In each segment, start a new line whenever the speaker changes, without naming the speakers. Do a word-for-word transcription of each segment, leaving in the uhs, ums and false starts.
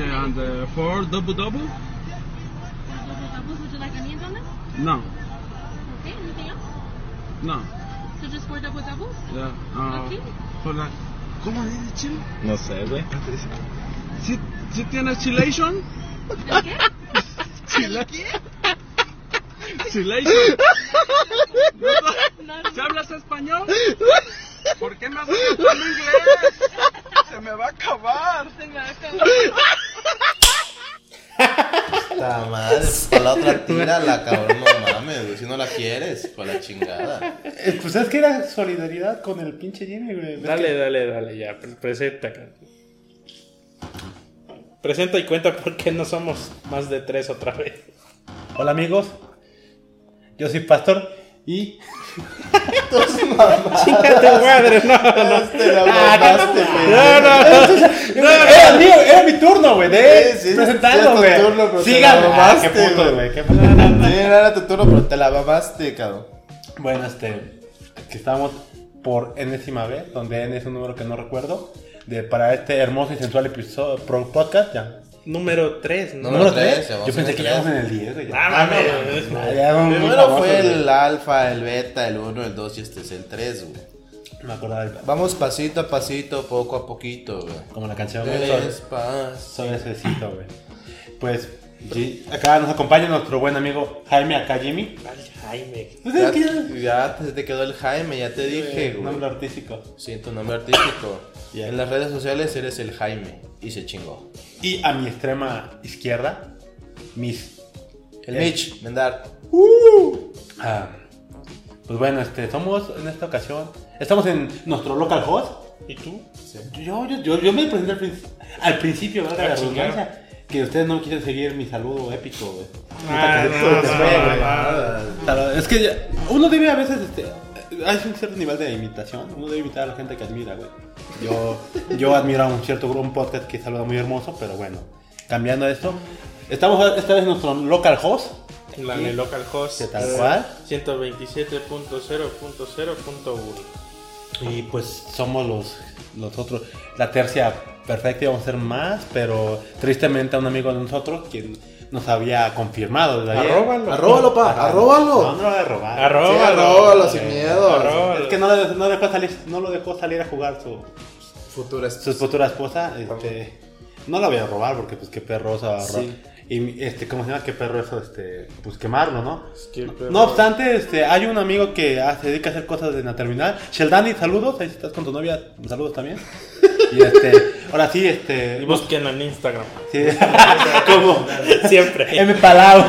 Okay, and uh, four double double?
Double doubles, would you like onions on them?
No,
Okay, anything else?
no.
So just four double doubles?
Yeah. Uh,
Okay.
for la- ¿Cómo dice chile?
No sé, güey.
¿Sí, sí tienes chilation?
¿El qué?
¿Chile?
¿Qué?
¿Chilation?
No, no.
¿Sí hablas español? ¿Por qué me hablas en inglés? Se me va a acabar.
Se me va a acabar.
La madre, para la otra tírala, cabrón, no mames, güey. Si no la quieres, para la chingada.
Eh, Pues es que era solidaridad con el pinche Jimmy, güey. Es
Dale,
que-
dale, dale, ya. pre- Presenta, cara. Presenta y cuenta por qué no somos más de tres otra vez.
Hola amigos, yo soy Pastor y...
Chinga tu madre, no, no.
Te la
Ah,
mamaste,
no,
güey.
no, no, no,
Era, mío, era mi turno, güey, de
Sí, sí,
presentarlo,
sí,
güey.
es tu turno, pero te
Sigan,
la
ah,
mamaste,
qué puto,
güey.
güey, qué
Sí, no era tu turno, pero te la mamaste, cabrón.
Bueno, este, que estamos por enésima vez, donde N es un número que no recuerdo, de, para este hermoso y sensual episodio, pro podcast, ya.
Número tres, ¿no?
Número
¿Número
tres,
tres?
ya vamos
Yo
en
pensé
el
que
tres.
ya íbamos en el diez, güey.
Ah, mames.
Ah, ya vamos muy
Primero
famosos,
fue
güey.
el alfa, el beta, el uno, el dos y este es el tres, güey.
Me acordaba del-
Vamos pasito a pasito, poco a poquito, güey.
como la canción de
Despacio.
Suavecito, güey. Pues, sí, acá nos acompaña nuestro buen amigo Jaime, acá Jimmy.
Ay, Jaime.
Pues
Ya,
es que ya-
ya te, te quedó el Jaime, ya te dije, güey.
Nombre artístico.
Sí, tu nombre artístico.
Ya.
En las redes sociales eres el Jaime. Y se chingó.
Y a mi extrema izquierda, Miss.
El
Eh.
Mitch, Mendar.
Ah, pues bueno, este, somos en esta ocasión, estamos en nuestro local host.
¿Y tú?
Yo, yo, yo, yo me presenté al, princi- al principio, ¿verdad?
Ah,
La
chingado.
redundancia, que ustedes no quisieron seguir mi saludo épico, güey.
Ah,
Neta, que
no,
te
no,
fue,
no,
güey.
no.
Claro, es que ya- uno debe a veces, este, hay un cierto nivel de imitación, uno debe imitar a la gente que admira, güey. Yo, yo admiro a un cierto grupo, un podcast que saluda muy hermoso, pero bueno, cambiando esto, estamos esta vez en nuestro local host.
La de localhost.
¿Qué tal cual?
ciento veintisiete punto cero punto cero punto uno.
Y pues somos los, los otros, la tercia perfecta, íbamos a ser más, pero tristemente a un amigo de nosotros quien nos había confirmado desde ayer.
Arróbalo.
Arróbalo, pa,
No,
arróbalo.
no lo voy a robar.
Arróbalo.
Sí, arróbalo, sin miedo.
Arróbalo.
Es que no, le- no dejó salir, no lo dejó salir a jugar su,
Futura
su futura esposa. Este, no la voy a robar porque pues qué perro se va a robar.
Sí.
Y este, ¿cómo se llama? Qué perro eso, este, pues quemarlo, ¿no?
que perro.
No obstante, este, hay un amigo que ah, se dedica a hacer cosas en la terminal. Sheldani, saludos, ahí si estás con tu novia, saludos también. Y este, ahora sí, este.
Y busquen en Instagram.
Sí, como
Siempre.
M Palau.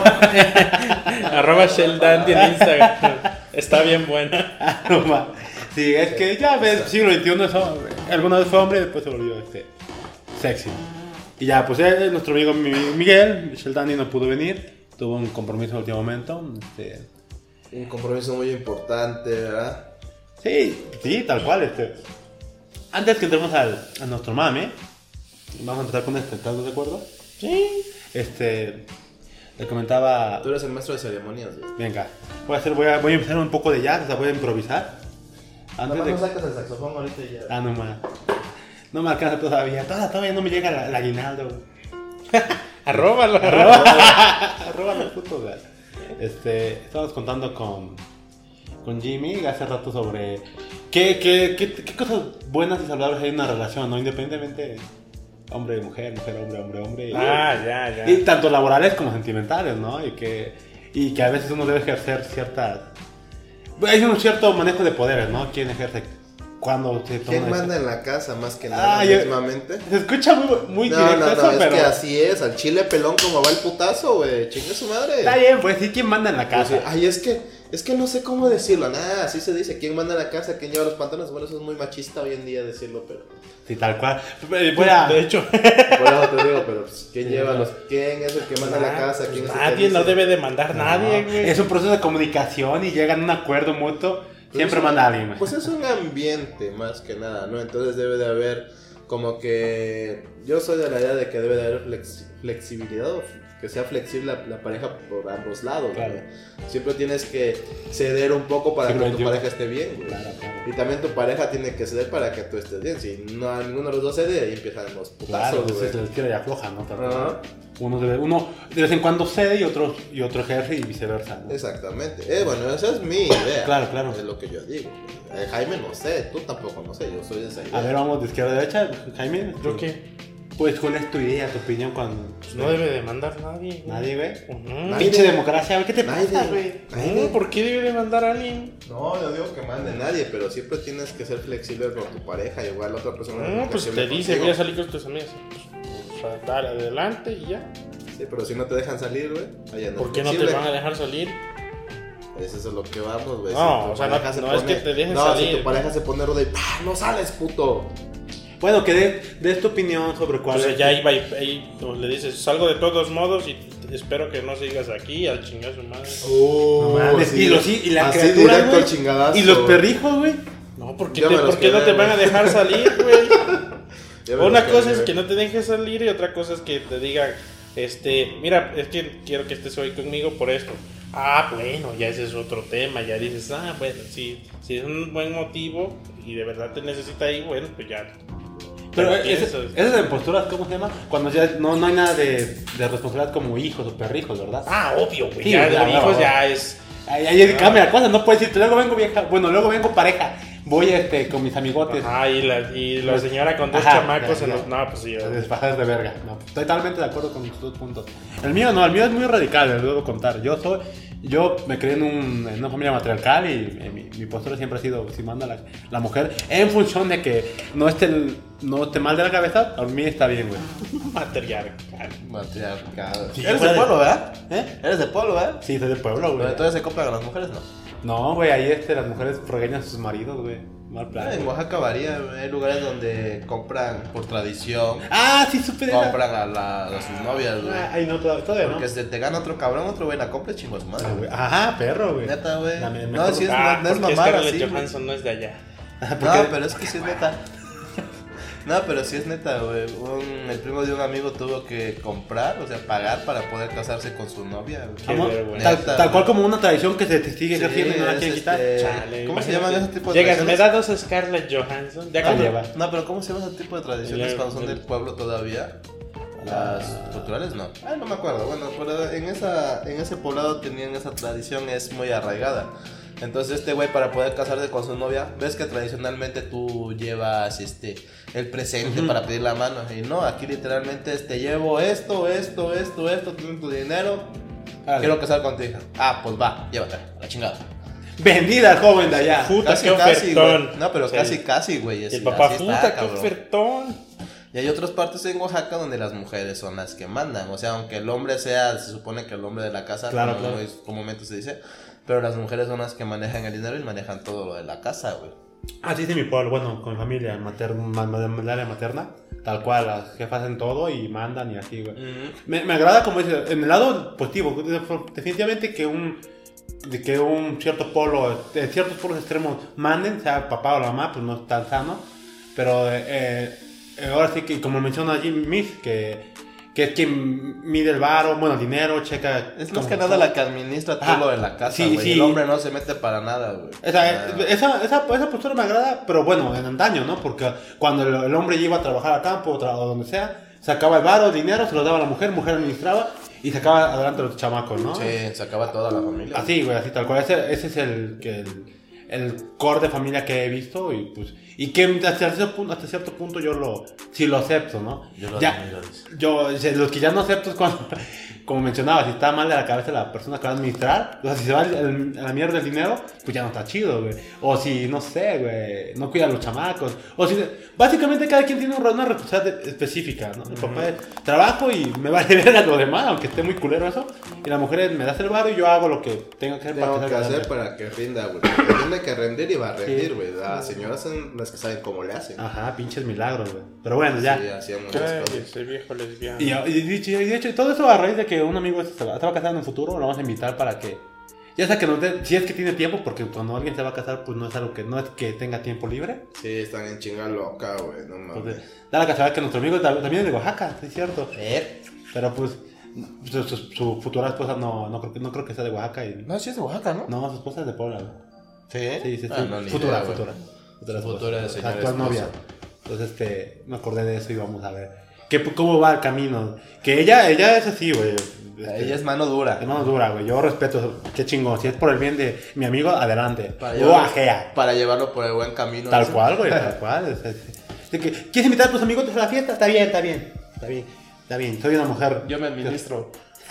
Arroba Sheldandi en Instagram. Está bien buena.
No más. Sí, es que ya ves, siglo veintiuno eso, alguna vez fue hombre y después se volvió este, sexy. Y ya, pues él, nuestro amigo Mi- Miguel, Sheldani no pudo venir, tuvo un compromiso en el último momento. Este,
Un compromiso muy importante, ¿verdad?
sí, sí, tal cual. Este. Antes que entremos al, a nuestro mame, vamos a empezar con este, ¿estás de acuerdo? Sí. Este, le comentaba...
Tú eres el maestro de ceremonias, güey.
Venga, voy a, hacer, voy, a, voy a empezar un poco de jazz, o sea, voy a improvisar. Antes
Nomás
de...
no sacas el saxofón ahorita y ya.
Ah, no más. No me alcanza todavía. Todavía, todavía no me llega la- el aguinaldo, güey.
Arróbalo.
Arroba los putos, güey. Este, estábamos contando con, con Jimmy hace rato sobre qué, qué, qué, qué cosas buenas y saludables hay en una relación, ¿no? Independientemente hombre, mujer, mujer, hombre, hombre, hombre. Y,
Ah, ya, ya.
y tanto laborales como sentimentales, ¿no? Y que, y que a veces uno debe ejercer ciertas... Hay un cierto manejo de poderes, ¿no? ¿Quién ejerce cuándo se toma
¿Quién
eso?
manda en la casa más que nada
Ah, yo-
últimamente?
Se escucha muy, muy
No,
directo
no, no,
eso,
es
pero...
que así es, al chile pelón como va el putazo, güey, chingue su madre.
Está bien, pues sí, ¿quién manda en la
Pues
casa?
sí, ay, es que, es que no sé cómo decirlo, nada, así se dice, ¿quién manda en la casa? ¿Quién lleva los pantalones? Bueno, eso es muy machista hoy en día decirlo, pero...
Sí, tal cual. Eh, Voy a...
De hecho,
Por eso te digo, pero pues, ¿quién lleva los... ¿Quién es el que manda en la casa? ¿Quién es el que
nadie no
dice?
debe demandar nadie,
No,
güey.
es un proceso de comunicación y llegan a un acuerdo mutuo. Siempre
Pues,
manda alguien, güey.
Pues es un ambiente más que nada, ¿no? Entonces debe de haber como que... Yo soy de la idea de que debe de haber flex- flexibilidad, o que sea flexible la, la pareja por ambos lados,
Claro.
güey. Siempre tienes que ceder un poco para
Siglo
que tu
veintiuno.
pareja esté bien, güey.
Claro, claro.
Y también tu pareja tiene que ceder para que tú estés bien. Si no ninguno de los dos cede, ahí empiezan los
Claro,
putazos, güey.
entonces les tira y afloja, ¿no? Tal cual.
Ajá.
Uno, debe- uno de vez en cuando cede y otro, y otro ejerce y viceversa, ¿no?
Exactamente. Eh, bueno, esa es mi idea.
Claro, claro.
Es lo que yo digo. Eh, Jaime no sé, tú tampoco no sé, yo soy de esa idea.
A ver, vamos de izquierda a derecha, Jaime.
¿Yo qué?
Pues, ¿cuál es tu idea, tu opinión cuando...
Pues no debe demandar nadie. güey.
Nadie, güey.
Ujú.
Pinche democracia, güey, ¿qué te
Nadie.
pasa, güey?
No, ¿por qué debe demandar a alguien?
No, yo digo que mande nadie, pero siempre tienes que ser flexible con tu pareja. Igual la otra persona.
No,
es
pues te
flexible
dice,
contigo.
voy a salir con tus amigas. Pues, o sea, dale adelante y ya.
Sí, pero si no te dejan salir, güey. Allá no
¿Por
es
qué no te
flexible.
van a dejar salir?
Eso es a lo que vamos, güey.
No,
Si tu
o sea,
pareja
no-
se
no es
pone-
que te dejen
no,
salir.
si tu pareja se pone ruda y ¡pah! ¡No sales, puto!
Bueno, que des de tu opinión sobre cuál
Pues
es...
ya iba y, y tú le dices, salgo de todos modos y espero que no sigas aquí, al chingar su madre.
Oh,
No mames, y los- y la
así
criatura,
directo
güey.
al chingadazo.
Y los perrijos, güey.
No, ¿por qué,
Ya
te-
me los
por qué no
quedé,
te van a
güey.
dejar salir, güey?
Ya me
Una
los
cosa
quedé,
es que
güey.
no te dejes salir y otra cosa es que te digan, este, mira, es que quiero que estés hoy conmigo por esto. Ah, bueno, ya ese es otro tema, ya dices, ah, bueno, si, si es un buen motivo y de verdad te necesita ahí, bueno, pues ya.
Pero
ya
ese-
piensas.
esas de posturas, ¿cómo se llama? Cuando ya no, no hay nada de, de responsabilidad como hijos o perrijos, ¿verdad?
Ah, obvio, güey,
Sí,
ya
ya,
de
ya,
hijos
ya.
ya es...
Ahí, ahí
Ah.
cambia la cosa, no puedes decirte, luego vengo vieja, bueno, luego vengo pareja, voy este, con mis amigotes.
Ajá, y la, y la señora con dos
Ajá,
chamacos
ya,
en
ya.
los... No, pues sí,
Te desfajas de verga. No, totalmente de acuerdo con tus dos puntos. El mío no, el mío es muy radical, les debo contar. Yo soy, yo me crié en, un- en una familia matriarcal y eh, mi, mi postura siempre ha sido si manda la, la mujer en función de que no esté, el- no esté mal de la cabeza, a mí está bien, güey.
matriarcal.
Matriarcado.
Sí,
Eres
fuera
de pueblo, ¿verdad?
¿Eh?
Eres de pueblo, ¿verdad?
Sí, soy del pueblo,
Pero
güey.
entonces se compran a las mujeres, ¿no?
No, güey, ahí este, las mujeres regañan a sus maridos, güey. Mal plan.
En Oaxaca varía, hay lugares donde compran por tradición,
Ah, sí, supe de esa.
compran a, la, a sus novias, güey.
Ah, Ay, no, todavía, todavía no.
Porque si te gana otro cabrón, otro güey la compra y chingo a su madre,
Ah,
güey.
güey. Ajá, perro, güey.
Neta, güey.
La me-
No,
mejor-
sí es,
Ah,
no, no es
porque
mamada,
Scarlett
sí, güey.
Johansson no es de allá.
Porque-
No, pero es que sí es neta. No, pero sí es neta, güey. Un- El primo de un amigo tuvo que comprar, o sea, pagar para poder casarse con su novia, güey.
Qué
Vamos,
vergüenza.
tal,
Neta,
tal cual
güey.
como una tradición que se te sigue
Sí,
ejerciendo y no la
es
quieren quitar.
este-
Chale,
¿Cómo se
imagínate.
llaman ese tipo de
Llegas,
tradiciones?
me da dos Scarlett Johansson. Ya
Ah,
cuando-
lleva.
No, pero ¿cómo se llama ese tipo de tradiciones
El-
cuando son
el-
del pueblo todavía? Las culturales no. Ah, no me acuerdo. Bueno, pero en, esa, en ese poblado tenían esa tradición, es muy arraigada. Entonces este güey para poder casarse con su novia, ves que tradicionalmente tú llevas este el presente para pedir la mano. Y no, aquí literalmente es te llevo esto, esto, esto, esto, tengo tu dinero.
Vale.
Quiero casar contigo. Ah, pues va, llévate, a la chingada.
Vendida, joven de allá.
Puta,
Casi,
qué
casi,
ofertón.
güey. No, pero
Sí.
casi, casi, güey.
Y
así-
el papá,
así está,
puta, qué
cabrón.
ofertón.
Y hay otras partes en Oaxaca donde las mujeres son las que mandan. O sea, aunque el hombre sea, se supone que el hombre de la casa,
Claro,
como
claro.
es- comúnmente se dice, pero las mujeres son las que manejan el dinero y manejan todo lo de la casa, güey.
Así es en mi pueblo, bueno, con mi familia materna, ma- ma- ma- el área materna, tal cual, las jefas hacen todo y mandan y así, güey. Me, me agrada como dice, en el lado positivo, definitivamente que un de que un cierto polo, de ciertos polos extremos manden, sea papá o la mamá, pues no es tan sano, pero eh, eh, ahora sí que como menciona Jim Miss, que, que es quien mide el varo, bueno, el dinero, checa...
Es más
cómo-
que nada la que administra todo
Ajá.
lo de la casa,
Sí,
güey.
sí.
El hombre no se mete para nada, güey.
Esa,
Ah.
esa, esa, esa postura me agrada, pero bueno, en antaño, ¿no? Porque cuando el, el hombre iba a trabajar al campo o, tra- o donde sea, sacaba el varo, el dinero, se lo daba a la mujer, mujer administraba y sacaba adelante a los chamacos, ¿no?
Sí, se acaba toda la familia.
Así, güey, así tal cual. Ese, ese es el, que el, el core de familia que he visto y pues y que hasta cierto punto, hasta cierto punto yo lo sí lo acepto, ¿no?
Yo lo
ya,
admiro, dice.
yo o sea, los que ya no acepto es cuando como mencionaba, si está mal de la cabeza la persona que va a administrar, o sea, si se va el- el- a la mierda el dinero, pues ya no está chido, güey. O si, no sé, güey, no cuida a los chamacos. O si, básicamente cada quien tiene una una responsabilidad específica, ¿no? El papá es trabajo y me vale ver a lo demás, aunque esté muy culero eso. Y la mujer es, me das el varo y yo hago lo que tengo que hacer
Tengo
para
que
salga
hacer
adelante.
para que rinda, güey. Porque tiene que rendir y va a rendir,
Sí.
güey. Las señoras son las que saben cómo le hacen.
Ajá, pinches milagros, güey. Pero bueno, ya.
Sí, hacían muchas
Ay,
cosas.
ese viejo lesbiano.
Y, y dicho, y de hecho, todo eso a raíz de que un amigo este se va, se va a casar en un futuro, lo vamos a invitar para que Ya sea que no te- si es que tiene tiempo, porque cuando alguien se va a casar, pues no es algo que no es que tenga tiempo libre.
Sí, están en chinga loca, güey, no mames.
Entonces, da la casualidad que nuestro amigo ta- también es de Oaxaca, sí es cierto.
Eh,
Pero pues su, su- su futura esposa no, no, creo, que- no creo que sea de Oaxaca. Y,
No, sí es de Oaxaca, ¿no?
no, su esposa es de Puebla, güey.
¿Sí?
Sí, sí, sí.
Ah, no, ni
futura,
idea, güey.
futura, futura.
Futura
esposa.
señora
Actual
esposa.
novia. Entonces, este, me acordé de eso y vamos a ver. ¿Qué, ¿Cómo va el camino? Que ella, ella es así, güey. Este,
Ella es mano dura.
Es mano dura, güey. Yo respeto. Qué chingón. Si es por el bien de mi amigo, adelante.
Para
O
llevarlo,
ajea.
para llevarlo por el buen camino.
Tal
ese.
cual, güey. Tal cual. Es- es- de que, ¿quieres invitar a tus amigos a la fiesta? Está bien, está bien. Está bien. Está bien. Soy una mujer.
Yo me administro.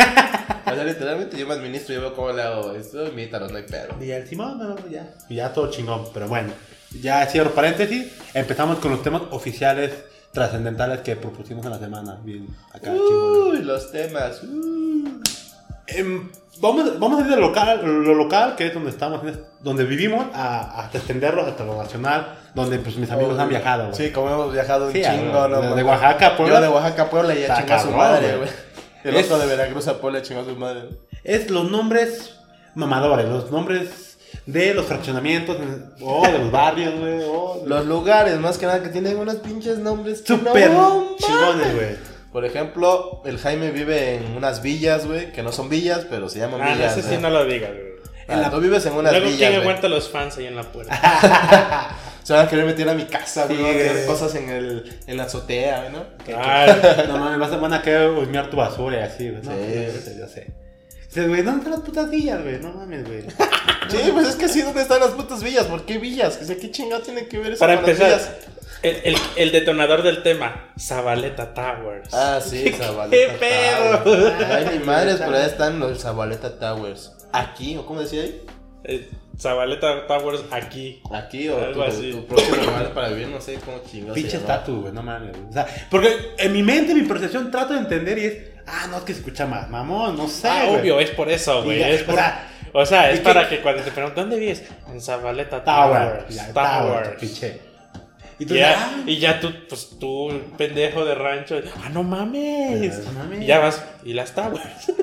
O sea, literalmente yo me administro, yo veo cómo le hago esto, imítalos, no hay pedo.
Y el Simón, no, no, ya. Y ya todo chingón. Pero bueno. Ya cierro paréntesis. Empezamos con los temas oficiales trascendentales que propusimos en la semana. Bien, acá, chingón.
Uy, los temas. Uh.
Em, vamos, vamos a ir de local, lo local, que es donde estamos, donde vivimos, a, hasta extenderlo hasta lo nacional, donde pues mis amigos han viajado, güey.
Sí, como hemos viajado un
Sí,
chingo,
a-
¿no?
de- de
mames?
Oaxaca a Puebla.
Yo de Oaxaca a Puebla y ya
Está
chingó a su
cabrón,
madre,
güey.
güey. El
Es-
otro de Veracruz a Puebla chingó a su madre.
Es los nombres mamadores, los nombres de los fraccionamientos, o de los barrios, güey, o
Los lugares, más que nada, que tienen unos pinches nombres que
súper
no
chingones,
mames.
güey.
Por ejemplo, el Jaime vive en unas villas, güey, que no son villas, pero se llaman
Ah, no
villas.
sé si
¿no?
no lo digas, güey.
Ah, la... Tú vives en unas
Luego,
villas,
¿quién
güey.
aguanta los fans ahí en la puerta?
Se van a querer meter a mi casa,
Sí,
güey, van a querer
güey.
cosas en, el, en la azotea, ¿no?
Ah,
No mames, vas a, van a querer husmear tu basura y así, güey. No,
Sí.
yo sé, yo sé. Dices, güey, ¿dónde están las putas villas, güey? No mames, güey.
Sí, pues es que sí, ¿dónde están las putas villas? ¿Por qué villas? O sea, ¿qué chingado tiene que ver eso
para
con las
empezar,
villas?
el, el, el detonador del tema, Zabaleta Towers.
Ah, sí,
¿Qué
Zabaleta
pedo?
Towers. Ay, mi madre, por ahí están los Zabaleta Towers. ¿Aquí? ¿O cómo decía ahí?
Eh, Zabaleta Towers aquí.
Aquí o
Algo
tu,
así.
tu próximo lugar para vivir, no sé cómo chingados.
Pinche
se llama.
estatus, güey, no mames. Güey. O sea, porque en mi mente, mi percepción, trato de entender y es, ah, no, es que se escucha más, mamón, no sé.
Ah,
güey.
obvio, es por eso, güey.
Y ya,
Es
o
por-
sea,
O sea,
¿y
es
qué?
para que cuando te preguntan, ¿dónde vives? En Zabaleta
Tower.
Towers.
Ya,
Towers.
Tower, pinche. Y tú,
Ya,
ah,
y ya tú, pues tú, pendejo de rancho, ah, no mames.
No mames.
Y ya vas, y las Towers.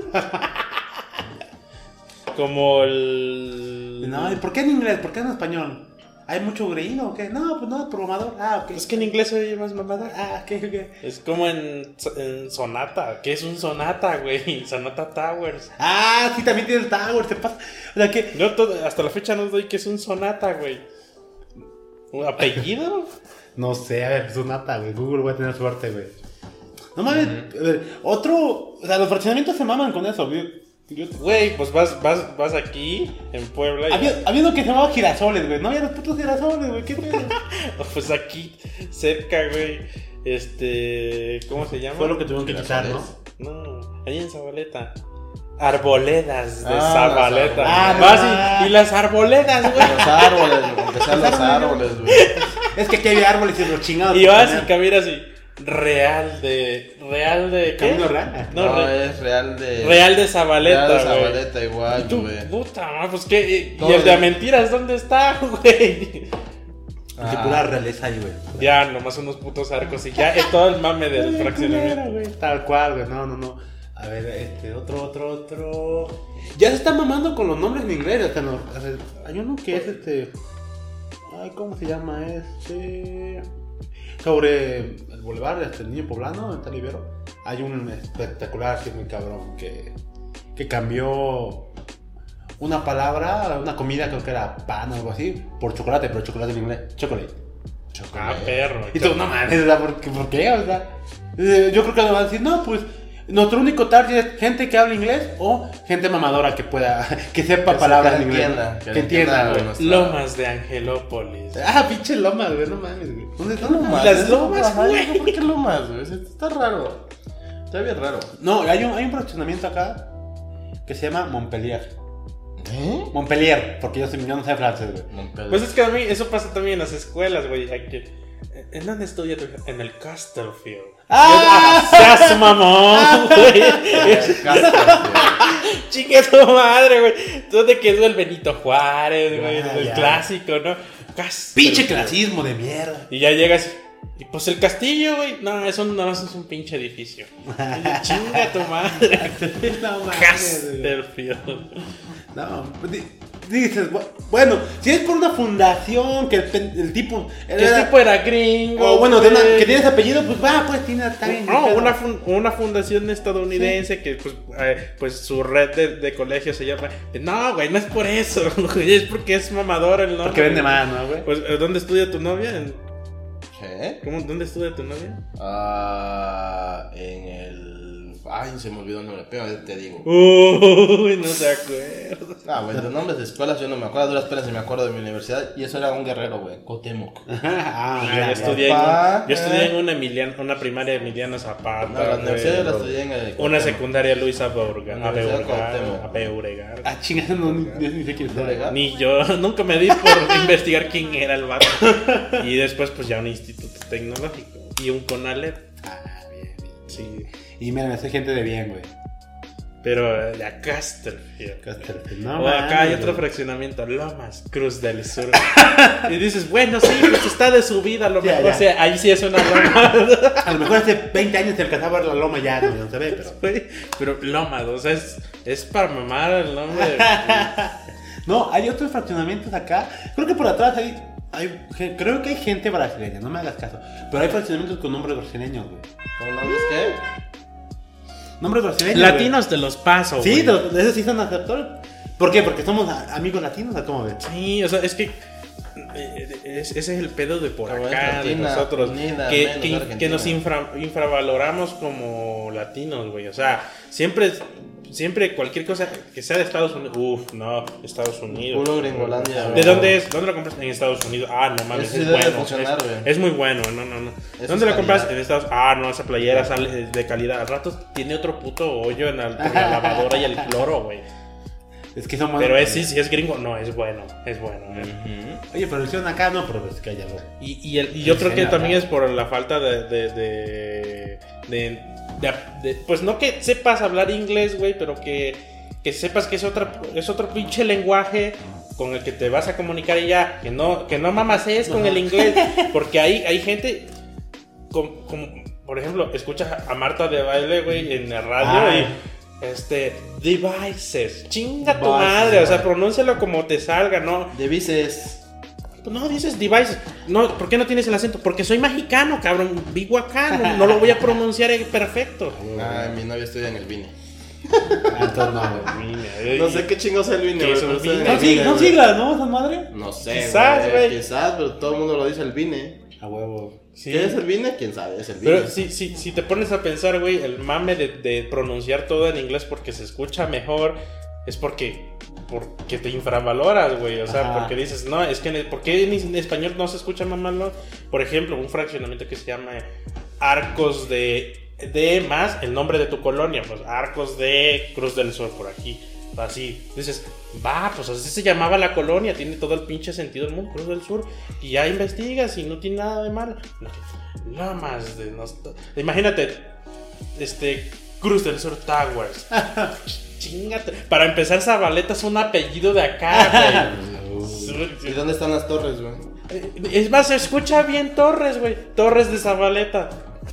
Como el.
no, ¿y por qué en inglés? ¿Por qué en español? ¿Hay mucho gringo o qué? No, pues no, programador. Ah, ok.
Es que en inglés se oye más mamada.
Ah, ¿qué, qué, qué?
Es como en, en Sonata. ¿Qué es un Sonata, güey? Sonata Towers.
Ah, sí, también tiene el Tower, te pasa. O sea, que.
Yo todo- hasta la fecha no doy que es un Sonata, güey. ¿Un apellido?
No sé, a ver, Sonata, güey. Google va a tener suerte, güey. No mames, a ver, otro. O sea, los fraccionamientos se maman con eso, güey. Yo-
Güey, pues vas, vas, vas aquí, en Puebla. Y
Había, había uno que se llamaba girasoles, güey. No había los putos girasoles, güey. ¿Qué pedo?
Pues aquí, cerca, güey. Este. ¿Cómo se llama?
Fue lo que tuvieron que quitar, ¿no?
No, ahí en Zabaleta. Arboledas de
Ah,
Zabaleta.
las
arboledas.
Vas
Ah,
y, y las arboledas, güey.
Los árboles, güey, aunque sean los árboles, güey.
Es que aquí había árboles y los chingados.
Y
por
vas
poner.
y caminas así. Real de. Real de. ¿Qué?
¿Camino real?
No,
No,
re-
es real de.
Real de Zabaleta.
Real de
güey.
Zabaleta, igual,
Y tú,
güey.
puta, madre, pues qué. Y,
Todo
y el de a
bien.
mentiras, ¿dónde está, güey?
De pura realeza ahí, güey.
Ya, nomás unos putos arcos y ya es todo el mame del
Ay,
fraccionamiento.
culera, güey. Tal cual, güey. No, no, no. A ver, este, otro, otro, otro. Ya se están mamando con los nombres en inglés. Hasta no, a ver, hay uno que es este. Ay, ¿cómo se llama este? Sobre el boulevard, este, el Niño Poblano, en Talibero. Hay un espectacular, así muy cabrón, que, que cambió una palabra, una comida, creo que era pan o algo así, por chocolate, pero chocolate en inglés. Chocolate.
Ah, perro.
Y tú, no mames, o sea, ¿por qué? ¿Por qué? O sea, eh, yo creo que le van a decir, no, pues nuestro único target es gente que habla inglés o gente mamadora que pueda, que sepa
Que
palabras
se-
en
que
inglés.
entienda,
Que,
que le
entienda,
entienda,
güey.
nuestra-
Lomas de Angelópolis.
Ah, pinche lomas, güey, no mames, güey. ¿Dónde están
Lomas,
Las
eso,
lomas,
ajá,
güey.
¿por qué lomas, güey? Eso Está raro. Está bien raro.
No, hay un, hay un fraccionamiento acá que se llama Montpellier.
¿Eh?
Montpellier, porque yo, soy- yo no sé francés, güey.
Montpellier.
Pues es que a mí eso pasa también en las escuelas, güey. Aquí- ¿En dónde estudia tu hija? En el Castlefield.
¡Ah!
Yo- ¡Ah, seas mamón, güey!
Casca,
Chingue tu madre, güey. ¿Dónde quedó el Benito Juárez, güey?
Ah,
el
ya.
clásico, ¿no? Castlefield.
Pinche clasismo de mierda.
Y ya llegas. Y pues el castillo, güey. No, eso no es un pinche edificio. Y yo, chinga tu madre.
No mames, güey.
Castlefield.
No, di- dices, bu- bueno, si es por una fundación que el, pen- el tipo.
Que el tipo era gringo.
O bueno, de una-
güey.
que tiene ese apellido, pues va, pues tiene está bien.
No,
pero-
una, fun- una fundación estadounidense que pues, eh, pues su red de, de colegios se llama... No, güey, no es por eso, güey, es porque es mamador el nombre.
Porque vende más, ¿no, güey?
Pues, ¿dónde estudia tu novia? ¿En-
¿Qué?
¿Cómo? ¿Dónde estudia tu novia?
Ah, en el... Ay, se me olvidó el nombre, pero te digo.
Uy, no se acuerda.
Ah, güey, de nombres de escuelas yo no me acuerdo. A duras penas si me acuerdo de mi universidad. Y eso era un guerrero, güey. Cuauhtémoc.
ah,
Ah,
ya,
yo,
ya.
estudié en,
Papá,
un- yo estudié
eh.
en una, Emiliano, una primaria Emiliano Zapata.
No, la
güey,
universidad yo la
lo-
estudié en el
Una
Cuauhtémoc.
secundaria Luisa Borga,
Universidad
Abeurgar,
Cuauhtémoc.
Abeurgar.
Ah, chingada, no, ni, ni, ni sé quién
¿No
es.
legal?
Ni yo, nunca me di por investigar quién era el vato. Y después pues ya un instituto tecnológico y un CONALEP.
Ah, bien, bien.
Sí.
Y mira, soy gente de bien, güey.
Pero de acá Casterfield.
Casterfield, no
O acá hay
mames,
otro
güey.
fraccionamiento, Lomas, Cruz del Sur. Y dices, bueno, sí, pues está de subida, lo
Ya,
mejor.
ya.
O sea, ahí sí es una loma.
A lo mejor hace veinte años se alcanzaba a ver la loma ya, no, no se ve, pero.
Güey, pero Lomas, o sea, es, es para mamar el nombre.
No, hay otros fraccionamientos acá. Creo que por atrás hay, hay ge- creo que hay gente brasileña, no me hagas caso. Pero hay fraccionamientos con nombres brasileños, güey.
¿Con nombres qué?
Nombres brasileños.
Latinos de los pasos.
Güey. Sí,
güey.
los- esos sí son aceptables. ¿Por qué? Porque somos a- amigos latinos, ¿o cómo ves?
Sí, o sea, es que eh, es- ese es el pedo de por
Como
acá,
es
de
Latina,
nosotros,
unida,
que,
menos
que,
Argentina.
que nos infra- infravaloramos como latinos, güey. O sea, siempre, siempre cualquier cosa que sea de Estados Unidos, uff, no, Estados Unidos.
Puro Gringolandia,
¿De
güey.
dónde es? ¿Dónde lo compras? En Estados Unidos. Ah, no mames,
Eso sí
es
debe
bueno.
funcionar,
es,
güey.
es muy bueno, no, no, no.
Eso
¿Dónde
es
lo compras?
calidad.
En Estados Ah, no, esa playera sale de calidad. Al rato tiene otro puto hoyo en la, en la lavadora y el cloro, güey.
Es que somos.
Pero es, sí, sí es gringo. No, es bueno, es bueno. eh.
Oye, pero lo hicieron acá, no, pero es que hay algo.
Y, y, el- y yo
Sí,
creo que
sí,
también
acá.
es por la falta de de, de, de- de- de- Pues no que sepas hablar inglés, güey, pero que, que sepas que es, otra, es otro pinche lenguaje con el que te vas a comunicar y ya. Que no, que no mamasees con el inglés. Porque hay, hay gente como, como, por ejemplo, escuchas a Marta de Baile, güey, en la radio
Ay.
y... Este, devices, chinga tu
Devices,
madre, o sea,
güey.
pronúncialo como te salga, ¿no?
Devices.
Pues no dices devices. No, ¿por qué no tienes el acento? Porque soy mexicano, cabrón. Vivo acá, no, no lo voy a pronunciar perfecto.
Ah, mi novia estudia en el Vine.
Entonces, no, güey.
No sé qué chingos es el Vine,
¿Qué
güey,
es
pero
un
estudia en
Vine?
el
No, sí,
Vine,
no
güey.
siglas, ¿no? ¿Esa madre?
No sé,
Quizás, güey.
Quizás, pero todo el mundo lo dice el Vine.
A huevo.
Sí.
¿Qué es el Vine? ¿Quién sabe? Es el Vine.
Pero si, si, si te pones a pensar, güey, el mame de, de pronunciar todo en inglés porque se escucha mejor es porque, porque te infravaloras, güey. O sea,
Ajá.
porque dices, no, es que, en- ¿por qué en español no se escucha más malo? Por ejemplo, un fraccionamiento que se llama Arcos de, de más el nombre de tu colonia, pues Arcos de Cruz del Sur, por aquí. Así, dices, va, pues así se llamaba la colonia, tiene todo el pinche sentido del mundo, Cruz del Sur, y ya investigas y no tiene nada de malo. No, nada más de. No, imagínate, este, Cruz del Sur Towers. Chingate. Para empezar, Zabaleta es un apellido de acá, güey.
¿Y dónde están las torres, güey?
Es más, se escucha bien Torres, güey. Torres de Zabaleta.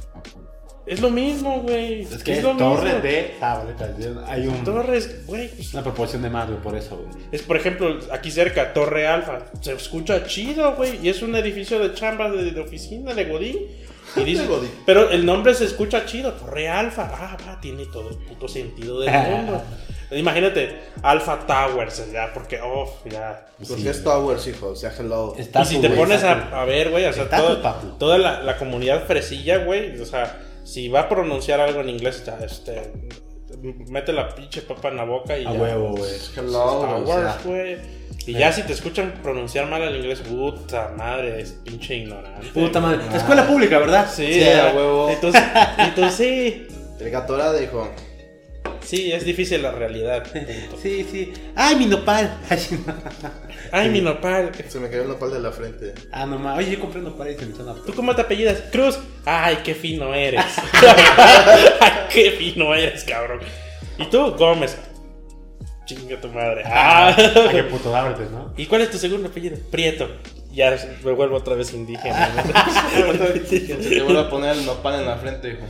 Es lo mismo, güey.
Es que
lo
torres
mismo.
de tabletas. Hay un,
Torres, güey. pues,
una proporción de más, güey, por eso, güey.
Es, por ejemplo, aquí cerca, Torre Alfa. Se escucha chido, güey. Y es un edificio de chamba, de, de oficina, de Godín. Y dice,
De Godín.
pero el nombre se escucha chido. Torre Alfa. Ah, va, tiene todo el puto sentido del mundo. Imagínate, Alpha Towers, ya, porque, oh, ya.
Porque es Towers, hijo, o sea, hello.
Está
Y si
tu,
te
güey,
pones
está
a, a ver, güey, o sea,
Está tu
todo-
papu.
toda la, la comunidad fresilla, güey, o sea, si va a pronunciar algo en inglés, ya, este, mete la pinche papa en la boca y
tu- A
ya.
huevo, güey.
Hello,
Star
o
Wars,
sea.
güey. Y ya si te escuchan pronunciar mal el inglés, puta madre, es pinche ignorante.
Puta madre. Escuela pública, ¿verdad?
Sí,
Sí,
ya.
a huevo.
Entonces, entonces sí,
El Gatorade, hijo.
sí, es difícil la realidad. punto.
Sí, sí. ¡Ay, mi nopal!
Ay, mi nopal.
Se me cayó el nopal de la frente.
Ah, no mames. Oye, yo compré nopal y se me hizo una.
¿Tú cómo te apellidas? Cruz. Ay, qué fino eres. Ay, qué fino eres, cabrón. ¿Y tú? Gómez. Chinga tu madre. Ah.
Ah, qué puto ábrete, ¿no?
¿Y cuál es tu segundo apellido? Prieto. Ya me vuelvo otra vez indígena. ¿no?
Se te vuelve a poner el nopal en la frente, hijo.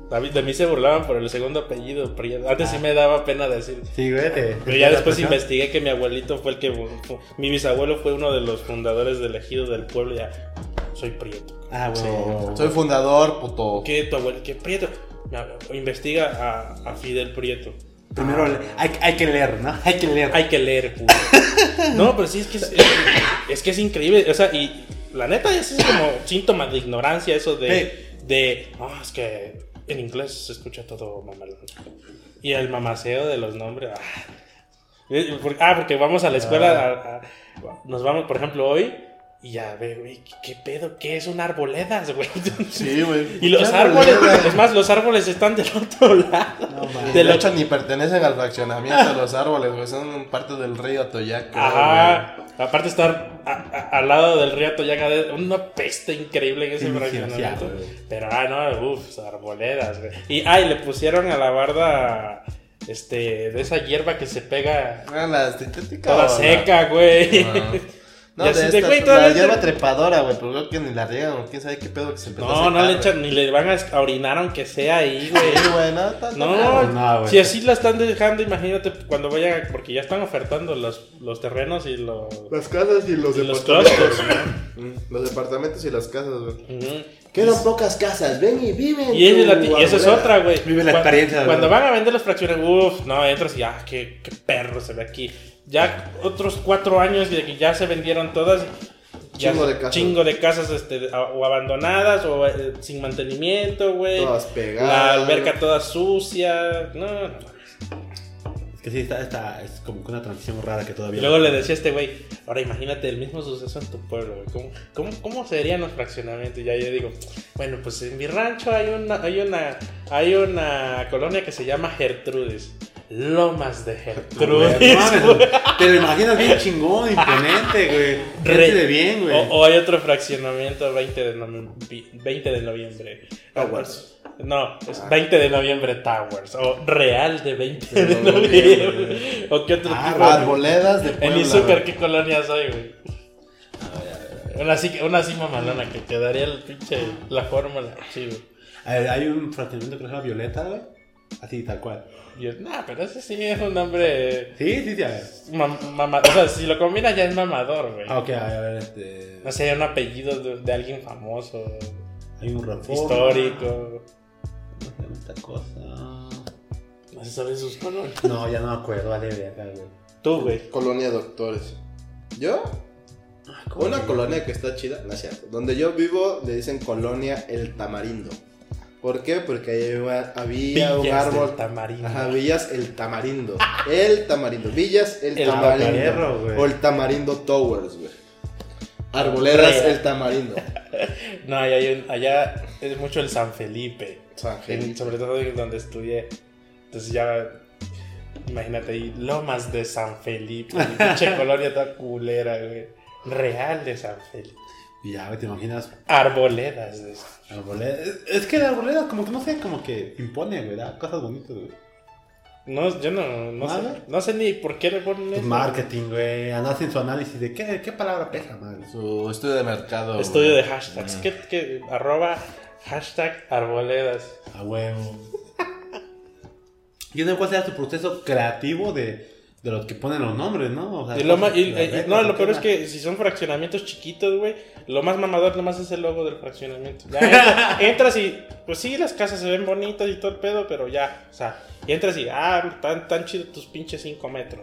A mí, de mí se burlaban por el segundo apellido Prieto. Antes
Ah.
sí me daba pena decir.
Sí, güey. te-
Pero
te
ya
da
después
presión.
investigué que mi abuelito fue el que... fu- Mi bisabuelo fue uno de los fundadores del ejido del pueblo. Ya, soy Prieto.
Ah,
Sí,
güey.
soy fundador, puto.
¿Qué tu abuelo? ¿Qué Prieto? Ya, investiga a, a Fidel Prieto.
Primero le- hay, hay que leer, ¿no? Hay que leer.
Hay que leer, puto. No, pero sí, es que es, es, es que es increíble. O sea, y la neta es como síntoma de ignorancia eso de...
Sí.
De... Ah, es que en inglés se escucha todo mamalón. Y el mamaceo de los nombres... Ah, Eh, por- ah, porque vamos a la escuela... a- a- nos vamos, por ejemplo, hoy... Y ya, ve, güey, ¿qué, ¿qué pedo? ¿Qué es un arboledas, güey?
Sí, güey.
Y los
¿Qué
árboles...
arboleda?
Es más, los árboles están del otro lado.
No, man.
De
lo-
hecho, ni pertenecen al fraccionamiento de los árboles, güey. Son parte del río Atoyac.
Ajá, aparte estar a- a- al lado del río Toyaga, de una peste increíble en ese
Sí,
fraccionamiento.
sí, güey.
Pero ah, no, uff, arboledas, güey. Y ay, le pusieron a la barda este de esa hierba que se pega
Ah, la sintética.
toda
o la-
seca, güey.
Ah. No,
Y
de
así
esta,
de, güey,
la
todavía-
hierba trepadora, güey, pero creo que ni la riegan o quién sabe qué pedo que se empezó a
No,
secar,
no le
güey.
echan, ni le van a a orinar aunque sea ahí, güey.
Sí, güey, no, está-
No,
está-
no, güey.
si así la están dejando, imagínate cuando vayan, porque ya están ofertando los, los terrenos y los,
Las casas y los
y los
departamentos.
clusters,
Mm, Los departamentos y las casas, güey.
¿no? Ujú.
Quedan pocas casas, ven y viven.
Y, esa es, la
tu
ti- y eso es
arboleda.
otra, güey.
Vive la
Cu-
experiencia,
Cuando
güey.
van a vender los fraccionamientos, uff, no, entras y ah, qué, qué perro se ve aquí. Ya otros cuatro años de que ya se vendieron todas. ya
Chingo de casas.
Chingo de casas este, a- o abandonadas o eh, sin mantenimiento, güey.
Todas
La
pegadas.
alberca toda sucia. No, no.
Es que sí, está, está, es como que una transición rara que todavía.
Y luego le decía a este güey, ahora imagínate el mismo suceso en tu pueblo, güey. ¿Cómo, cómo, cómo serían los fraccionamientos? Y ya yo digo, bueno, pues en mi rancho hay una, hay una, hay una colonia que se llama Gertrudes. Lomas de
Güey,
Gertrudes.
no mames,
güey.
te lo imaginas bien chingón, imponente, güey.
Re-
Gente de bien, güey.
O, o hay otro fraccionamiento veinte de, noviem- veinte de noviembre.
Towers.
No, es veinte de noviembre Towers. O Real de veinte de
De
noviembre.
noviembre.
O qué otro
Ah,
tipo.
Arboledas de
En
Puebla.
mi super,
güey.
¿qué colonia soy, güey? Una así, una así mamalona que quedaría el pinche, la fórmula. Sí, güey.
A ver, hay un fraccionamiento que se llama Violeta, güey. Así, tal cual.
Y yo, nah, pero ese sí es un nombre.
Sí, sí, sí, a ver.
mam- mama- o sea, si lo combinas ya es mamador, güey.
Ah, ok, a ver, este.
No sé, un apellido de, de alguien famoso,
Hay un reforma.
histórico.
No sé, esta cosa.
No se saben sus colores.
No, ya no me acuerdo, vale, de acá, güey.
Tú, güey.
Colonia Doctores. ¿Yo?
¿Cómo
Una
se
colonia que está chida, no es cierto. Donde yo vivo le dicen Colonia El Tamarindo. ¿Por qué? Porque ahí había, había un
Villas
árbol.
del Tamarindo.
Ajá, Villas El Tamarindo. El Tamarindo. Villas El,
El
Tamarindo.
Perro, güey.
O el Tamarindo Towers, güey. Arboledas
Real.
El Tamarindo.
No, allá, hay un- allá es mucho el San Felipe.
San
En-
Felipe.
sobre todo en donde estudié. Entonces ya, imagínate ahí, Lomas de San Felipe. Pinche colonia toda culera, güey. Real de San Felipe.
Y ya, güey, te imaginas.
Arboledas. de-
Arboleda. Es, es que la arboleda, como que no sé, como que impone, güey, da cosas bonitas, güey.
No, yo no, no sé.
¿Nada?
No sé ni por qué le ponen
Pues
eso.
marketing, güey. Hacen su análisis de qué, qué palabra pesa, madre.
Su estudio de mercado.
Estudio
güey.
de hashtags.
Mm.
¿Qué, qué? Arroba hashtag arboledas.
A huevo. Yo no sé cuál sea tu proceso creativo de, de los que ponen los nombres, ¿no? O sea,
Y lo más, y-
la
y-
letra,
no, lo
¿qué
peor es
más?
que si son fraccionamientos chiquitos, güey, lo más mamador nomás es el logo del fraccionamiento. Ya entra- entras y, pues sí, las casas se ven bonitas y todo el pedo, pero ya, o sea, y entras y, ah, tan, tan chidos tus pinches cinco metros.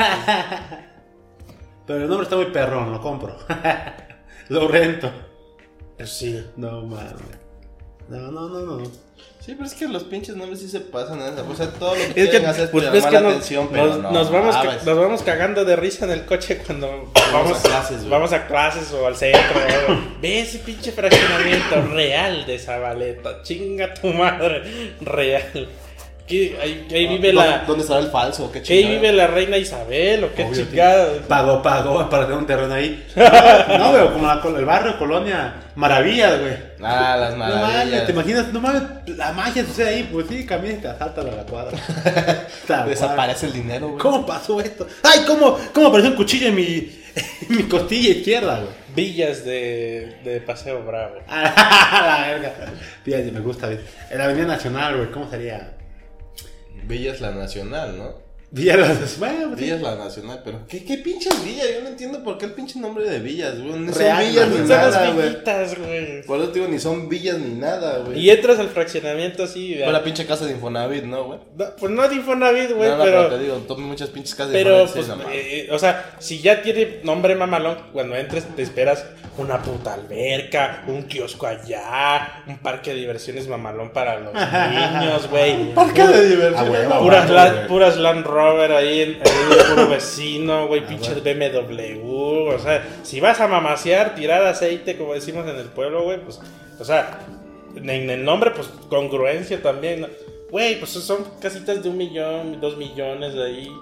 Pero el nombre está muy perrón, lo compro. Lo rento.
Pues sí.
No mames. No, no, no, no.
Sí, pero es que los pinches nombres sí se pasan. ¿eh? O sea, todo lo que
Es
quieren
que,
hacer
pues
llamar
ves que
la
nos,
atención, pero
nos,
no.
nos vamos, ca-
mames.
nos vamos cagando de risa en el coche cuando vamos,
a clases, güey.
vamos a clases o al centro. o algo. Ve ese pinche fraccionamiento real de Zabaleta. Chinga tu madre. Real. ¿Qué? Ahí, ahí vive
¿Dónde,
la...
¿Dónde estará el falso? ¿Qué
¿Qué? Ahí
chingada?
vive la reina Isabel o qué
Obvio,
chingada.
tío. Pagó, pagó para tener un terreno ahí. No, güey, como la, el barrio, colonia, maravillas, güey.
Ah, las
No mames,
maravillas.
¿te imaginas? No mames, la magia sucede ahí. Pues sí, caminas y te asaltan a la cuadra. Tal
Desaparece el dinero, güey.
cual. ¿Cómo pasó esto? ¡Ay, cómo, cómo apareció un cuchillo en mi, en mi costilla izquierda, güey!
Villas de, de Paseo Bravo.
A la verga. Fíjate, me gusta. En la Avenida Nacional, güey, ¿cómo sería?
Villa es la nacional, ¿no?
Villa las... Bueno, pues sí.
Villa es la nacional, pero ¿qué, qué pinches villas? Yo no entiendo por qué el pinche nombre de villas, güey. No son
Real,
villas
no,
ni
Son las
nada, güey.
villitas, güey.
Por eso te digo, ni son villas ni nada, güey.
Y entras al fraccionamiento así.
Fue la pinche casa de Infonavit, ¿no, güey?
No, pues no de Infonavit, güey,
No, no,
pero...
te digo, tomé muchas pinches casas de
Pero,
Infonavit.
pues,
sí, no mames.
eh, o sea, si ya tiene nombre mamalón, cuando entres te esperas una puta alberca, un kiosco allá, un parque de diversiones mamalón para los niños, güey.
¿Por qué de diversión?
Ah, güey,
No,
Puras,
güey.
la- puras Land Rover ahí, en, ahí el puro vecino, güey, pinches B M W. O sea, si vas a mamasear, tirar aceite, como decimos en el pueblo, güey, pues, o sea, en el nombre, pues, congruencia también, ¿no? Güey, pues son casitas de un millón, dos millones de ahí.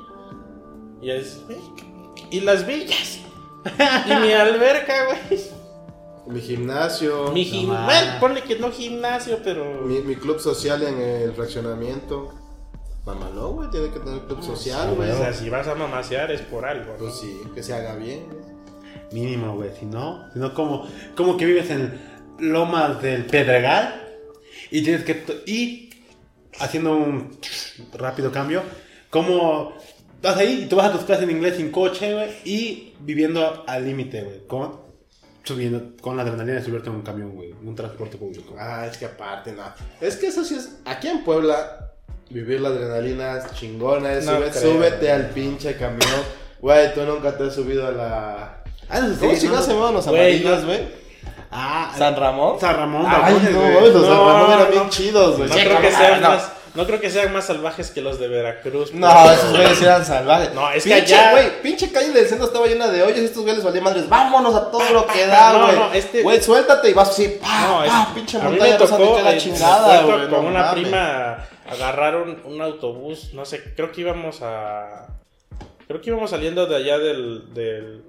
Y es, güey, y las villas. Y mi alberca, güey.
Mi gimnasio.
Mi
No
gim-
mames.
bueno, ponle que no gimnasio, pero...
Mi, mi club social en el fraccionamiento. Mamalón, güey, tiene que tener club social, güey.
O sea, si vas a mamasear es por algo, ¿no?
Pues sí, que se haga bien, güey.
Mínimo, güey. Si no, si no, ¿cómo, cómo que vives en Lomas del Pedregal? Y tienes que... to- Y haciendo un rápido cambio, ¿cómo vas ahí y tú vas a tus clases en inglés sin coche, güey? Y viviendo al límite, güey. Con, subiendo, con la adrenalina de subirte en un camión, güey. En un transporte público.
Ah, es que aparte, no. Es que eso sí es. Aquí en Puebla, vivir la adrenalina es chingona. Es
No
sube-
creo.
súbete al pinche camión. Güey, tú nunca te has subido a la.
Ah, no sé,
¿Cómo
no,
chingados se
no.
llamaban los
Güey,
amarillos,
no.
güey?
Ah,
¿San Ramón?
San Ramón.
Ay,
Balcones,
no,
güey.
güey, los de
No,
Ramón eran
no.
bien chidos, güey.
No
Sí,
creo que
como-
sean
no.
más, no creo que sean más salvajes que los de Veracruz.
No,
pero-
esos güeyes eran salvajes.
No, es que
pinche,
allá-
güey, pinche calle del centro estaba llena de hoyos y estos güeyes les valían madres. Vámonos a todo lo que da,
No,
güey.
no, este-
Güey, suéltate y vas así, pa,
No, es,
pa, pinche
a mí
montaña
me
rusa
tocó
de la
eh,
chingada,
recuerdo
güey.
con
no
una
mames.
prima agarraron un autobús, no sé, creo que íbamos a creo que íbamos saliendo de allá del, del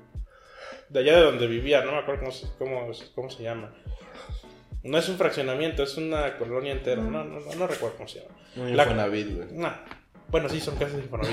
de allá de donde vivía, no me acuerdo cómo se, cómo, cómo se llama. No es un fraccionamiento, es una colonia entera, no no no, no recuerdo cómo se llama.
Un
La-
Infonavit, güey.
No. Bueno, sí, son casas de Infonavit.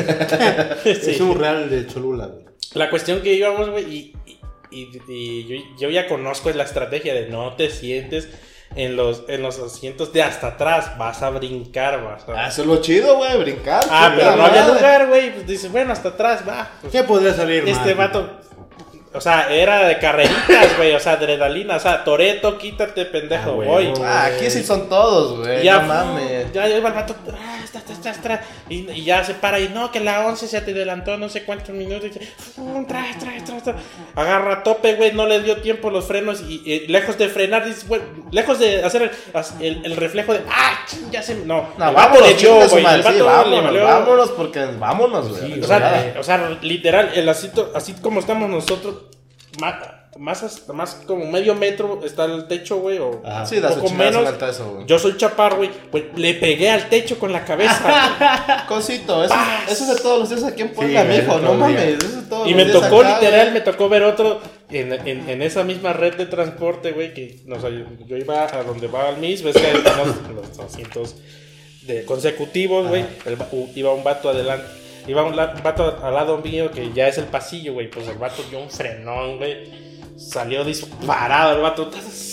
Es
Sí.
un real de Cholula, güey.
La cuestión que íbamos, güey, y, y, y- y yo, yo ya conozco la estrategia de no te sientes en los, en los asientos de hasta atrás, vas a brincar, vas a...
Ah, eso es lo chido, güey, brincar.
Ah,
puta
pero no había
madre.
lugar, güey, pues dice, bueno, hasta atrás, va. Pues,
¿Qué podría salir
este
mal?
vato, o sea, era de carreritas, güey, o sea, adrenalina, o sea, Toreto, quítate, pendejo,
Ah, güey,
voy.
güey.
Ah, aquí sí son todos, güey.
Ya,
no mames.
ya iba el vato, tras, tras, tras, tras, tras, y, y ya se para y no, que la once se te adelantó no sé cuántos minutos, y, fum, tras, tras, tras, tras. Agarra a tope, güey, no le dio tiempo los frenos y, y lejos de frenar, dices, güey, lejos de hacer el, el, el reflejo de, ah, ching, ya se, no,
No,
el vato
vámonos,
le dio,
chinga su
güey,
madre,
el
sí,
vato le
vámonos,
valió.
vámonos, porque vámonos, güey.
Sí,
O sea, o sea, literal, el asito, así como estamos nosotros, más, más, hasta- más como medio metro está el techo, güey, o
Ajá.
Sí, da su
poco
chingada
menos.
suelta eso, güey.
Yo soy chaparro, güey, pues le pegué al techo con la cabeza.
Cosito, eso,
Paz.
eso es de todos los días aquí en Puebla,
güey,
mijo,
todos
no
los días.
mames. Eso es de todos
Y
los
me
días
tocó,
acá,
literal,
güey.
me tocó ver otro en, en, en esa misma red de transporte, güey, que nos, ay- yo iba a donde va el M I S, ves que hay unos- los asientos de consecutivos, güey, el va- u- iba un vato adelante, iba un, la- un vato al lado mío que ya es el pasillo, güey, pues el vato dio un frenón, güey, salió disparado el vato,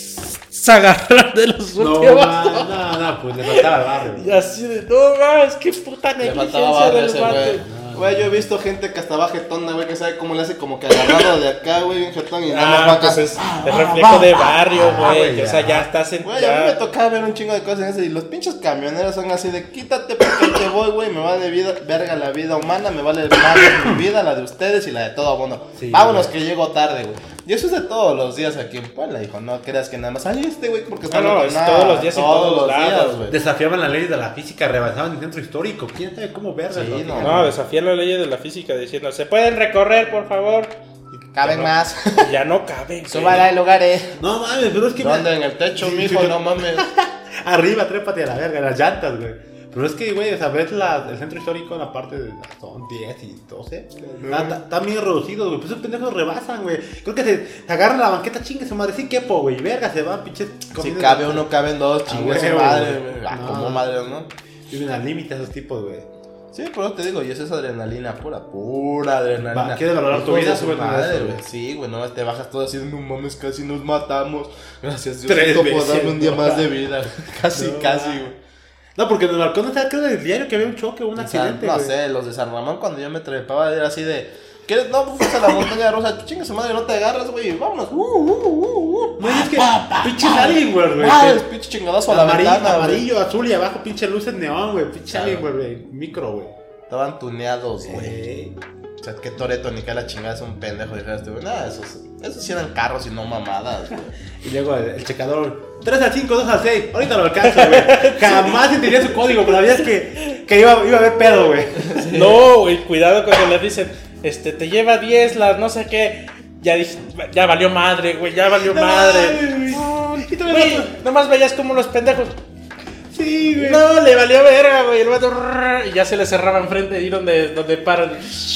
se agarró de los
No,
últimos.
no, no, no, pues le faltaba el barrio.
Y así de, no mames, qué puta
Le
negligencia
faltaba barrio
del
ese,
vato.
güey. Güey, yo he visto gente que hasta va jetona, güey, que sabe cómo le hace como que agarrado de acá, güey, bien jetón y nada más va
Ah,
acá.
pues es,
Ah,
es
ah,
reflejo
va,
de
ah,
barrio,
ah,
güey.
güey,
O sea,
ya.
ya estás en.
Güey, a mí me
ya-
tocaba ver un chingo de cosas en ese y los pinches camioneros son así de quítate porque te voy, güey, me vale vida, verga la vida humana, me vale madre mi vida, la de ustedes y la de todo mundo.
Sí,
Vámonos
güey.
que llego tarde, güey. Y eso es de todos los días aquí en Puebla, hijo, no creas que nada más, ay, este güey porque está
No, no,
loco".
es todos los días en todos lados,
güey.
Desafiaban las leyes de la física, rebasaban el centro histórico. ¿Quién sabe cómo verga?
Sí,
lo
no.
hacían?
No, desafían la ley de la física diciendo, ¿se pueden recorrer, por favor?
Caben
No.
más.
Ya no caben.
Súbala en lugares.
No mames, pero es que.
¿Dónde? En el techo,
Sí,
mijo,
sí,
no mames.
Arriba, trépate a la verga, las llantas, güey. Pero es que, güey, o sea, ves la, el centro histórico en la parte de son diez y doce. Están bien reducidos, güey. Pues esos pendejos rebasan, güey. Creo que se, se agarran la banqueta, chingue su madre. Sí, quepo, güey. Verga, se van, pinches.
Si cabe uno, caben dos, chingue su
huevo,
madre,
güey.
güey. Ah,
No.
como madre, ¿no?
Viven al límite esos tipos, güey.
Sí, pero te digo, y eso es adrenalina pura, pura adrenalina.
Va, ¿quieres valorar tu
Hijos
vida?
de su
Súbete
madre,
eso,
güey.
güey.
Sí, güey, no te bajas todo así, no mames, casi nos matamos. Gracias
Tres
Diosito por
veces,
darme un día
no.
más de vida. Casi,
No,
casi,
ma.
güey.
No, porque en el balcón estaba creo del diario que había un choque, un
O sea,
accidente,
no
güey.
sé, los de San Ramón cuando yo me trepaba era así de... ¿Quieres? No, pues fuiste a la montaña rusa, chinga su madre, no te agarras, güey, vámonos. Uh, uh, uh, uh.
No, y es que pinche Alienware, güey.
Ah,
que-
es pinche chingadazo a la
amarillo,
ventana, güey.
amarillo, azul y abajo pinche luces neón, güey. Pinche
Claro.
Alienware, güey. Micro, güey.
Estaban tuneados, güey.
Eh,
O sea, que Toreto ni que la chingada es un pendejo, dijeras, güey. Nada, esos, esos sí eran carros y no mamadas, güey.
Y luego el, el checador, tres al cinco, dos al seis. Ahorita lo alcanzo, güey. Jamás entendería su código, pero sabías que, que iba, iba a haber pedo, güey.
No, güey, cuidado cuando le dicen, este, te lleva diez las no sé qué. Ya dije, ya valió madre, güey, ya valió madre.
mames, y tú me
Güey,
vas-
nomás veías como los pendejos.
Sí, güey.
No, le valió verga, güey. El vato, rrr, y ya se le cerraba enfrente ahí donde, donde paran.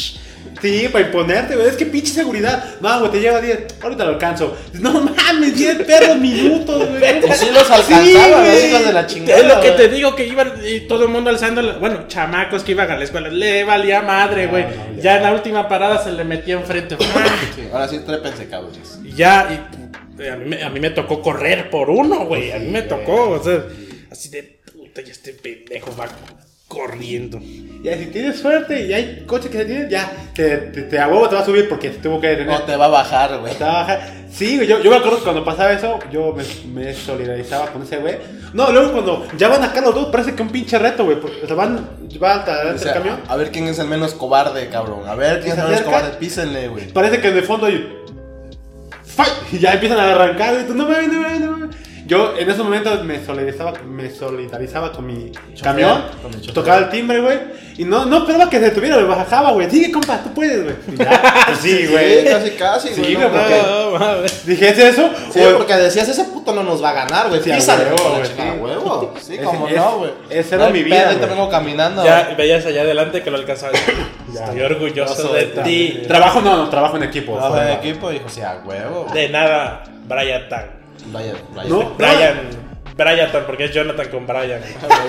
Sí, para imponerte, güey. Es que pinche seguridad. No, güey, te lleva diez. Ahorita lo alcanzo. No mames, diez perros minutos, güey.
Pues sí los
Sí,
alcanzaban,
güey.
los hijos de la chingada.
Es lo que
güey.
te digo, que iban y todo el mundo alzando, la- bueno, chamacos que iban a la escuela, le valía madre, güey.
No, no, ya.
ya en la última parada se le metía enfrente.
Sí, ahora sí, trépense, cabrones.
Y ya, y eh, a mí, me, a mí me tocó correr por uno, güey. A mí me tocó, o sea, así de puta, ya este pendejo va corriendo.
Ya, si tienes suerte y hay coche que se tiene, ya, te, te, te a huevo te va a subir porque te tuvo que detener.
No te va a bajar, güey.
Te va a bajar. Sí, güey, yo, yo me acuerdo que cuando pasaba eso, yo me, me solidarizaba con ese güey. No, luego cuando ya van acá los dos, parece que un pinche reto, güey. porque, O sea, van, va hasta
O
adelante
sea,
el camión.
a ver quién es el menos cobarde, cabrón. A ver quién
¿Y
es
se
el menos
acerca?
cobarde. Písenle, güey.
Parece que en el fondo hay. ¡Fight! Y ya empiezan a arrancar, y tú, no mames, no mames, no mames. Yo en esos momentos me solidarizaba, me solidarizaba con mi camión,
con el chofer.
tocaba el timbre, güey, y no, no esperaba que se detuviera, me bajaba, güey. Sigue, compa, tú puedes, güey. Y ya, pues sí,
Sí,
güey.
casi, casi,
Sí,
güey.
güey,
no,
porque-
No, mames.
Dije, ¿es eso?
Sí,
O-
porque decías, ese puto no nos va a ganar, güey.
Sí, a
Písale,
huevo,
con la
güey,
chingada,
sí.
huevo. Sí,
Ese-
como
es-
no, güey.
esa era
No hay
mi vida,
pedo, ahorita
güey.
vengo caminando.
Ya veías allá adelante que lo alcanzaba. Estoy orgulloso
Orgulloso
de
de
ti.
Trabajo, no, no, trabajo en equipo.
Trabajo
fuera.
en equipo, dijo, sí, a huevo.
De nada, Brian Tan.
Vaya, vaya.
No.
Brian, Brian Tan, porque es Jonathan con Brian.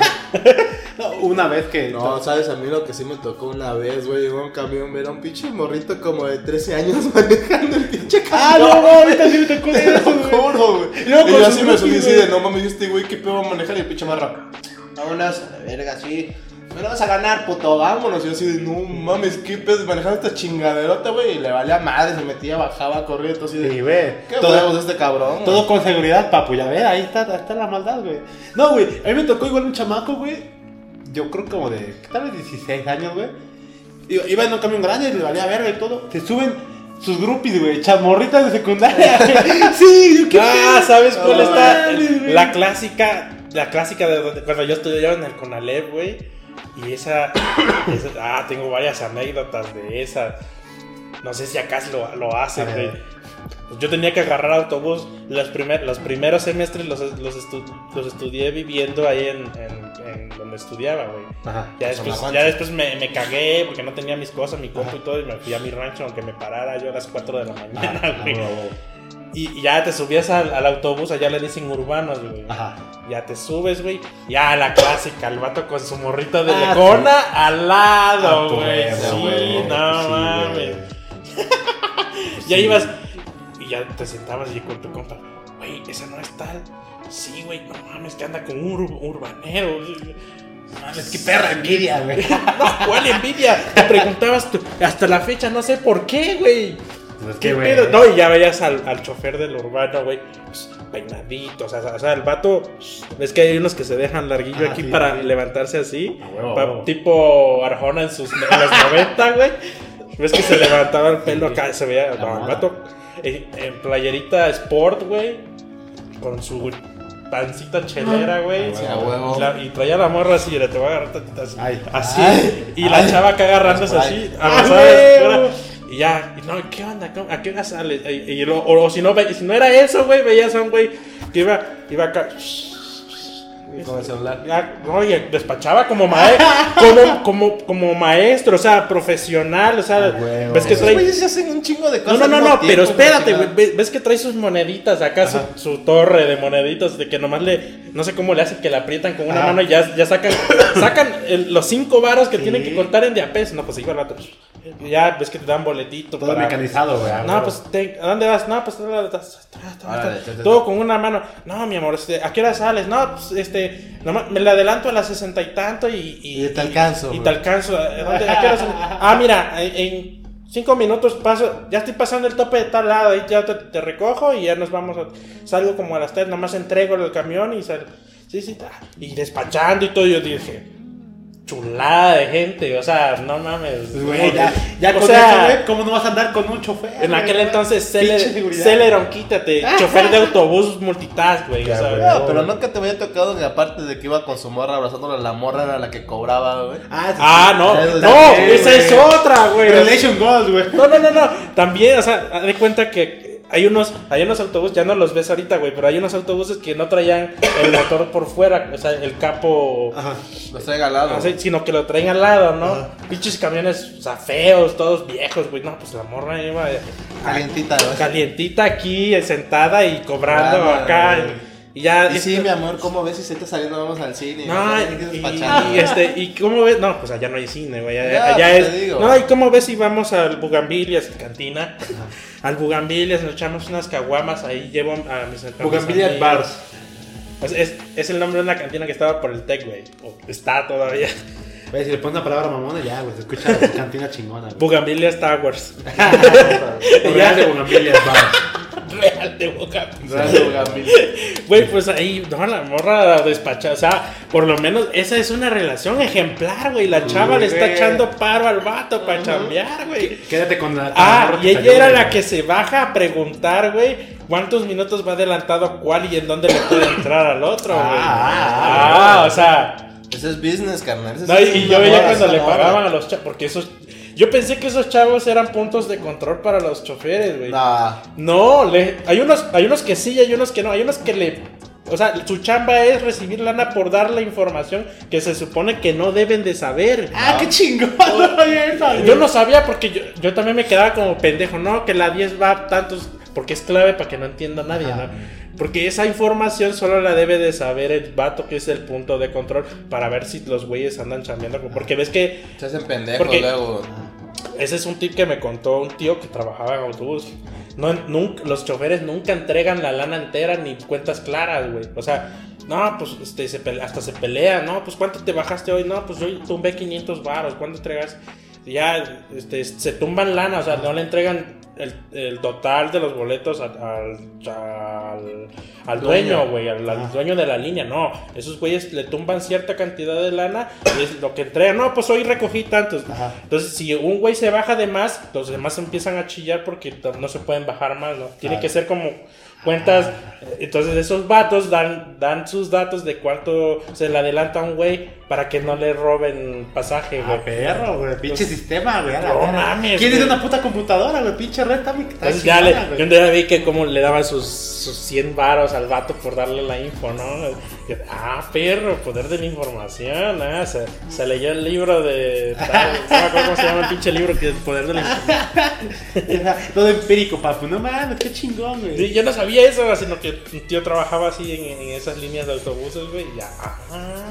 No, una vez que.
No, sabes, a mí lo que sí me tocó una vez, güey, en un camión, ver a un pinche morrito como de trece años manejando el pinche camión.
Ah, no, no, ahorita sí me tocó
Te lo
eso, güey.
juro, güey.
Y luego
Y
con
yo
su
así me subí
grupi,
así
güey.
de, no mames, este güey, qué pedo va a manejar y el pinche marra. Vámonos, a la verga, sí. No lo vas a ganar, puto, vámonos. Y yo así de, no mames, qué pedo, manejando esta chingaderota, güey. Y le valía madre, se metía, bajaba, corría, todo así de,
Sí, güey.
qué
Todo-
huevos este cabrón.
Todo con seguridad, papu, ya ve, ahí está, ahí está la maldad, güey. No, güey, a mí me tocó igual un chamaco, güey. Yo creo como de, tal vez dieciséis años, güey. Iba iba en un camión grande, le valía verga y todo. Se suben sus groupies, güey, chamorritas de secundaria, güey. Sí, yo qué
Ah,
pedo.
¿sabes cuál
No
está?
mames, güey.
La clásica, la clásica de donde, cuando yo estudiaba en el Conalep, güey. Y esa, esa- ah, tengo varias anécdotas de esa. No sé si acá lo, lo hacen,
A
güey.
ver.
Pues yo tenía que agarrar autobús. Los, primer, los primeros semestres los, los, estu- los estudié viviendo ahí en, en, en donde estudiaba, güey.
Ajá.
Ya
Pues
después,
en la
ya
rancho.
después me, me cagué porque no tenía mis cosas, mi compu y todo. Y me fui a mi rancho, aunque me parara yo a las cuatro de la mañana,
Ah,
güey.
huevo, huevo.
Y, y ya te subías al, al autobús, allá le dicen urbanos, güey.
Ajá.
Ya te subes, güey. Ya la clásica, el vato con su morrita de
Ah,
lecona al
Ah,
lado,
tu
güey.
huevo,
Sí,
güey.
no
Sí,
mames.
güey.
Ya
Sí.
ibas y ya te sentabas y con tu compa, güey, esa no es tal. Sí, güey, no mames, que anda con un ur- urbanero.
Mames, qué perra envidia, güey.
No, ¿cuál envidia? Te preguntabas tú, hasta la fecha, no sé por qué, güey.
Pues es
¿Qué
que, güey.
pedo? No, y ya veías al, al chofer del urbano, güey, pues, peinadito, o sea, o sea, el vato, ves que hay unos que se dejan larguillo
Ah,
aquí
sí,
para
sí.
levantarse así,
A huevo,
pa-
a huevo.
tipo Arjona en, sus, en los noventa, güey, ves que se levantaba el pelo acá, se veía,
La
no, el
moda.
vato en, en playerita sport, güey, con su pancita chelera, güey,
Sí, a huevo.
y, la- y traía la morra así, y le te voy a agarrar tantita así,
Ay.
así,
Ay.
y la
Ay.
chava acá agarrándose
Ay.
así,
Ay,
avanzada,
huevo.
fuera. Y ya, y no, ¿qué onda? ¿Cómo- ¿A qué hora sale? Y, y lo- o, o si no, ve- si no era eso, güey, veías a un güey que iba, iba acá.
Con el celular.
Ya, oye, despachaba como, mae- como, como, como maestro, o sea, profesional, o sea,
Ah, huevo.
ves que
Esos
trae...
güeyes se hacen un chingo de
No,
cosas.
no, no,
al
no,
mismo
pero
tiempo,
espérate,
chingada.
güey, ves, ves que trae sus moneditas acá, su, su torre de moneditas, de que nomás le, no sé cómo le hacen, que la aprietan con una
Ajá.
mano y ya, ya sacan, sacan el- los cinco varos que
Sí.
tienen que contar en de a peso, no, pues igual rato, ya ves que te dan boletito
Todo
para...
mecanizado, güey. ah,
No,
huevo.
pues, te- ¿a dónde vas? No, pues, tra- tra- tra- tra-
Órale, te- te-
todo con una mano. No, mi amor, este, ¿a qué hora sales? No, pues, este, nomás me la adelanto a las sesenta y tanto y... Y,
Y te alcanzo,
Y,
güey.
te alcanzo. ¿A, dónde- a qué hora sales? Ah, mira, en, en cinco minutos paso, ya estoy pasando el tope de tal lado, y ya te, te recojo y ya nos vamos a... Salgo como a las tres, nomás entrego el camión y sal... Sí, sí, ta, y despachando y todo, yo dije... Chulada de gente, o sea, no mames.
Pues, güey, ya, ya
o
con
sea,
eso, güey, ¿cómo no vas a andar con un chofer?
en
güey?
aquel entonces,
Pinche
Celer-
seguridad.
Celeron, quítate. Chofer de autobús multitask, güey. O sea,
No, pero nunca te había tocado que aparte de que iba con su morra abrazándole, la morra era la que cobraba, güey.
Ah, sí,
Ah,
sí.
no,
Eso
no,
también,
esa
güey.
es otra, güey.
Relation Goals, güey.
No, no, no, no. También, o sea, haz de cuenta que hay unos, hay unos autobuses, ya no los ves ahorita, güey, pero hay unos autobuses que no traían el motor por fuera, o sea, el capo,
Ajá.
Los traiga al lado.
no sé, sino que lo traen al lado, ¿no? Pinches camiones, o sea, feos, todos viejos, güey. No, pues la morra iba
Calientita, güey.
calientita aquí, sentada y cobrando
Cobrando,
acá.
güey.
Y ya.
Y sí, mi amor, ¿cómo ves si se está saliendo? Vamos al cine.
No,
Hay que
y,
despachar.
y, este, ¿y cómo ves? No, pues allá no hay cine, güey. Allá,
Ya,
allá
pues,
es.
te digo.
No, ¿y cómo ves si vamos al Bugambilias, cantina? Al Bugambilias, nos echamos unas caguamas ahí, llevo a mis a mis
Bugambilias
amigos.
Bars.
Pues es, es el nombre de una cantina que estaba por el Tec, güey. O está todavía.
Güey, si le pones una palabra mamona, ya, güey, se escucha la cantina chingona, güey.
Bugambilias Towers.
Real de Bugambilias Bars.
Real de Bugambilias.
Real de Bugambilias.
Güey, pues ahí, no, la morra despachada. O sea, por lo menos esa es una relación ejemplar, güey. La chava
Uy,
le está
güey.
echando paro al vato para chambear, güey.
Quédate con la. con la
Ah,
morra
y
que
ella
te
era
ayude,
la
güey.
que se baja a preguntar, güey, cuántos minutos va adelantado a cuál y en dónde le puede entrar al otro, güey.
Ah,
Ah, o sea.
Ese es business, carnal. Ese
No,
sí
y,
es
y
una
yo veía
morra,
cuando
es
le
una morra.
pagaban a los chavos, porque esos. Yo pensé que esos chavos eran puntos de control para los choferes, güey.
Nah.
No, le, hay unos, hay unos que sí y hay unos que no. Hay unos que le, o sea, su chamba es recibir lana por dar la información que se supone que no deben de saber.
Ah, qué chingón. No sabía eso, güey.
Yo no sabía porque yo, yo también me quedaba como pendejo, no, que la diez va a tantos, porque es clave para que no entienda nadie, ¿no? Porque esa información solo la debe de saber el vato que es el punto de control para ver si los güeyes andan chambeando. Porque ves que
Se hacen pendejos
Porque-
luego.
ese es un tip que me contó un tío que trabajaba en autobús. No, nunca, los choferes nunca entregan la lana entera ni cuentas claras, güey. O sea, no, pues este, se pelea, hasta se pelea. No, pues ¿cuánto te bajaste hoy? No, pues hoy tumbé quinientos varos. ¿Cuánto entregas? Y ya este, se tumban lana, o sea, no le entregan el, el total de los boletos al, al, al, al dueño, güey, al, al dueño de la línea. No, esos güeyes le tumban cierta cantidad de lana y es lo que entregan. No, pues hoy recogí tantos.
Ajá.
Entonces, si un güey se baja de más, los demás empiezan a chillar porque t- no se pueden bajar más, ¿no? Tiene
Claro.
que ser como cuentas. Entonces, esos vatos dan, dan sus datos de cuánto se le adelanta a un güey para que no le roben pasaje, güey.
Ah, perro, güey. Pinche sistema, güey. a la
No
verga.
mames,
¿Quién es
güey.
una puta computadora, güey? Pinche red está bien.
Entonces ya le, yo un día vi que como le daban sus, sus cien varos al vato por darle la info, ¿no? Yo, ah, perro, poder de la información, ¿eh? Se, se leyó el libro de... tal, no me acuerdo cómo se llama el pinche libro, que es poder de la información.
Todo empírico, papu. No mames, qué chingón, güey.
Sí, yo no sabía eso, sino que un tío trabajaba así en, en esas líneas de autobuses, güey, y ya, ah,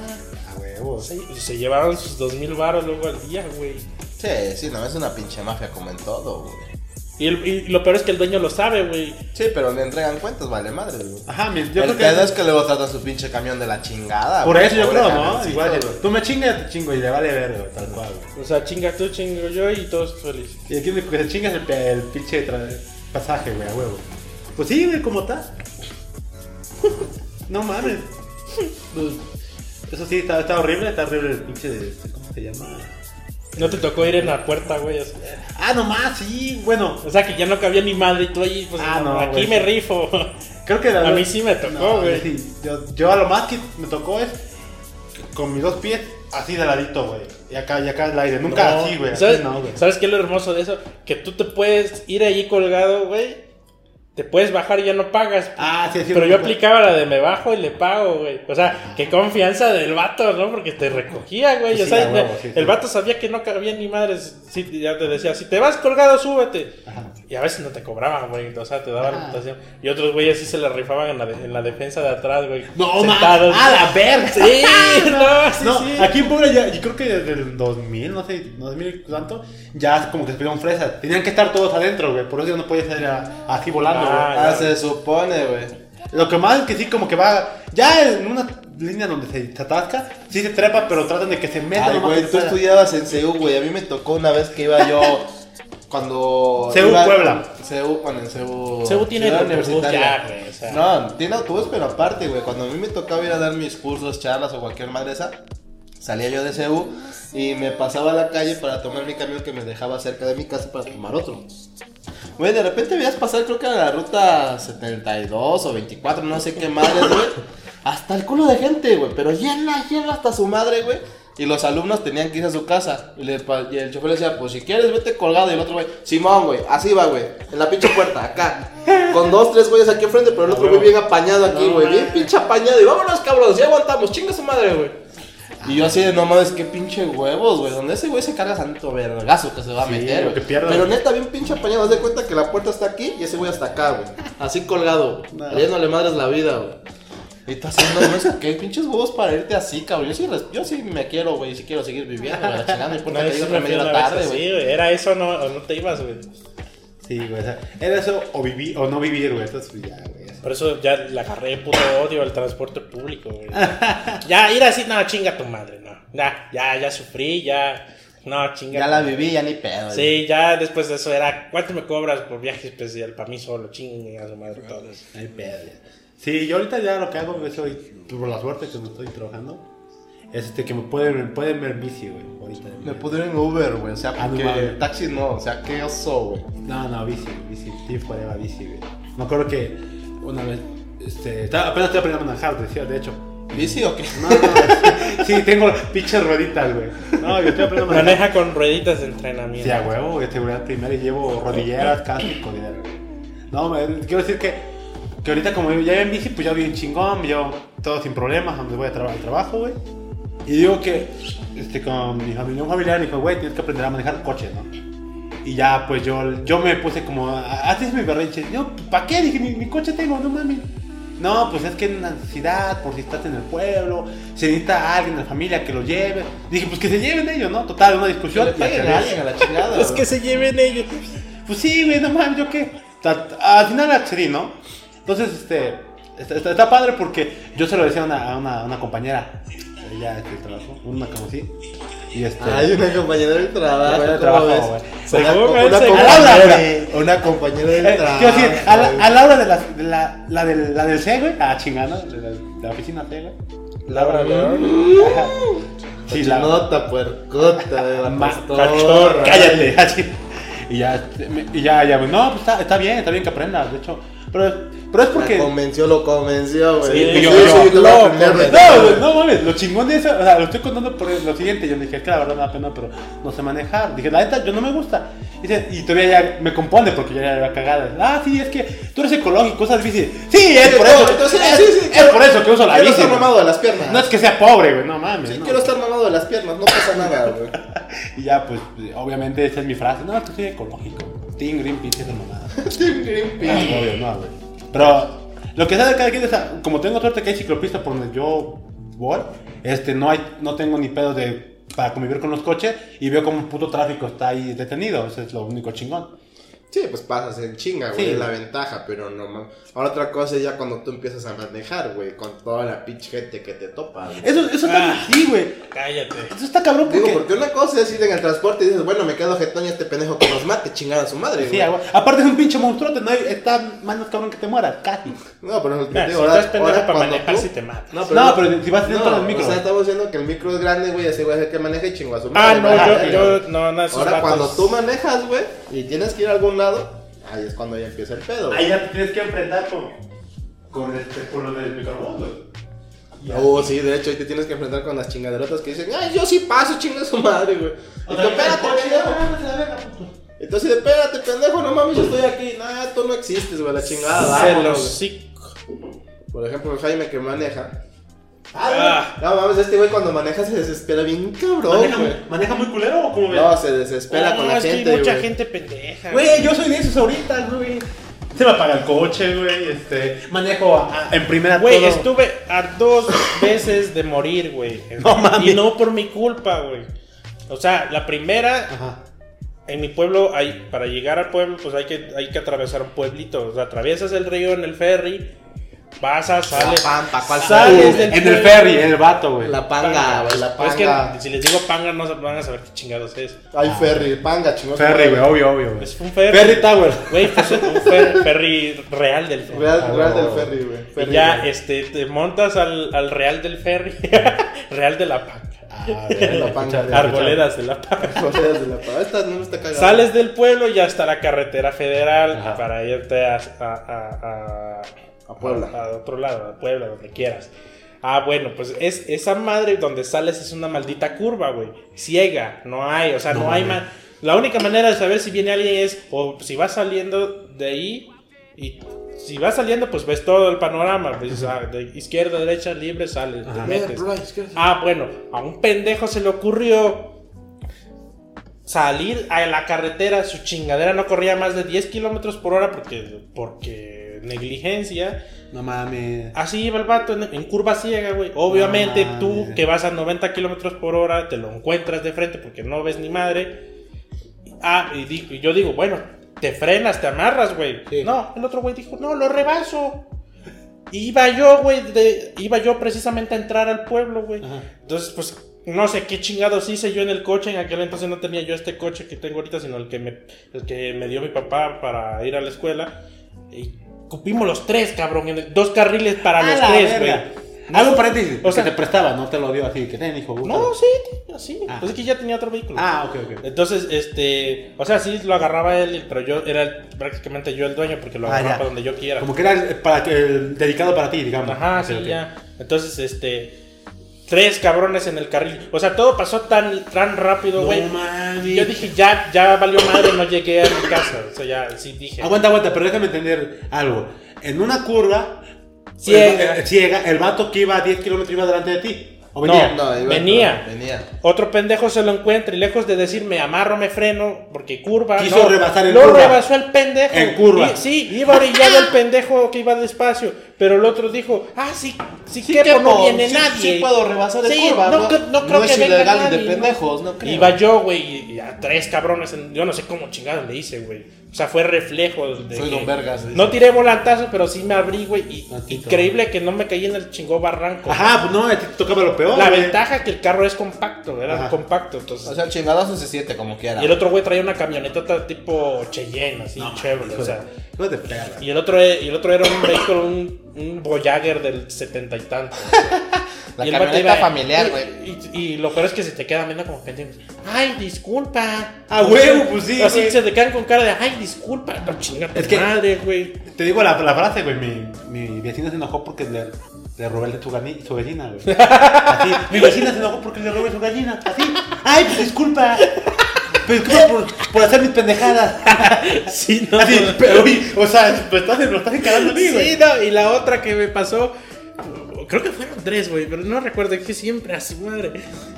A huevos.
se, y se llevaron sus dos mil varos luego al día, güey.
Sí, sí, no, es una pinche mafia como en todo, güey.
Y, el- y lo peor es que el dueño lo sabe, güey.
Sí, pero le entregan cuentas, vale madre, güey.
Ajá, mi- yo
El
creo
pedo es
que.
que luego trata su pinche camión de la chingada.
Por
güey,
eso yo
pobre
creo, ¿no?
camioncito,
Igual,
güey.
tú me chingas, te chingo y le vale ver, güey, tal cual, güey.
O sea, chinga tú, chingo yo y todos felices.
Y aquí único que se chinga es el, pe- el pinche tra- pasaje, güey, a huevo. Pues sí, güey, ¿cómo está? No mames. Pues, eso sí, está, está horrible, está horrible el pinche de. ¿Cómo se llama?
No te tocó ir en la puerta, güey. así.
Ah, nomás, sí, bueno.
O sea, que ya no cabía ni madre y tú ahí, pues
Ah, no,
aquí
güey.
me rifo.
Creo que la
A mí sí me tocó,
No,
güey.
sí. Yo, yo a lo más que me tocó es con mis dos pies así de ladito, güey. Y acá, y acá el aire. Nunca
No,
así, güey. Así
¿Sabes,
no, güey.
¿Sabes qué es lo hermoso de eso? Que tú te puedes ir ahí colgado, güey. te puedes bajar y ya no pagas.
Ah, sí, sí.
Pero
sí,
yo
sí.
aplicaba la de me bajo y le pago, güey. O sea, qué confianza del vato, ¿no? Porque te recogía, güey.
Sí,
O sea,
a huevo, sí,
el
sí.
vato sabía que no cabía ni madres. Sí, ya te decía, si te vas colgado, súbete.
Ajá.
Y a veces no te cobraban, güey. O sea, te daban
Ajá.
reputación. Y otros güeyes sí se la rifaban en la, de- en la defensa de atrás, güey.
No,
Sentados.
man. ¡A la verga!
Sí, no, sí,
No,
sí.
aquí en Puebla ya, yo creo que desde el dos mil, no sé, dos mil cuánto, ya como que se pidieron fresas. Tenían que estar todos adentro, güey. Por eso ya no podías salir a- así volando,
Ah,
güey.
Ah, se supone, güey.
Lo que más es que sí, como que va. Ya en una línea donde se, se atasca, sí se trepa, pero tratan de que se meta.
Ay,
nomás
güey,
que
tú
pueda.
estudiabas en C U, güey. A mí me tocó una vez que iba yo cuando...
C U
iba-
Puebla.
C U, bueno, en C U...
C U tiene
Ciudad
el autobús
Universitaria.
ya, güey. O sea.
No, tiene autobús, pero aparte, güey. Cuando a mí me tocaba ir a dar mis cursos, charlas o cualquier madre esa, salía yo de C U y me pasaba a la calle para tomar mi camión que me dejaba cerca de mi casa para tomar otro. Güey, de repente veías pasar, creo que era la ruta setenta y dos o veinticuatro, no sé qué madres, güey. Hasta el culo de gente, güey. Pero llena, llena hasta su madre, güey. Y los alumnos tenían que ir a su casa. Y, le, pa- y el chofer le decía, pues si quieres, vete colgado. Y el otro, güey, Simón, güey, así va, güey. En la pinche puerta, acá. Con dos, tres güeyes aquí enfrente, pero el otro güey bien apañado aquí,
No,
güey. bien
man.
pinche apañado. Y vámonos, cabros, ya aguantamos, chinga su madre, güey. Y yo así de, no mames, qué pinche huevos, güey. Donde ese güey se carga santo vergazo que se va a
Sí,
meter,
lo
güey.
que pierda.
Pero neta, bien pinche apañado. Haz de cuenta que la puerta está aquí y ese güey hasta acá, güey. Así colgado, güey.
No.
Valiéndole madres la vida, güey. Y estás haciendo, no sé qué pinches huevos para irte así, cabrón. Yo sí, res- yo sí me quiero, güey. Sí quiero seguir viviendo, güey. La chingada, no importa
No,
que
sí
diga
me
que
fui
media
una
la
vez
tarde,
así,
güey.
güey. Era eso no, o no te ibas, güey.
Sí, güey. O sea, era eso o vivir o no vivir, güey. Entonces, pues, ya, güey.
Por eso ya le agarré puto odio al transporte público, güey. Ya, ir así, no, chinga tu madre, no. Ya, ya, ya sufrí, ya. No, chinga.
Ya
tu
la
madre.
viví, ya ni pedo.
Sí, ya después de eso era, ¿cuánto me cobras por viaje especial para mí solo? Chingue a su madre todos.
Ay, pedo, ya. Sí, yo ahorita ya lo que hago, güey, soy, por la suerte que no estoy trabajando, es este que me pueden, pueden ver en bici, güey. Ahorita.
Me pude ir en Uber, güey. O sea,
Ah, no
porque
mames.
taxi no. O sea, qué oso, güey.
No, no, bici, bici, Team Forever, bici, güey. Me acuerdo que una vez, este, estaba- apenas estoy aprendiendo a manejar, decía, de hecho.
¿Bici o qué?
No, no, sí, tengo pinches rueditas, güey. No, yo estoy aprendiendo a manejar.
Maneja con rueditas de entrenamiento.
Sí, a huevo, güey, seguridad primera y llevo rodilleras, casco y colidera, güey. No, me, quiero decir que, que ahorita como ya voy en bici, pues ya voy en chingón, yo todo sin problemas, donde voy a tra- al trabajo, güey. Y digo que, este, con mi familia, un familiar me dijo, güey, tienes que aprender a manejar coche, ¿no? Y ya, pues yo, yo me puse como, así es mi berrinche. Yo, ¿para qué? Dije, mi, mi coche tengo, no mames. No, pues es que es una necesidad, por si estás en el pueblo, se necesita a alguien de la familia que lo lleve. Dije, pues que se lleven ellos, ¿no? Total, una
Que
discusión.
le
y
paguen
acabé.
a alguien a la chingada.
Es que se lleven ellos.
Pues sí, güey, no mames, ¿yo qué? Ta- ta- Al final accedí, ¿no? Entonces, este, está, está, está padre porque yo se lo decía a una, a una, a una compañera, ella este, trabajó, una como así, y este...
Hay una compañera del trabajo.
Compañera del
¿cómo
trabajo,
ves?
güey.
Una,
¿Cómo
una
ves?
compañera,
Eh,
una compañera del
Eh,
trabajo.
quiero decir, a la,
güey.
a Laura de la, de la, la, del, la del C, güey, ah, chingada, de la, de la oficina C, güey.
Laura León.
Ajá. Sí, la...
Cochinota, puercota de la
Ma-
pastora.
cachorro, cállate, así. Y ya, este, me- y ya, ya, no, pues está, está bien, está bien que aprendas, de hecho. Pero, pero es
La
porque...
convenció, lo convenció, güey.
Sí,
Y
yo-
yo,
yo-
sí, te voy a
lo
aprender, güey.
No, güey, no mames, lo chingón de eso, o sea, lo estoy contando por lo siguiente. Yo le dije, es que la verdad me da pena, pero no sé manejar. Dije, la neta, yo no me gusta. Dice, y todavía ya me compone porque ya era cagada. Ah, sí, es que tú eres ecológico, usas bici. Sí, es
Sí,
por
no,
eso.
entonces,
es,
sí, sí,
es por eso que uso la
Quiero
bici.
estar
güey.
mamado de las piernas.
No es que sea pobre, güey, no mames.
Sí,
no.
quiero estar mamado de las piernas, no pasa nada, güey.
Y ya, pues, obviamente esa es mi frase. No, es que soy ecológico. Team Greenpeace es la mamada.
Team Greenpeace.
Ah, obvio, no, güey. Pero lo que sabe cada quien es, como tengo suerte que hay ciclopista por donde yo voy, este, no hay, no tengo ni pedo de para convivir con los coches y veo como un puto tráfico está ahí detenido. Eso es lo único chingón.
Sí, pues pasas en chinga, güey,
Sí.
es la ventaja, pero no mames. Ahora otra cosa es ya cuando tú empiezas a manejar, güey, con toda la pinche gente que te topa, güey.
Eso, eso está,
Ah.
sí, güey.
Cállate.
Eso está cabrón porque...
Digo, porque una cosa es ir en el transporte y dices, bueno, me quedo jetón y este pendejo que nos mate, chingada a su madre,
Sí,
güey.
güey. Aparte es un pinche monstruote, no hay, está más cabrón que te mueras, casi.
No, pero
Nah,
digo,
si
ahora,
estás pendejo
ahora
para
cuando
manejar,
tú-
si te mata.
No,
No, pero si vas dentro
no,
del micro.
O sea, estamos diciendo que el micro es grande, güey, ese güey es el que maneja y chingo a su
Ah,
madre.
no,
güey.
yo,
Ay,
yo,
güey.
no, no, esos
Ahora
vatos-
cuando tú manejas, güey, y tienes que ir a algún lado, ahí es cuando ya empieza el pedo, güey.
Ahí ya te tienes que enfrentar con, con, este, con lo del micromundo. Ya.
Oh, sí, de hecho, ahí te tienes que enfrentar con las chingaderotas que dicen, ay, yo sí paso, chinga su madre, güey. Y
O
tú,
sea,
espérate,
el coche,
pendejo.
"Ah, no se la verga, puto".
Entonces, espérate, pendejo, no mames, yo estoy aquí. Nah, tú no existes, güey, la chingada.
Se
vámonos,
los
güey.
sí.
Por ejemplo, el Jaime que maneja.
Ah.
No mames, este güey cuando maneja se desespera bien cabrón,
¿Maneja,
güey.
¿Maneja muy culero o cómo ves?
No, se desespera con
No,
la
es que
gente,
hay mucha
güey.
gente pendeja.
Güey, yo soy de esos ahorita, güey. Se me apaga el coche, güey. Este, manejo a- a- en primera
Güey,
todo.
estuve a dos veces de morir, güey.
No mames.
Y no por mi culpa, güey. O sea, la primera,
Ajá.
en mi pueblo, hay, para llegar al pueblo, pues hay que, hay que atravesar un pueblito. O sea, atraviesas el río en el ferry, pasas, sales.
La pampa, ¿cuál
sales
ferry?
del
En el
pueblo.
ferry, en el vato, güey.
La panga, güey, la
Pues es
panga.
que si les digo panga, no van a saber qué chingados es.
Hay ferry, panga, chingón.
Ferry, güey, obvio, obvio, güey.
Es un ferry.
Ferry Tower.
Güey, pues es un fer- ferry real del ferry.
Real,
Ah,
real
güey.
del ferry, güey.
Y
Ferry,
ya,
güey.
este, te montas al, al real del ferry. Real de la panga.
Ah,
La panga, güey.
Arboledas de la panga.
Joder, de la panga. Esta no me está cagando.
Sales del pueblo y ya está la carretera federal
Ajá.
para irte a, a, a, a,
A Puebla.
A, a otro lado, a Puebla, donde quieras. Ah, bueno, pues es esa madre donde sales es una maldita curva, güey. Ciega, no hay, o sea, no,
No
hay
mames.
más. La única manera de saber si viene alguien es o si vas saliendo de ahí y si vas saliendo, pues ves todo el panorama. Pues, ah, de izquierda, derecha, libre, sales, te
Ajá.
metes. Ah, bueno, a un pendejo se le ocurrió salir a la carretera, su chingadera no corría más de diez kilómetros por hora porque, porque negligencia.
No mames.
Así iba el vato en, en curva ciega, güey. Obviamente
No
tú
mames.
que vas a noventa kilómetros por hora te lo encuentras de frente porque no ves ni madre. Ah, y, di- y yo digo, bueno, te frenas, te amarras, güey.
Sí.
No, el otro güey dijo, no, lo rebaso. Iba yo, güey, de- iba yo precisamente a entrar al pueblo, güey.
Ajá.
Entonces, pues, no sé qué chingados hice yo en el coche. En aquel entonces no tenía yo este coche que tengo ahorita, sino el que me, el que me dio mi papá para ir a la escuela. Y cupimos los tres, cabrón, en el- dos carriles para
A
los
la
tres,
verga.
güey.
Algo paréntesis,
o
o
sea-
sea, te prestaba, no te lo dio así, que ten, hijo, búscalo.
No, sí, así.
Ah.
Pues es que ya tenía otro vehículo.
Ah, ok, ok.
Entonces, este, o sea, sí lo agarraba él, pero yo era el- prácticamente yo el dueño porque lo
Ah,
agarraba
ya.
para donde yo quiera.
Como que era el- para que- el dedicado para ti, digamos.
Ajá,
Ok,
sí,
ok.
ya. Entonces, este, tres cabrones en el carril. O sea, todo pasó tan, tan rápido,
No
güey.
mames.
Yo dije, ya, ya valió madre, no llegué a mi casa. O sea, ya, sí dije.
Aguanta, aguanta, pero déjame entender algo. En una curva
Ciega.
el, el- ciega, el vato que iba a diez kilómetros iba delante de ti. ¿O
No.
venía?
No, iba-
Venía.
Venía.
Otro pendejo se lo encuentra y lejos de decirme amarro, me freno, porque curva.
Quiso
no,
rebasar en
lo
curva.
rebasó el pendejo.
En curva.
Y- sí, iba orillado el pendejo que iba despacio. Pero el otro dijo, ah, sí, sí,
Sí,
quepo,
quepo,
no viene
sí,
nadie.
sí puedo rebasar en
Sí,
curva,
no,
no-
cre- no creo
no
que
es
venga
ilegal y
nadie,
de pendejos, no creo.
Iba yo, güey, y- y a tres cabrones, en- yo no sé cómo chingados le hice, güey. O sea, fue reflejo de
Soy
que-
don Vergas, dice.
No tiré volantazo, pero sí me abrí, güey, y
Tantito.
increíble que no me caí en el chingó barranco.
Ajá, pues no, a ti te tocaba lo peor.
La
güey.
ventaja que el carro es compacto, era
Ajá.
compacto, entonces.
O sea, el chingadazo se siente como quiera.
Y el otro güey traía una camionetota tipo Cheyenne, así, chévere,
Hijo
o
de-
sea.
hijo de perra.
Y el otro, e- y el otro era un vehículo, un, un Voyager del setenta y tantos.
La
Y el vato
camioneta
iba-
familiar,
y-
güey.
Y, y lo peor es que se te quedan viendo como pendejos. Ay, disculpa.
A huevo, pues sí,
Así
güey.
se te quedan con cara de, ay, disculpa. No, chinga tu
Es que-
madre, güey.
Te digo la, la frase, güey. Mi, mi vecina se enojó porque le, le robé su, gani- su gallina, güey. Así. Mi vecina se enojó porque le robé su gallina. Así. Ay, pues disculpa. Pues disculpa por, por hacer mis pendejadas.
Sí, no.
Así, pero, oye, o sea, me estás, me estás encarando a mí, güey.
Sí, no, y la otra que me pasó, creo que fueron tres, güey, pero no recuerdo, es que siempre a su madre.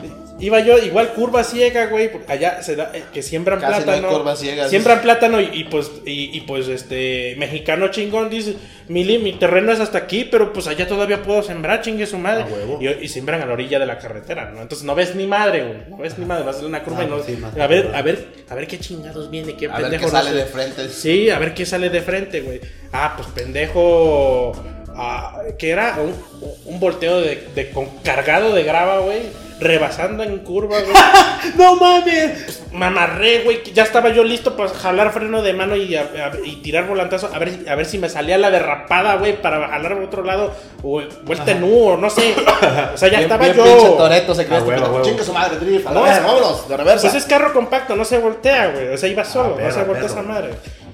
Iba yo, igual curva ciega, güey, porque allá se da, eh, que siembran
Casi no hay
plátano.
curvas ciegas,
siembran plátano y, y pues, y, y pues, este, mexicano chingón dice, mi, li- mi terreno es hasta aquí, pero pues allá todavía puedo sembrar, chingue su madre.
A huevo.
Y, y siembran a la orilla de la carretera, ¿no? Entonces no ves ni madre, güey, no ves ni madre, vas a hacer una curva
Ah,
y no...
pues sí, más
a ver,
natural.
a ver, a ver qué chingados viene, qué
A ver
pendejo
qué
no
sale
sé.
de frente.
Sí, a ver qué sale de frente, güey. Ah, pues pendejo. Ah, que era un, un volteo de, de con cargado de grava, güey. Rebasando en curva, güey.
¡No mames!
Me amarré, güey. que Ya estaba yo listo para jalar freno de mano y, a- a- y tirar volantazo. A ver, a ver si me salía la derrapada, güey, para jalar a otro lado. O vuelta en U, o no sé. O sea, ya
Bien-
estaba
bien
yo.
pinche Toretto se cree
A
este
huevo, a
pendejo.
huevo.
Chingue su madre, drift. A la
No,
verga,
es-
vámonos, de reversa.
Pues es carro compacto, no se voltea, güey. O sea, iba solo,
perro,
no se voltea
perro.
esa madre.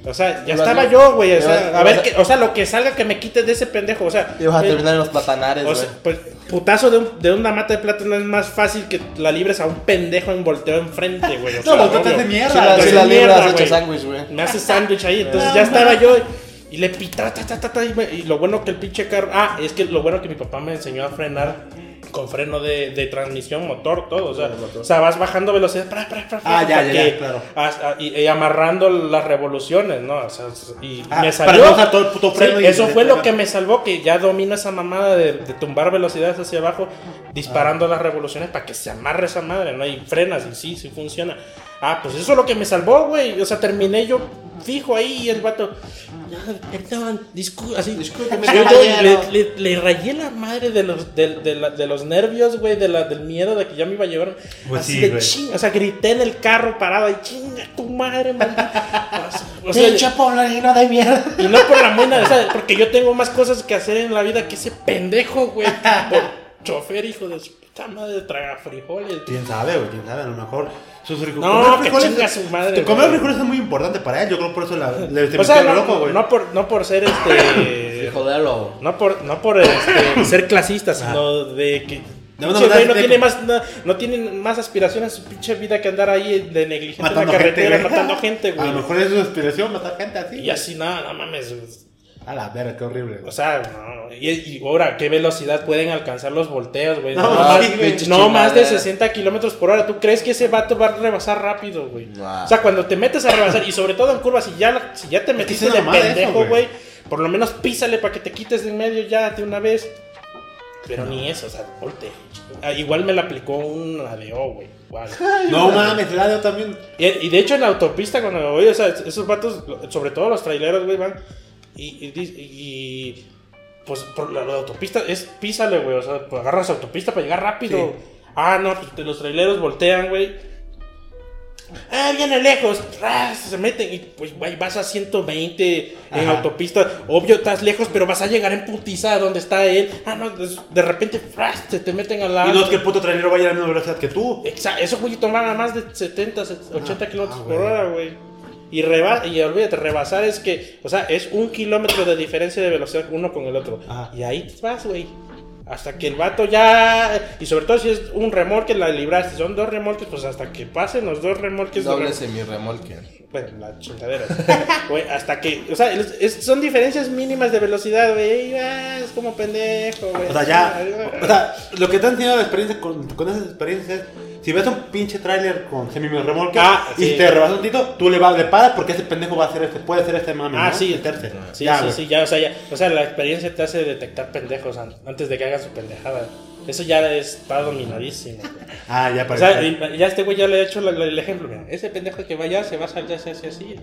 O sea, ya
Ibas
estaba
a-
yo, güey. O
ibas-
sea, a
ibas
ver,
a-
que, o sea, lo que salga que me quite de ese pendejo. O sea,
Ibas a
el-
terminar en los platanares,
o
güey.
sea, pues, putazo de, un- de una mata de plátano es más fácil que la libres a un pendejo en volteo enfrente, güey. O sea,
No, lo tratas
obvio.
de mierda.
Si la,
pues,
si
es
la libras
mierda,
hecho
güey.
sándwich, güey.
Me hace sándwich ahí, entonces ya estaba yo y le pitaba, ta, ta, ta, ta, y, me- y lo bueno que el pinche carro, ah, es que lo bueno que mi papá me enseñó a frenar con freno de, de transmisión, motor, todo, o sea, o sea vas bajando velocidad, pra, pra, pra,
Ah, ya,
hasta
ya,
que-
ya, claro.
hasta- y, y amarrando las revoluciones, ¿no? O sea, y
Ah,
me
para
salió,
no usar todo el puto
sí,
freno y-
eso fue lo que me salvó, que ya domino esa mamada de, de tumbar velocidades hacia abajo, disparando las revoluciones para que se amarre esa madre, ¿no? Y frenas, y sí, sí funciona. Ah, pues eso es lo que me salvó, güey. O sea, terminé yo fijo ahí y el vato, "No, perdón, discu así.
Discúlpeme,
Yo- yo
caballero".
le, le, le rayé la madre de los, de, de la- de los nervios, güey, de la, del miedo de que ya me iba a llevar.
Pues
así
sí,
de
güey.
ching, o sea, grité en el carro parado y chinga tu madre, maldita. O sea,
Pinche poblarino de mierda.
y no por la buena, o sea, porque yo tengo más cosas que hacer en la vida que ese pendejo, güey. Por chofer, hijo de su puta madre, traga frijoles.
Quién sabe, güey, quién sabe, a lo mejor sus frijoles.
No, que chinga su madre,
Comer
güey.
frijoles es muy importante para él, yo creo por eso la, le se
O sea,
metió
no,
loco, güey.
no por, no por ser este.
Jodelo.
No por, no por este, ser clasista, sino de que.
De una
pinche
manera
güey no
de-
tiene más no, no tiene más aspiraciones en su pinche vida que andar ahí de negligente en la
Matando
carretera
gente, güey.
matando gente,
A
güey.
lo mejor es su inspiración matar gente así.
Y así nada, no mames.
A la verga, qué horrible,
O
güey.
sea, no, y, y ahora, ¿qué velocidad pueden alcanzar los volteos, güey? No,
No,
más,
sí, güey.
no más de
Chingada.
sesenta kilómetros por hora. ¿Tú crees que ese vato va a rebasar rápido, güey?
Nah.
O sea, cuando te metes a rebasar, y sobre todo en curvas, si ya, la- si ya te
Es que
metiste
es
de
una mamada eso,
pendejo,
güey.
güey, por lo menos písale para que te quites de en medio ya de una vez. Pero ni eso, o sea, volte. Ah, igual me la aplicó un A D O, güey. Igual.
No mames, el radio también.
Y, y de hecho en la autopista cuando me voy, o sea, esos vatos, sobre todo los traileros, güey, van y, y, y- y, pues por la, la autopista es písale, güey, o sea, pues agarras autopista para llegar rápido.
Sí.
Ah, no, pues los traileros voltean, güey. Ah, viene lejos, ras, se meten y pues güey, vas a ciento veinte en
Ajá.
autopista, obvio estás lejos, pero vas a llegar en putiza a donde está él. Ah, no, de, de repente ras, se te meten al lado.
Y no es que el puto trailero vaya a la misma velocidad que tú.
Exacto, eso güey tomaba más de setenta, ochenta
Ah,
kilómetros
ah,
por
güey.
hora, güey. Y, reba y olvídate, rebasar es que, o sea, es un kilómetro de diferencia de velocidad uno con el otro.
Ajá.
Y ahí vas, güey. Hasta que el vato ya. Y sobre todo si es un remolque, la libraste. Si son dos remolques, pues hasta que pasen los dos remolques.
Doble
de rem-
semi-remolque.
Bueno, la chingadera. Güey, hasta que. O sea, es- es- son diferencias mínimas de velocidad, güey. Y, ah, es como pendejo, güey.
O sea, ya. O sea, lo que te ha enseñado la experiencia con, con esas experiencias es: si ves un pinche tráiler con semi-remolque
Ah,
y
sí.
te rebasa un tito, tú le, vas, le paras porque ese pendejo va a hacer este, puede hacer este mame.
Ah,
¿no?
sí.
Meterse.
Sí,
Ya,
sí,
güey.
sí, ya, o sea, ya, o sea, la experiencia te hace detectar pendejos an- antes de que hagan su pendejada. Eso ya está dominadísimo. güey.
Ah, ya
O
para
sea, y- ya este güey ya le he hecho la- la- el ejemplo, mira, ese pendejo que va allá se va a salir así, así, así.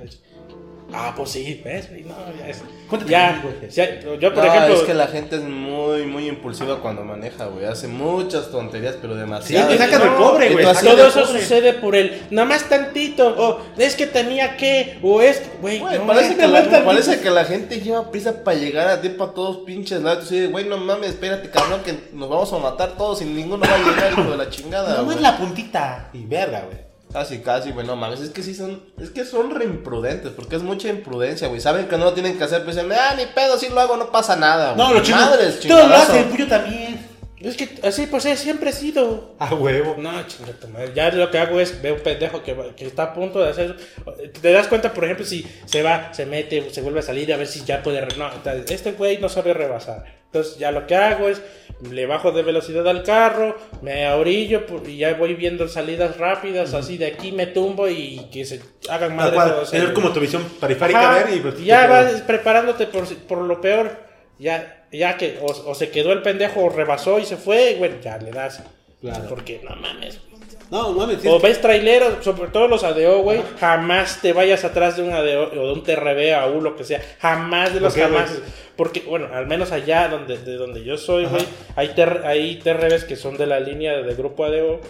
Ah, pues sí, ¿ves? güey? No, ya es.
Cuéntate
Ya,
conmigo, güey.
ya, yo por
No,
ejemplo.
es que la gente es muy, muy impulsiva cuando maneja, güey. Hace muchas tonterías, pero
Sí,
demasiado.
te sacas
no,
del cobre,
y
güey.
tú
sacas
así
todo
del
eso
cobre.
sucede por el nada más tantito, o es que tenía que, o es, güey,
Güey,
no,
parece,
es
que la,
no,
parece que la gente lleva prisa para llegar a tiempo a todos pinches lados. Y güey, no mames, espérate, cabrón, que nos vamos a matar todos y ninguno va a llegar, hijo de la chingada,
No
güey.
es la puntita. Y verga, güey.
Casi, casi, güey, no mames, es que sí son, es que son re imprudentes, porque es mucha imprudencia, güey. Saben que no lo tienen que hacer, pues dicen, ah, ni pedo, si lo hago, no pasa nada, güey.
No, lo chido.
Madres,
Todo lo
chingadazo.
hace, el puyo también.
Es que así pues eh, siempre he sido.
A huevo.
No, chingada tu madre. Ya lo que hago es veo un pendejo que, va- que está a punto de hacer. Te das cuenta, por ejemplo, si se va, se mete, se vuelve a salir a ver si ya puede. re- No, este güey no sabe rebasar. Entonces, ya lo que hago es le bajo de velocidad al carro, me ahorillo por- y ya voy viendo salidas rápidas. Así de aquí me tumbo y que se hagan
Tal
madre
cual,
todos
tener
ellos.
como tu visión periférica,
Ajá,
ver y pues,
y ya
te-
vas preparándote por, por lo peor. Ya, ya que o, o se quedó el pendejo o rebasó y se fue, bueno, ya le das.
Claro.
Porque no mames.
No, mames. sí,
O
es que-
ves traileros, sobre todo los A D O, güey. Jamás te vayas atrás de un A D O o de un T R B, A U, lo que sea. Jamás de los
¿Por qué,
jamás.
güey?
Porque, bueno, al menos allá donde, de donde yo soy,
Ajá.
güey, hay, ter- hay T R Bs que son de la línea de grupo A D O.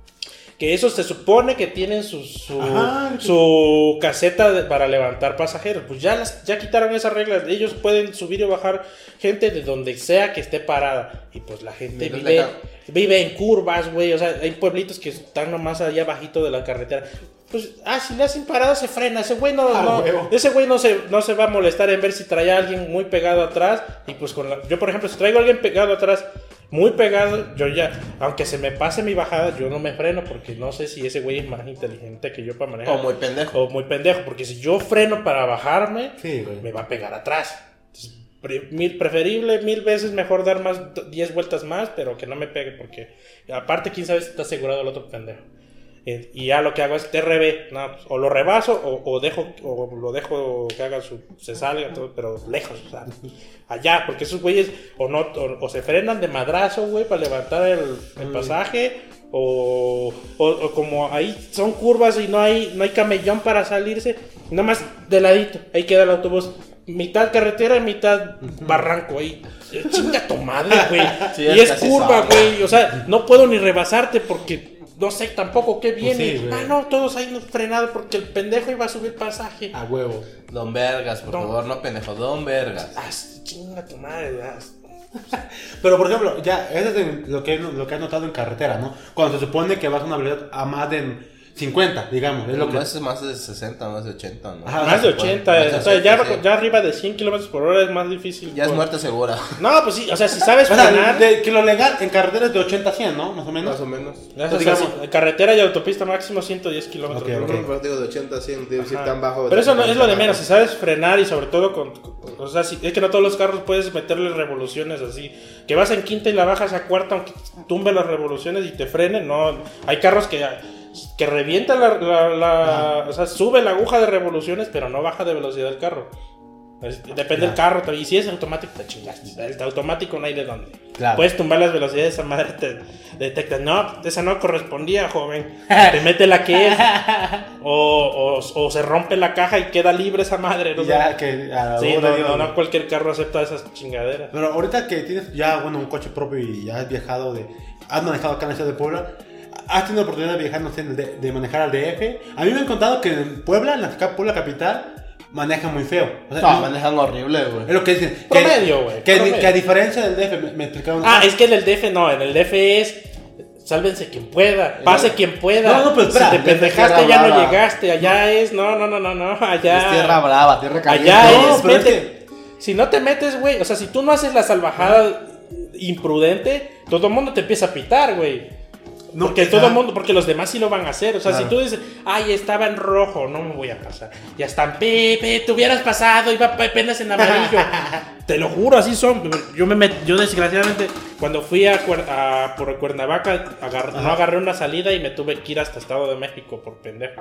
Que esos se supone que tienen su, su,
Ajá.
su caseta de- para levantar pasajeros. Pues ya las, ya quitaron esas reglas. Ellos pueden subir y bajar gente de donde sea que esté parada. Y pues la gente
Mientras
vive,
deja-
vive en curvas, güey. O sea, hay pueblitos que están nomás allá bajito de la carretera. pues, ah, si le hacen parado se frena, ese güey no,
Ah,
no
huevo.
ese güey no se, no se va a molestar en ver si trae a alguien muy pegado atrás, y pues con la, yo por ejemplo, si traigo a alguien pegado atrás, muy pegado, yo ya, aunque se me pase mi bajada, yo no me freno, porque no sé si ese güey es más inteligente que yo para manejar.
O muy pendejo.
O muy pendejo, porque si yo freno para bajarme,
Sí, güey.
me va a pegar atrás. Entonces, pre- mil, preferible mil veces mejor dar más diez vueltas más, pero que no me pegue, porque aparte quién sabe si está asegurado el otro pendejo. Eh, y ya lo que hago es T R B, no, o lo rebaso o, o dejo o lo dejo que haga su se salga todo, pero lejos, o sea, allá, porque esos güeyes o no o, o se frenan de madrazo, güey, para levantar el, el pasaje, o, o, o como ahí son curvas y no hay no hay camellón para salirse, nada más de ladito, ahí queda el autobús, mitad carretera y mitad barranco ahí. Chinga tu madre, güey.
Sí,
y
es
es
casi
curva,
suave.
güey, o sea, no puedo ni rebasarte porque no sé tampoco qué viene.
Pues sí, güey.
ah, no, todos ahí frenados porque el pendejo iba a subir pasaje.
A huevo.
Don Vergas, por
Don-
favor, no pendejo, Don Vergas.
Ah, chinga tu madre. ah.
Pero por ejemplo, ya, eso es de lo que, lo que has notado en carretera, ¿no? Cuando se supone que vas a una velocidad a más de cincuenta, digamos. Es lo que...
No, es más de sesenta, más de ochenta, ¿no?
Ajá,
Más de
Más
ochenta,
de
o sea,
ochenta,
ya,
sí.
ya arriba de cien kilómetros por hora es más difícil.
Ya es
Por-
muerte segura.
No, pues sí, o sea, si sabes
O sea,
frenar.
de, que lo legal en carretera es de ochenta a cien, ¿no? Más o menos.
Más o menos.
ya, o sea,
digamos-
si- en carretera y autopista máximo ciento diez kilómetros
Ok,
por
ok.
hora.
Un partido de ochenta a cien, tío, si
Ajá.
tan bajo.
Pero eso no es lo de menos, si sabes frenar y sobre todo con, con- o sea, si, es que no todos los carros puedes meterle revoluciones así, que vas en quinta y la bajas a cuarta aunque tumbe las revoluciones y te frenen, no, hay carros que que revienta la, la, la o sea, sube la aguja de revoluciones pero no baja de velocidad el carro. Es- depende del carro, y si es automático te chingaste, el automático no hay de dónde.
Claro.
Puedes tumbar las velocidades, esa madre te detecta, no, esa no correspondía, joven, te mete la que es, o, o, o se rompe la caja y queda libre esa madre, ¿no?
Y ya que a la
Sí,
bola,
no,
Dios,
no, no cualquier carro acepta esas chingaderas.
Pero ahorita que tienes ya, bueno, un coche propio y ya has viajado de... Has manejado acá en la ciudad de Puebla, ¿has tenido la oportunidad de viajar, no sé, de, de manejar al D F? A mí me han contado que en Puebla, en la ca- Puebla capital, manejan muy feo. O sea,
No,
no-
manejan horrible, güey.
es lo que dicen. Que-
Promedio, güey,
Que,
promedio.
que a diferencia del D F, me, me explicaron...
Ah, es que en el D F no, en el D F es sálvense quien pueda, pase quien pueda.
No, no, pero espera,
si te
D F
pendejaste
tierra
ya no
brava.
llegaste, allá es, no, no, no, no, no, allá.
Es tierra brava, tierra caliente.
Allá
No,
es,
pero es
vete. Si no te metes, güey, o sea, si tú no haces la salvajada imprudente, todo el mundo te empieza a pitar, güey.
No,
Porque
ajá.
todo el mundo, porque los demás sí lo van a hacer. O sea,
Claro.
si tú dices, ay, estaba en rojo, no me voy a pasar. Ya están, Pepe, te hubieras pasado, iba apenas en amarillo. Te lo juro, así son. Yo me met- yo desgraciadamente, cuando fui a, Cuer- a- por Cuernavaca, agar- no agarré una salida y me tuve que ir hasta Estado de México por pendejo.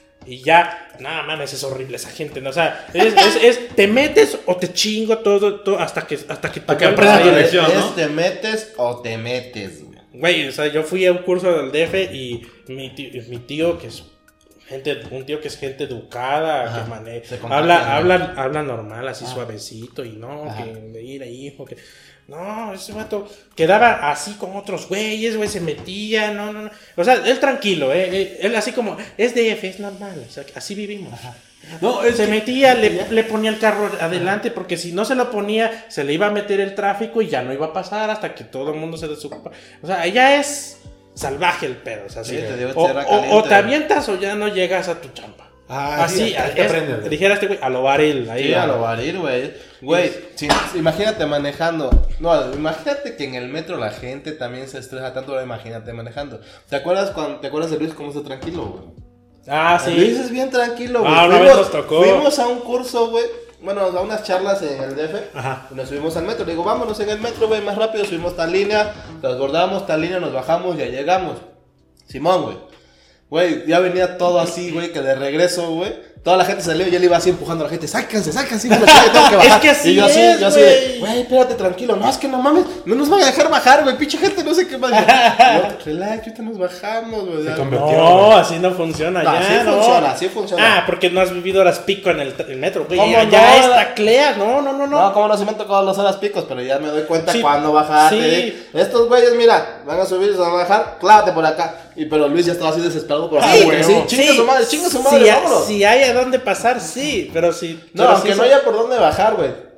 Y ya, nada mames, es horrible esa gente, ¿no? O sea, es, es, es- te metes o te chingo todo, todo hasta que hasta que,
Para que
vuelvas
aprendas
a
tu
ir.
lección,
Es
¿no?
te metes o te metes, güey.
Güey, o sea, yo fui a un curso del D F y mi tío, mi tío que es gente, un tío que es gente educada,
Ajá,
que maneja,
se contagia,
habla,
¿no?
habla, habla normal, así
Ah.
suavecito y no,
Ajá.
que de ir ahí, hijo, que no, ese vato quedaba así con otros güeyes, güey, se metía, no, no, no, o sea, él tranquilo, eh, eh, él así como, es D F, es normal, o sea, así vivimos.
No, es
Se
que-
metía, le, le ponía el carro adelante porque si no se lo ponía, se le iba a meter el tráfico y ya no iba a pasar hasta que todo el mundo se desocupa. O sea, ya es salvaje el pedo. O sea,
Sí,
sí.
te digo,
o,
tierra
o- o
caliente.
te avientas o ya no llegas a tu chamba.
Ah,
Así,
sí, es
es,
que aprendes, güey.
dijera este güey, a lo baril. Ahí
Sí,
a
a
lo-
lo va a ir, güey. Güey, si- imagínate manejando. No, imagínate que en el metro la gente también se estresa tanto. Ahora imagínate manejando. ¿Te acuerdas cuando te acuerdas de Luis cómo está tranquilo, güey?
Ah, sí.
Luis es bien tranquilo, güey.
Ah, una vez nos tocó.
Fuimos a un curso, güey. Bueno, a unas charlas en el D F.
Ajá.
Y nos subimos al metro. Le digo, vámonos en el metro, güey, más rápido. Subimos tal línea, transbordamos tal línea, nos bajamos, ya llegamos. Simón, güey. Güey, ya venía todo así, güey, que de regreso, güey. Toda la gente salió y él iba así empujando a la gente. Sáquense, sáquense, güey, tengo que bajar.
Es que así
y yo así,
es,
yo así de,
güey.
güey, espérate, tranquilo. No, es que no mames, no nos van a dejar bajar, güey. Pinche gente, no sé qué más. Yo, relax, ahorita nos bajamos, güey.
Se
ya.
convirtió.
No, así no funciona.
No,
ya,
así
no.
funciona, así funciona.
Ah, porque no has vivido horas pico en el, el metro, güey.
¿Cómo
Allá
no?
es taclea. No, no, no, no.
No, como no se me han tocado las horas picos, pero ya me doy cuenta
Sí,
cuando bajar.
sí.
Estos güeyes, mira, van a subir, se van a bajar, clávate por acá. Y pero Luis ya estaba así desesperado por acá.
Sí,
porque
sí,
sí, chinga su madre, chinga su madre,
si,
vámonos.
si hay a dónde pasar, sí, pero si...
No,
pero
aunque
si
no
son-
haya por dónde bajar, güey.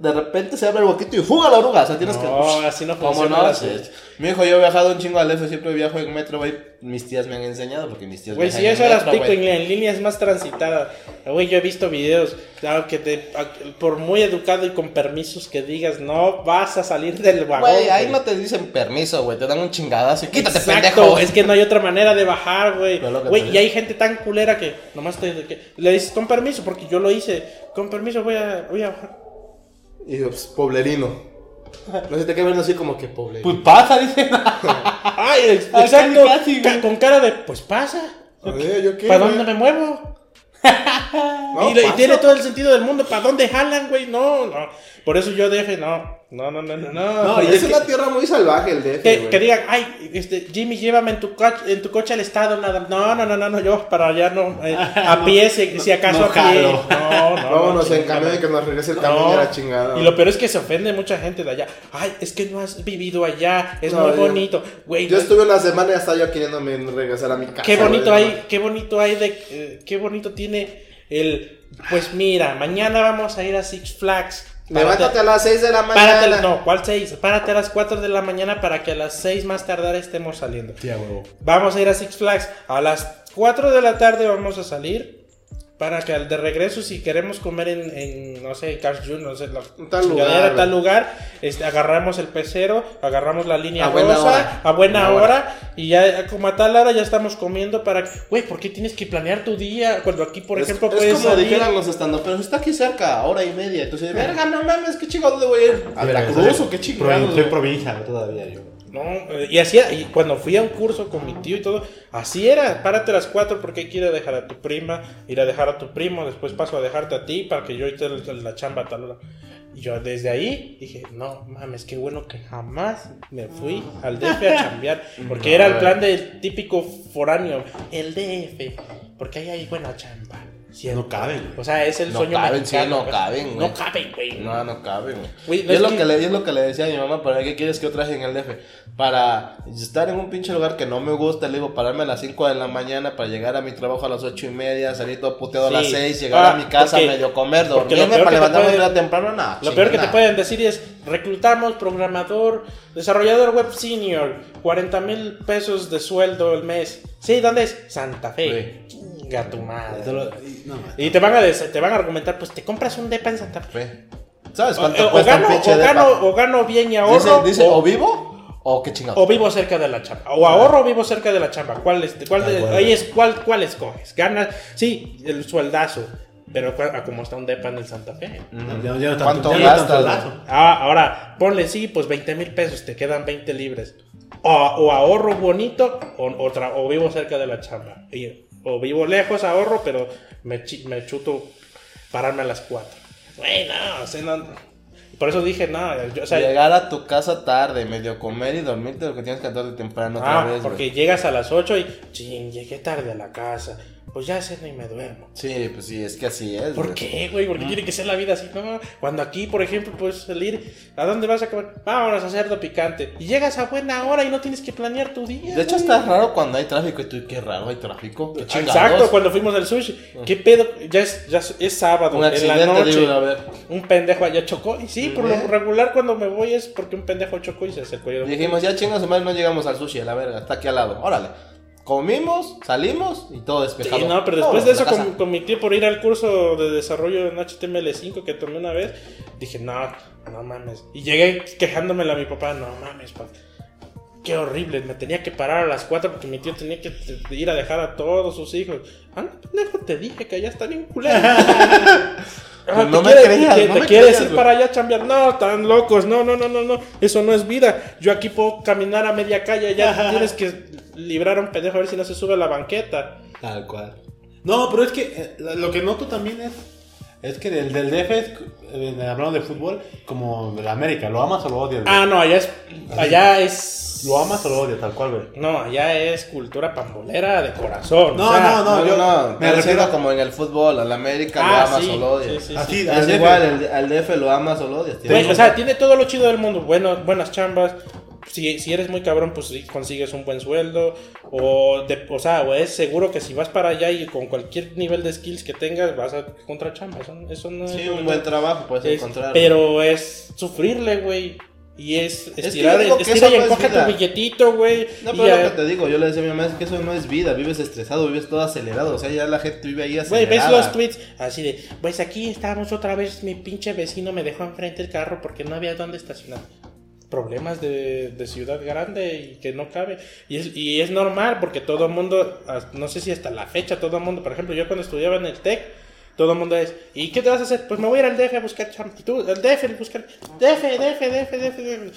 de repente se abre el huequito y fuga la oruga. O sea, tienes
No,
que. Ush,
así no
¿cómo
funciona
no?
la
Sí.
cosa.
Mi hijo, yo he viajado un chingo al D F, siempre viajo en metro, güey. Mis tías me han enseñado porque mis tías
Güey,
viajan
si
en
eso las
metro,
pico
güey.
en, en línea es más transitada. Güey, yo he visto videos, claro, que te, por muy educado y con permisos que digas, no vas a salir del vagón.
Güey, ahí
güey.
no te dicen permiso, güey. Te dan un chingadazo y quítate,
Exacto,
pendejo. güey.
es que no hay otra manera de bajar, güey.
Pero lo que
Güey,
te
y
digo.
hay gente tan culera que nomás te, que le dices con permiso, porque yo lo hice. Con permiso voy a, voy a bajar.
Y yo, pues, poblerino. No se te queda viendo así como que poblerino.
Pues pasa, dice.
Ay, ex-
Ay,
exacto.
casi, casi,
ca-
güey.
con cara de, pues pasa.
A ver, ¿yo qué?
¿Para
güey?
dónde me muevo?
No,
y, le- y
pasa.
tiene todo el sentido del mundo. ¿Para dónde jalan, güey? No, no. Por eso yo D F, no. No, no, no, no. No,
No, y es una tierra muy salvaje el D F,
que,
güey.
que digan, ay, este, Jimmy, llévame en tu coche, en tu coche al estado, nada. No, no, no, no, no, yo para allá no. eh, a pie, si, si acaso
no
a pie.
jalo.
No, no.
Vámonos
no,
en camión y que nos regrese el camión
No.
de la chingada.
Y lo peor es que se ofende mucha gente de allá. Ay, es que no has vivido allá, es
No,
muy
yo-
bonito. Güey,
Yo
no-
estuve una semana y hasta yo queriéndome regresar a mi casa.
qué bonito
güey.
hay, qué bonito hay de, eh, qué bonito tiene el, pues mira, mañana vamos a ir a Six Flags.
Levántate a las seis de la
Párate,
mañana.
no, ¿cuál seis? Párate a las cuatro de la mañana para que a las seis más tardar estemos saliendo.
Tía, huevo.
Vamos a ir a Six Flags. A las cuatro de la tarde vamos a salir. Para que al de regreso, si queremos comer en, en no sé, Carl's junior, no sé, la
En tal
chingadera,
lugar,
tal
güey.
lugar, este, agarramos el pecero, agarramos la línea
A buena
rosa,
hora.
a buena
Buena
hora, y ya como a tal hora ya estamos comiendo para... Güey, ¿por qué tienes que planear tu día? Cuando aquí, por
Es,
ejemplo,
es
puedes
como
salir...
dijeran los estando, pero está aquí cerca, hora y media. Entonces, verga, no mames, qué chingado de voy a ir. ¿A Veracruz o qué chingado?
Soy provincia todavía yo.
No, eh, y así, y cuando fui a un curso con mi tío y todo, así era, párate a las cuatro porque hay que ir a dejar a tu prima, ir a dejar a tu primo, después paso a dejarte a ti para que yo esté en la chamba a tal hora. Y yo desde ahí dije, no mames, qué bueno que jamás me fui al D F a chambear, porque era el plan del típico foráneo, el D F, porque ahí hay buena chamba. Siempre.
No caben.
O sea, es el
No
sueño
caben, sí,
mexicano.
no
pues.
caben, güey.
No caben, güey.
No, no cabe, güey.
Güey, no
y es,
es
lo
que-
que le, y es lo que le decía a mi mamá, ¿para qué quieres que yo traje en el D F? Para estar en un pinche lugar que no me gusta, le digo, pararme a las cinco de la mañana para llegar a mi trabajo a las ocho y media, salir todo puteado
Sí.
a las seis, llegar
Ah,
a mi casa,
porque-
medio comer,
porque lo
dormirme
peor
para
que te
levantarme
puede-
bien temprano, nada.
Lo peor que te pueden decir es, reclutamos programador, desarrollador web senior, cuarenta mil pesos de sueldo al mes. Sí, ¿dónde es? Santa Fe. Chinga tu madre.
Te lo- y- no,
Y te van a des- te van a argumentar, pues te compras un depa en Santa Fe.
Ve. ¿Sabes
O,
cuánto
o
cuesta
gano,
un pinche
o, gano,
depa?
o gano bien y
Dice,
ahorro,
dice,
o,
o vivo o qué chingado.
o vivo cerca de la chamba. O ahorro o vivo cerca de la chamba. ¿Cuál, es, cuál, de-
Ah, bueno.
ahí es, cuál, ¿Cuál escoges? Ganas, sí, el sueldazo. Pero cu- a como está un depa en el Santa Fe.
no, ya- ya no tanto-
¿Cuánto
ya no tanto
gastas,
lazo.
güey?
Ah, ahora, ponle sí, pues veinte mil pesos, te quedan veinte libres. O, o ahorro bonito, o, o, tra- o vivo cerca de la chamba. Y- o vivo lejos, ahorro, pero me, chi- me chuto pararme a las cuatro. Güey, no, o sea, no. Por eso dije, no, yo, o sea,
Llegar a tu casa tarde, medio comer y dormirte lo que tienes que hacer de temprano otra
ah,
vez,
porque
güey.
llegas a las ocho y, ching, llegué tarde a la casa. Pues ya ceno y me duermo.
Sí, pues sí, es que así es,
¿Por
güey.
qué, güey? ¿Por qué tiene que ser la vida así? No, cuando aquí, por ejemplo, puedes salir, ¿a dónde vas a comer? Vámonos a cerdo picante. Y llegas a buena hora y no tienes que planear tu día.
De hecho,
güey.
está raro cuando hay tráfico y tú, qué raro hay tráfico. Qué chingados.
Exacto, cuando fuimos al sushi. ¿Qué pedo? Ya es, ya es, es sábado,
Un
en la
accidente,
noche.
digo, a ver.
Un pendejo allá chocó. Y sí, por lo
¿Eh?
regular cuando me voy es porque un pendejo chocó y se acercó. Yo,
Dijimos, ya chingas, madre, no llegamos al sushi, a la verga, está aquí al lado. Órale. Comimos, salimos y todo despejado.
Sí, no, pero después
Vámonos
de
a
eso,
la casa.
con, con mi tío por ir al curso de desarrollo en H T M L cinco que tomé una vez, dije, no, no mames. Y llegué quejándomele a mi papá, no mames, papá. Qué horrible, me tenía que parar a las cuatro porque mi tío tenía que t- ir a dejar a todos sus hijos. Ah, no, pendejo, te dije que allá está bien culero. Ah,
No
¿te
me
quiere-
creías,
te-
no
te
me
quieres
creías,
ir
güey.
para allá a chambear. No, tan locos, no, no, no, no, no. Eso no es vida. Yo aquí puedo caminar a media calle, ya tienes que librar a un pendejo a ver si no se sube a la banqueta.
Tal cual. No, pero es que eh, lo que noto también es es que del, del D F es, eh, hablando de fútbol, como de la América, ¿lo amas o lo odias? güey?
Ah, no, allá es. Allá es.
¿Lo amas o lo odias? Tal cual, güey.
No, allá es cultura pambolera de corazón.
No,
o sea,
no, no.
No,
yo
no, no,
me
me
refiero-
refiero como en el fútbol, al América
Ah,
lo amas
sí,
o lo odias.
sí, sí,
Así,
sí.
al
Es
D F.
igual, el, al D F lo amas o lo odias.
Güey, o sea, tiene todo lo chido del mundo. Bueno, buenas chambas, si, si eres muy cabrón, pues sí, consigues un buen sueldo. O, de, o sea, o es seguro que si vas para allá y con cualquier nivel de skills que tengas, vas a encontrar chamba. Eso, eso no
Sí,
es,
un buen trabajo puedes
es,
encontrar.
Pero es sufrirle, güey. Y es estirar,
yo digo que
estira
eso
y
no es
encoge
vida.
tu billetito, güey.
No,
y
pero
ya-
lo que te digo, yo le decía a mi mamá, es que eso no es vida, vives estresado, vives todo acelerado, o sea, ya la gente vive ahí
Güey, ves
acelerada.
los tweets así de, pues aquí estábamos otra vez, mi pinche vecino me dejó enfrente el carro porque no había dónde estacionar. Problemas de, de ciudad grande y que no cabe. Y es, y es normal porque todo el mundo, no sé si hasta la fecha, todo el mundo, por ejemplo, yo cuando estudiaba en el TEC, todo el mundo es, ¿y qué te vas a hacer? Pues me voy a ir al D F a buscar chamba. Y tú, al D F a buscar, D F, D F, D F, D F, D F.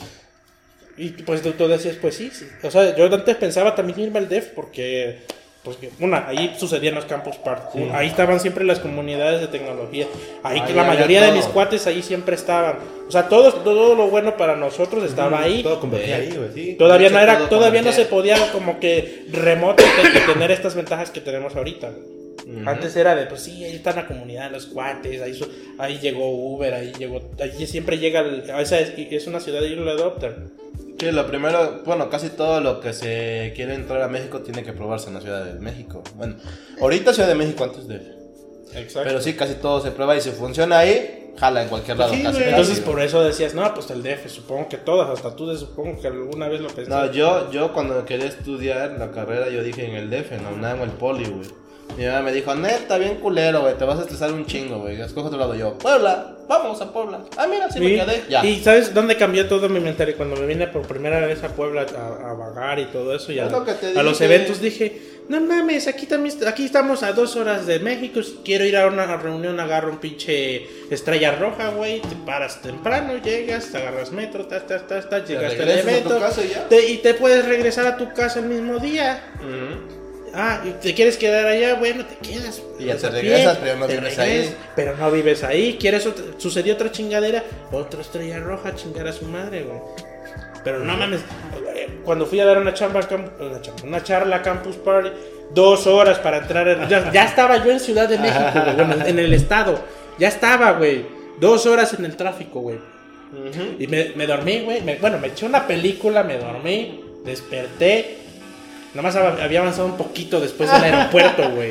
Y pues tú, tú decías, pues sí, sí. O sea, yo antes pensaba también irme al D F porque, pues, que, una, ahí sucedían los campus party. Sí. Ahí estaban siempre las comunidades de tecnología. Ahí
Ahí
que la
había
mayoría de
todo.
mis cuates ahí siempre estaban. O sea, todo, todo lo bueno para nosotros estaba ahí.
Todo convergía ahí, güey, sí.
Todavía
De
no
hecho,
era,
todo
todavía no
convergía.
se podía como que remoto de, de tener estas ventajas que tenemos ahorita.
Ujú.
Antes era de, pues sí, ahí está la comunidad, los cuates, ahí, su- ahí llegó Uber, ahí llegó, ahí siempre llega, el, esa es, es una ciudad de early adopter.
Sí, lo primero, bueno, casi todo lo que se quiere entrar a México tiene que probarse en la Ciudad de México. Bueno, ahorita Ciudad de México, antes de...
Exacto.
Pero sí, casi todo se prueba y si funciona ahí, jala en cualquier lado.
Sí,
casi,
güey.
casi,
Entonces
güey.
por eso decías, no, pues el D F, supongo que todas, hasta tú de supongo que alguna vez lo pensaste.
No, yo, yo cuando quería estudiar la carrera, yo dije en el D F, en la UNAM o el Poli, güey. Mi mamá me dijo, neta, bien culero, güey, te vas a estresar un chingo, güey. Escoge otro lado. Yo, Puebla, vamos a Puebla. Ah, mira, sí me
Sí,
quedé. Ya.
y ¿sabes dónde cambió todo mi mentalidad? Cuando me vine por primera vez a Puebla a, a vagar y todo eso, y a,
Es lo que te
a los
dije.
eventos dije, no mames, aquí también, aquí estamos a dos horas de México, si quiero ir a una reunión, agarro un pinche estrella roja, güey, te paras temprano, llegas, agarras metro, tas, tas, tas, tas, llegaste al
regresas a tu
evento,
casa y ya.
te- y te puedes regresar a tu casa el mismo día.
Ujú.
Ah, ¿y te quieres quedar allá? Bueno, te quedas.
Y ya
Vas
te
a pie,
regresas, pero no
te
vives
regresas,
ahí.
Pero no vives ahí. ¿Quieres otra? Sucedió otra chingadera. Otra estrella roja, chingar a su madre, güey. Pero no mames. Cuando fui a dar una chamba, al camp- una, chamba una charla a Campus Party, dos horas para entrar. En, ya, ya estaba yo en Ciudad de México, güey. Bueno, en el estado. Ya estaba, güey. Dos horas en el tráfico, güey.
Ujú.
Y me, me dormí, güey. Me- bueno, me eché una película, me dormí, desperté. Nada más hab- había avanzado un poquito después del aeropuerto, güey.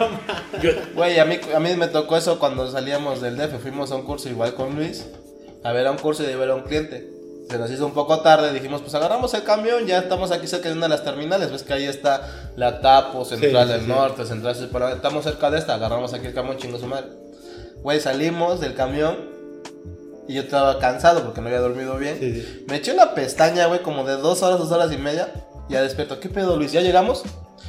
Yo-
Güey, a mí, a mí me tocó eso cuando salíamos del D F. Fuimos a un curso igual con Luis. A ver a un curso y de ver a un cliente. Se nos hizo un poco tarde. Dijimos, pues agarramos el camión. Ya estamos aquí cerca de una de las terminales. Ves que ahí está la Tapo, Central
Sí,
del
sí,
Norte, Central Sur. Pero estamos cerca de esta. Agarramos aquí el camión, chingo su madre. Güey, salimos del camión. Y yo estaba cansado porque no había dormido bien.
Sí, sí.
Me eché una pestaña, güey, como de dos horas, dos horas y media. Ya despierto. ¿Qué pedo, Luis? ¿Ya llegamos?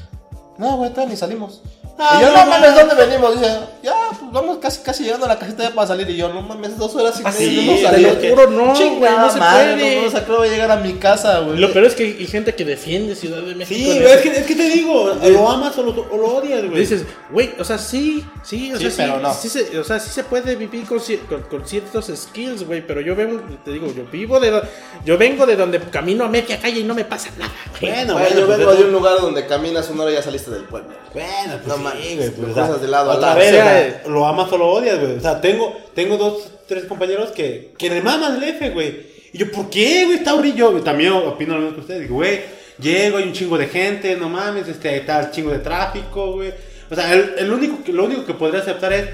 No, güey, todavía ni salimos.
Ah,
y yo,
no
no mames,
mames.
¿dónde venimos? Dice, ya, pues vamos casi, casi llegando a la casita ya para salir. Y yo, no mames, dos horas y media.
Así,
no
te
salimos.
lo juro, no,
Chingada
güey, no se
madre,
puede.
No, no, o sea, creo que voy a llegar a mi casa, güey.
Lo peor es que hay gente que defiende Ciudad de México.
Sí,
en
güey, es
eso.
que, es que te digo, o lo amas o lo, o lo odias, güey.
Dices, güey, o sea, sí, sí, o
Sí,
sea, sí,
pero no.
sí se, o sea, sí se puede vivir con, cier- con, con ciertos skills, güey, pero yo vengo, te digo, yo vivo de, do- yo vengo de donde camino a media calle y no me pasa nada, güey.
Bueno,
Güey,
bueno,
yo
pues
vengo
eso-
de un lugar donde caminas una hora y ya saliste del pueblo.
Bueno, pues
No
sí,
mames,
güey,
lo
pues,
cruzas
o sea,
de lado a
otra
lado.
vez,
O
o
sea,
sea, lo amas o lo odias, güey. O sea, tengo, tengo dos, tres compañeros que, que le maman el F, güey. Y yo, ¿por qué, güey? Está horrible. Yo también opino lo mismo que ustedes. Digo, güey, llego, hay un chingo de gente, no mames, este, está el chingo de tráfico, güey. O sea, el, el único, que- lo único que podría aceptar es,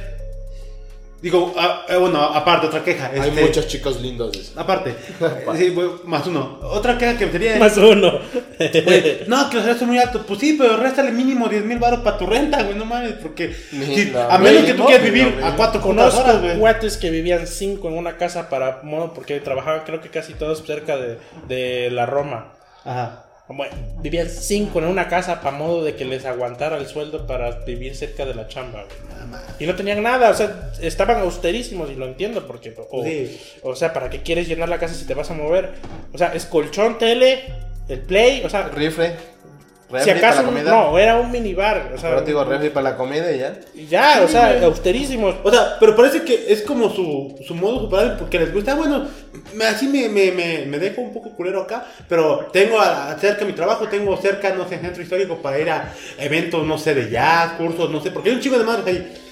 digo, a- eh, bueno, aparte, otra queja.
Hay
este,
muchos chicos lindos. dice.
Aparte, sí, güey, más uno. Otra queja que sería...
Más uno.
Güey, no, que los salarios son muy altos. Pues sí, pero réstale mínimo diez mil baros para tu renta, güey, no mames, porque
Ni
si-
la
a menos que tú
mínimo,
quieras
ni la
vivir a
mínimo.
cuatro putas
Conozco
horas, güey.
cuates que vivían cinco en una casa para modo, porque trabajaban creo que casi todos cerca de, de la Roma.
Ajá.
Bueno, vivían cinco en una casa para modo de que les aguantara el sueldo para vivir cerca de la chamba, güey. Y no tenían nada, o sea, estaban austerísimos y lo entiendo porque, o,
Sí.
o sea, ¿para qué quieres llenar la casa si te vas a mover? O sea, es colchón, tele, el play, o sea,
Rifle.
si
Refri
acaso,
para la comida.
no, era un minibar, o sea,
Pero te digo, refri para la comida y ya.
y ya, o
Sí,
sea,
güey.
austerísimos.
O sea, pero parece que es como su, su modo superar porque les gusta. Bueno, me- así me, me, me, me dejo un poco culero acá, pero tengo a- cerca mi trabajo, tengo cerca, no sé, centro histórico para ir a eventos, no sé, de jazz, cursos, no sé, porque hay un chico de madres ahí.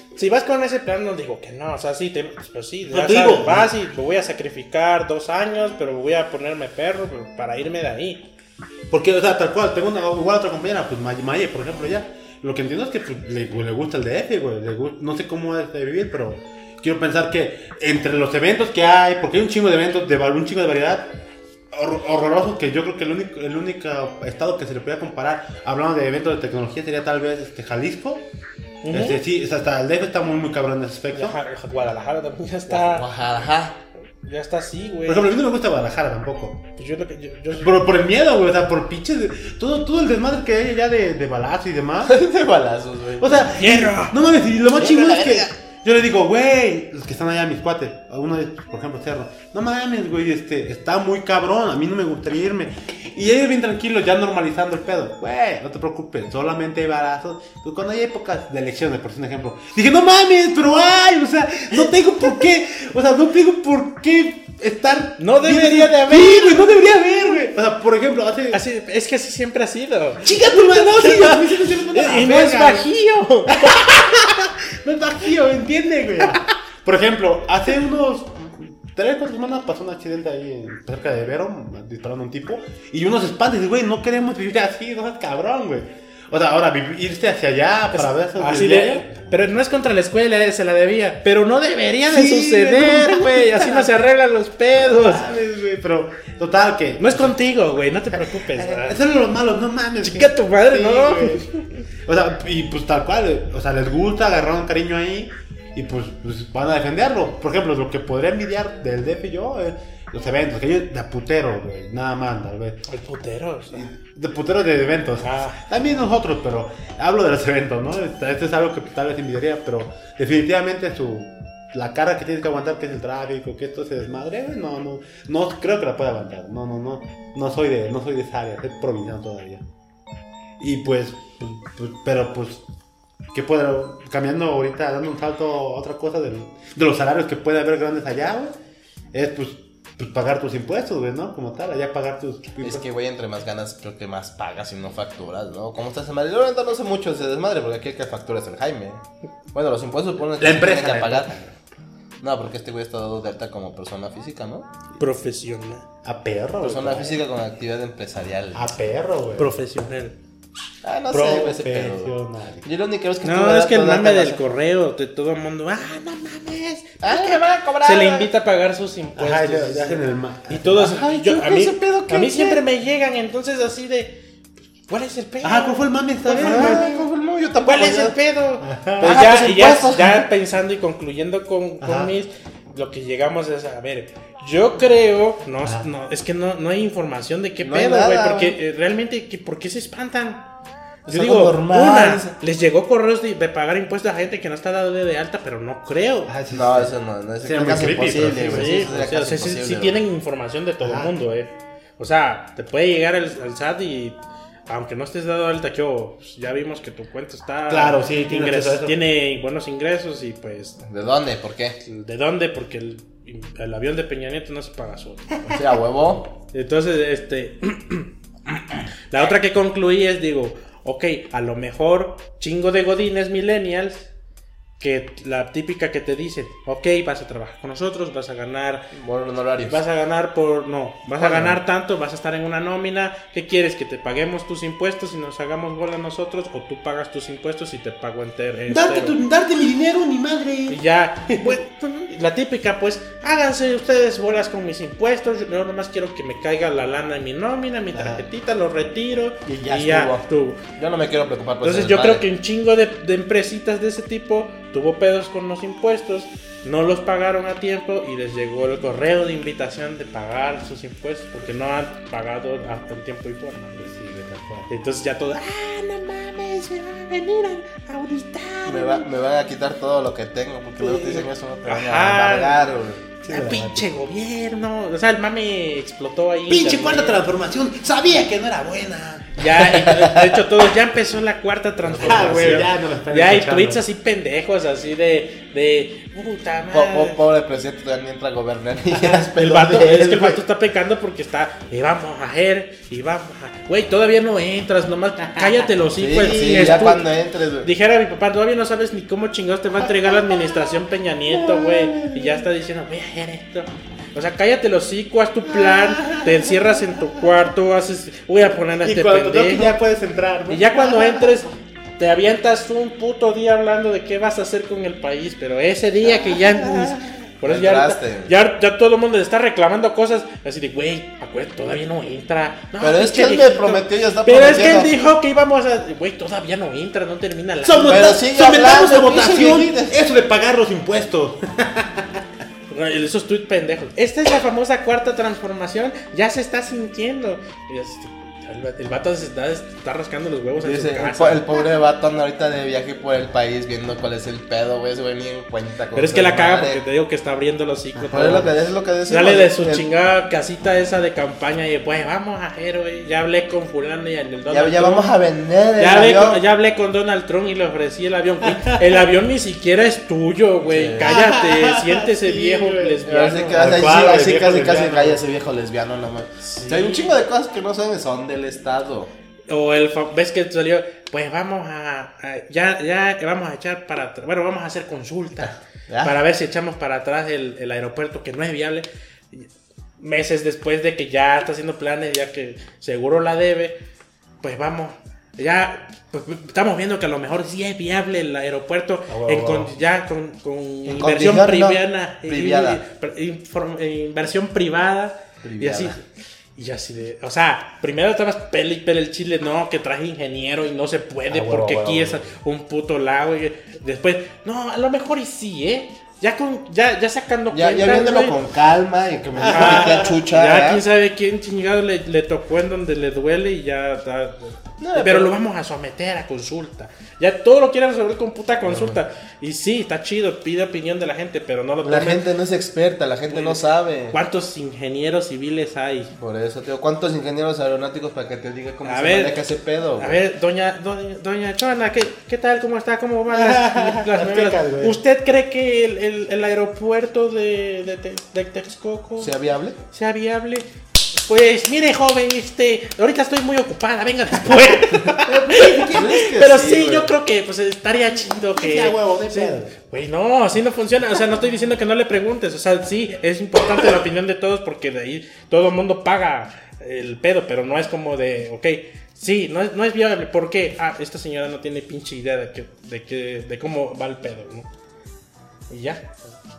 Si vas con ese plan, no digo que no, o sea, sí, te, pues sí,
No
ya
te
sabes,
digo.
vas y me voy a sacrificar dos años, pero voy a ponerme perro para irme de ahí.
Porque, o sea, tal cual, tengo una, igual otra compañera, pues May- Maye, por ejemplo, ya. Lo que entiendo es que pues, le, le gusta el D F, güey. le gu- no sé cómo es de vivir, pero quiero pensar que entre los eventos que hay, porque hay un chingo de eventos, de val- un chingo de variedad, hor- horroroso, que yo creo que el único, el único estado que se le podría comparar, hablando de eventos de tecnología, sería tal vez este, Jalisco.
Ujú.
Este, sí, o sea, hasta el D F está muy, muy cabrón en ese aspecto.
Guadalajara, Guadalajara también ya está,
Ajá.
ya está así, güey.
Por ejemplo, a mí no me gusta Guadalajara tampoco.
Pues yo lo que, yo, yo-
Por, por el miedo, güey, o sea, por pinches. de- Todo, todo el desmadre que hay allá de, de balazos y demás.
De balazos, güey.
O sea,
¡Hierro!
no mames, y lo más
¡Hierro
chingón
la
es que
verga!
yo le digo, güey, los que están allá, mis cuates, a uno de, por ejemplo, Cerro, no mames, güey, este, está muy cabrón, a mí no me gustaría irme. Y ellos bien tranquilos, ya normalizando el pedo. Güey, no te preocupes, solamente hay balazos. Pues cuando hay épocas de elecciones, por un ejemplo, dije, no mames, pero ay, o sea, no tengo por qué, o sea, no tengo por qué estar.
No debería de haber.
Sí, güey, no debería haber, güey. O sea, por ejemplo, hace.
así, es que así siempre ha sido.
Chica tu madre, no, sí, a mí se me siempre me manda la
Y no es
verga, güey.
bajío.
No es vacío, ¿me entiendes, güey? Por ejemplo, hace unos tres, cuatro semanas pasó un accidente ahí en- cerca de Vero, disparando a un tipo, y unos espantes, güey, no queremos vivir así, no seas cabrón, güey. O sea, ahora vi- irse hacia allá para ver esos
Así
desviados.
de, pero no es contra la escuela, él se la debía. Pero no debería de
Sí,
suceder,
no.
güey. Así no se arreglan los pedos.
¿Sabes, güey? Pero, total, que.
No es contigo, güey, no te preocupes. ¿verdad?
Eso es lo malo, no mames.
Chica tu madre,
Sí,
no.
güey. O sea, y pues tal cual, o sea, les gusta, agarraron cariño ahí y pues, pues van a defenderlo. Por ejemplo, lo que podría envidiar del D F yo es los eventos, que ellos de putero, güey, nada más, tal vez.
El putero, o sea.
De putero de eventos.
Ah.
También nosotros, pero hablo de los eventos, ¿no? Esto es algo que tal vez envidiaría, pero definitivamente su la cara que tienes que aguantar, que es el tráfico, que esto se desmadre, güey, no, no, no creo que la pueda aguantar. No, no, no, no soy de, no soy de esa área, soy provinciano todavía. Y pues, pues, pero pues, ¿qué puedo? Cambiando ahorita, dando un salto a otra cosa del- de los salarios que puede haber grandes allá, güey, es pues, pues pagar tus impuestos, güey, ¿no? Como tal, allá pagar tus
Es
impuestos.
que, güey, entre más ganas, creo que más pagas y no facturas, ¿no? ¿Cómo está ese madre? Yo, la verdad, no sé mucho de ese desmadre, porque aquí el que factura es el Jaime. Bueno, los impuestos ponen que
La
se
empresa,
tienen que
la
pagar. No, porque este güey está dado de alta como persona física, ¿no?
Profesional.
A perro, güey.
Persona física con actividad empresarial.
A perro, güey.
Profesional.
Ah, no sé, güey, ese pedo. güey.
Profesional.
Yo lo único que veo es que
No,
tú
es que el
das
mame
alta
del
en la-
correo, de todo el mundo, ah, no mames.
Ah, me van a cobrar.
Se le invita a pagar sus impuestos.
Ajá, ya, ya hacen el ma-
Y todos,
Ay,
yo,
¿qué
a mí,
ese pedo qué
a mí
es?
siempre me llegan, entonces así de, ¿cuál es el pedo?
Ah, ¿cuál fue el mame esta vez?
Ah, ¿cómo fue el modo? Yo tampoco.
¿Cuál es
ya.
el pedo? Pues
Ah,
ya,
pues
y ya,
impuestos.
ya pensando y concluyendo con, con
Ajá.
mis, lo que llegamos es, a ver, yo creo, no,
Ajá.
no es que no, no hay información de qué
No hay
pedo, güey,
nada,
porque
güey.
eh, realmente, que, ¿por qué se espantan?
Es
Yo
algo
digo,
normal.
una, les llegó correos de, de pagar impuestos a gente que no está dado de, de alta, pero no creo.
Ah, sí,
No,
sí.
eso no, no es
Sería muy
casi
creepy,
imposible,
pero sí,
güey.
Sí,
Sí, eso sería
o sea,
casi
sí, sí,
imposible,
sí
güey.
tienen información de todo el
Ajá.
mundo, eh. O sea, te puede llegar el, al S A T y aunque no estés dado de alta, que oh, pues, ya vimos que tu cuenta está
Claro, sí, tiene
ingres-
acceso a eso.
tiene buenos ingresos y pues
¿De dónde? ¿Por qué?
¿de dónde? Porque el, el avión de Peña Nieto no se paga solo.
O sea, huevo.
Entonces, este la otra que concluí es, digo, ok, a lo mejor chingo de godines millennials que la típica que te dicen, ok, vas a trabajar con nosotros, vas a ganar
Bueno, honorarios.
Vas a ganar por... No, vas a ganar tanto, vas a estar en una nómina. ¿Qué quieres? ¿Que te paguemos tus impuestos y nos hagamos bola nosotros? ¿O tú pagas tus impuestos y te pago entero?
Darte, tu- darte mi dinero, mi madre.
Y ya, pues, la típica, pues, háganse ustedes bolas con mis impuestos. Yo nomás quiero que me caiga la lana en mi nómina, mi tarjetita, lo retiro
Y ya
ya
estuvo.
estuvo.
Yo no me quiero preocupar por
Entonces
ese
yo creo
desmadre.
que un chingo de, de empresitas de ese tipo tuvo pedos con los impuestos, no los pagaron a tiempo y les llegó el correo de invitación de pagar sus impuestos porque no han pagado hasta el tiempo y forma. Entonces ya todo, ah, no mames, me van a venir a auditar.
Me, va, me van a quitar todo lo que tengo porque luego te dicen eso, no te van
Ajá.
a embargar, güey.
Ah, pinche gobierno. O sea, el mame explotó ahí.
Pinche
internet.
cuarta transformación. Sabía que no era buena.
Ya, de hecho, todos, ya empezó la cuarta transformación.
Ah, güey, ya no lo están
Ya hay
escuchando.
tweets así pendejos, así de, de puta
Po-
madre.
po- Pobre presidente, todavía ni entra a gobernar. Y ya es
El
pelón
vato,
de él,
es que el
güey.
vato está pecando porque está, y vamos a hacer, y vamos a... Güey, todavía no entras, nomás cállate los
Sí,
hijos.
sí, ya cuando entres, güey.
Dijera mi papá, todavía no sabes ni cómo chingados te va a entregar la administración Peña Nieto, güey. Y ya está diciendo, voy a hacer esto. O sea, cállate los hocico, haz tu plan, te encierras en tu cuarto, haces, voy a poner a
Y
este
cuando toque
pendejo.
ya puedes entrar, ¿no?
Y ya cuando entres, te avientas un puto día hablando de qué vas a hacer con el país. Pero ese día que ya... Por eso ya,
Entraste.
ya, ya todo el mundo le está reclamando cosas así de, güey, acuérdate, todavía no entra. No,
Pero es
pinche
que él me
viejito.
prometió y está
Pero es que él
prometiendo.
dijo que íbamos a... Güey, todavía no entra, no termina la...
Somos
Pero
ta-
sigue
sometamos
hablando,
a votación
pinche viejito.
eso de pagar los impuestos.
Esos tweets pendejos. Esta es la famosa cuarta transformación. Ya se está sintiendo. Y ya se- El, el vato se está, está rascando los huevos en
Dice,
su
el,
casa.
po- el pobre vato anda ahorita de viaje por el país viendo cuál es el pedo, güey. Ese güey ni en cuenta. con
Pero es
su
que la caga
madre.
porque te digo que está abriendo los hocico.
Pero es lo que, es lo que decimos.
Sale de su
El-
chingada casita esa de campaña y pues vamos a hacer, güey. Ya hablé con fulano y el Donald
Ya, ya
Trump.
vamos a vender el
Ya hablé,
avión.
con, ya hablé con Donald Trump y le ofrecí el avión. Güey, el avión ni siquiera es tuyo, güey.
Sí.
Cállate, siéntese
Sí,
viejo
güey.
lesbiano.
Así que
Tal
así,
cual,
así,
viejo
casi, casi
lesbiano.
calla ese viejo lesbiano nomás.
Sí.
O sea, hay un chingo de cosas que no son, son del Estado.
O el fa- ves que salió, pues vamos a, a- ya ya vamos a echar para atrás, bueno, vamos a hacer consulta
Ya.
para ver si echamos para atrás el, el aeropuerto que no es viable. Meses después de que ya está haciendo planes, ya que seguro la debe, pues vamos, ya pues, estamos viendo que a lo mejor sí es viable el aeropuerto
Ah, wow,
en
wow.
con- ya con, con
En
inversión
condición, no,
privada,
privada.
inform- inversión privada y
Privada.
así. Y así de, o sea, primero estabas pele y pele el chile, no, que traje ingeniero y no se puede
Ah, huevo,
porque
huevo,
aquí
huevo.
es un puto lago. Y después, no, a lo mejor y sí, ¿eh? Ya con, ya, ya sacando
Ya, ya
cuentas,
viéndolo
güey.
con calma y que me
Ajá,
diga chucha.
ya
¿eh?
quién sabe quién chingado le, le tocó en donde le duele y ya está.
No,
pero,
pero-
lo vamos a someter a consulta. Ya todo lo quieren resolver con puta consulta. Y sí, está chido, pide opinión de la gente, pero no lo
La
tomen.
gente no es experta, la gente no sabe.
¿Cuántos ingenieros civiles hay?
Por eso, tío, ¿cuántos ingenieros aeronáuticos para que te diga cómo
A
se
ver,
maneja ese pedo?
A
güey?
ver, doña, doña, doña Chona, ¿qué, ¿qué tal? ¿Cómo está? ¿Cómo van las, las
Explica,
novelas?
güey.
¿Usted cree que el, el, el aeropuerto de, de, Te- de Texcoco
¿Sea viable?
sea viable? Pues mire, joven, este, ahorita estoy muy ocupada, venga después. Pero sí,
güey.
yo creo que pues estaría chido que...
Ya, huevo, de
sí.
pedo.
Güey, no, así no funciona. O sea, no estoy diciendo que no le preguntes. O sea, sí, es importante la opinión de todos porque de ahí todo el mundo paga el pedo, pero no es como de, ok, sí, no es, no es viable. ¿Por qué? Ah, esta señora no tiene pinche idea de, que, de, que, de cómo va el pedo, ¿no? Y ya.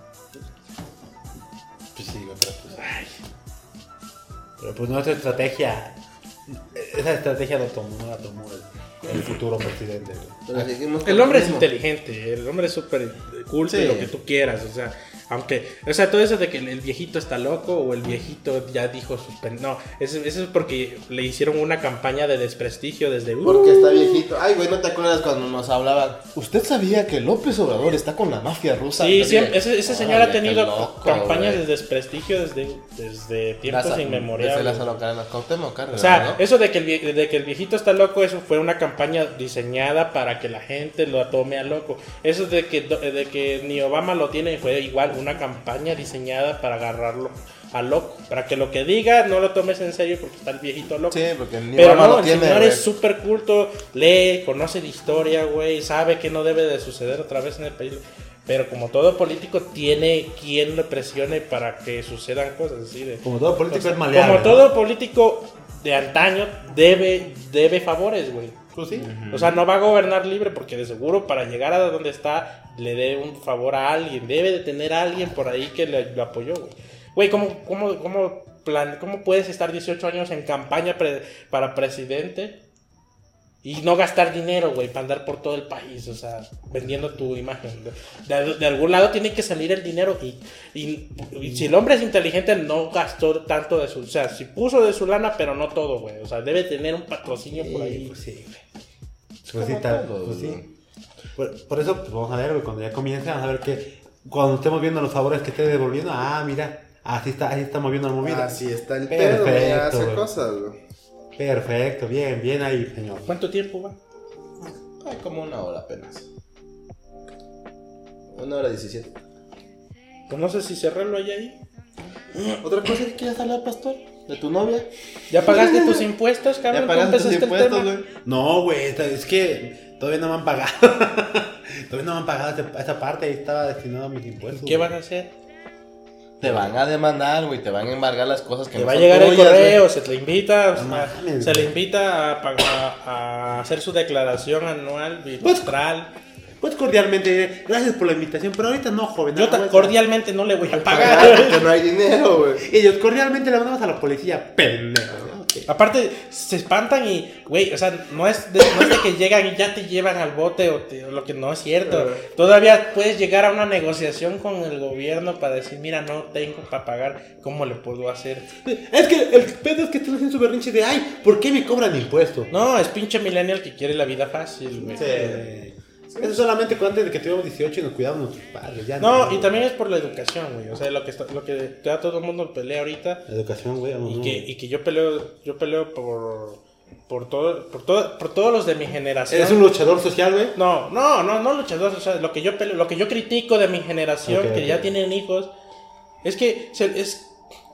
Pues sí, güey, pero pues,
Ay,
pero pues nuestra estrategia, esa estrategia lo tomó, no la tomó el, el futuro presidente, güey.
Pero seguimos con
el
lo
hombre es
mismo.
inteligente, el hombre es súper culto y
Sí.
lo que tú quieras, o sea, aunque, o sea, todo eso de que el, el viejito está loco o el viejito ya dijo sus pen... No, eso, eso es porque le hicieron una campaña de desprestigio desde... uh,
Porque está viejito. Ay, güey, ¿no te acuerdas cuando nos hablaban? ¿Usted sabía que López Obrador está con la mafia rusa?
Sí,
Yo
siempre,
dije,
ese, ese señor ha
"Órale, qué
tenido
loco,
campañas
güey".
de desprestigio desde, desde tiempos
Las-
inmemoriales.
desde las alocadas, Cuauhtémoc Cárdenas,
O sea,
¿no?
eso de que, el, vie- de que el viejito está loco, eso fue una campaña diseñada para que la gente lo tome a loco. Eso de que, de que ni Obama lo tiene fue igual una campaña diseñada para agarrarlo a loco. Para que lo que diga no lo tomes en serio porque está el viejito loco.
Sí, porque ni
Pero
Obama
no,
lo
el
tiene,
señor
güey.
es súper culto, lee, conoce de historia, güey, sabe que no debe de suceder otra vez en el país. Pero como todo político, tiene quien le presione para que sucedan cosas así de...
Como todo político
O sea,
es maleable.
Como
¿no?
todo político de antaño debe, debe favores, güey.
Pues sí.
O sea, no va a gobernar libre porque de seguro para llegar a donde está le dé un favor a alguien. Debe de tener a alguien por ahí que le, lo apoyó, güey. Güey, ¿cómo, cómo, cómo, plan, ¿cómo puedes estar dieciocho años en campaña pre- para presidente y no gastar dinero, güey, para andar por todo el país? O sea, vendiendo tu imagen. De, de algún lado tiene que salir el dinero y, y, y si el hombre es inteligente no gastó tanto de su... O sea, si puso de su lana, pero no todo, güey. O sea, debe tener un patrocinio por ahí.
Pues sí, güey. Pues sí, tal, pues sí. Por, por eso, pues vamos a ver, güey, cuando ya comience, vamos a ver que cuando estemos viendo los favores que esté devolviendo, ah, mira, así está, así está moviendo la movida.
Así está el
Perfecto,
pedo, güey, hace
güey.
cosas, güey.
Perfecto, bien, bien ahí, señor.
¿Cuánto tiempo va?
Ay, como una hora apenas. Una hora diecisiete.
Pues no sé si cerrarlo ahí ahí.
¿Otra cosa que quieras hablar, pastor? ¿De tu novia?
¿Ya pagaste tus impuestos, cabrón?
¿Ya
¿Tú
pagaste tus
empezaste el
impuestos,
tema?
güey?
No, güey, es que todavía no me han pagado. Todavía no me han pagado esa- esa parte, ahí estaba destinado a mis impuestos.
¿Qué
güey.
van a hacer?
Te van a demandar, güey. Te van a embargar las cosas que
Te
no
va a
son
llegar el
tuyas,
correo,
güey.
se le invita, o sea,
No mames,
se le
güey.
invita a, pagar- a hacer su declaración anual, bimestral.
Pues cordialmente, gracias por la invitación, pero ahorita no, joven.
Yo
no,
ta-
güey.
cordialmente no le voy a
Pagar
pagar.
porque no hay dinero, güey.
Ellos cordialmente le mandamos a la policía, pendejo. ¿no? Ok.
Aparte, se espantan y, güey, o sea, no es, de, no es de que llegan y ya te llevan al bote o, te- o lo que no es cierto. Todavía puedes llegar a una negociación con el gobierno para decir, mira, no tengo para pagar, ¿cómo le puedo hacer?
Es que el pedo es que están haciendo su berrinche de, ay, ¿por qué me cobran impuestos?
No, es pinche millennial que quiere la vida fácil, güey.
Sí. Eso solamente con antes de que tuviéramos dieciocho y nos cuidábamos nuestros padres. Ya
No, y también es por la educación, güey. O sea, lo que está, lo que ya todo el mundo pelea ahorita.
La educación, güey.
Y
no.
que, y que yo peleo, yo peleo por, por todo, por todo, por todos los de mi generación.
¿Eres un luchador social, güey?
No, no, no, no luchador, o sea, lo que yo peleo, lo que yo critico de mi generación,
Ok,
que
ok.
ya tienen hijos, es que se, es,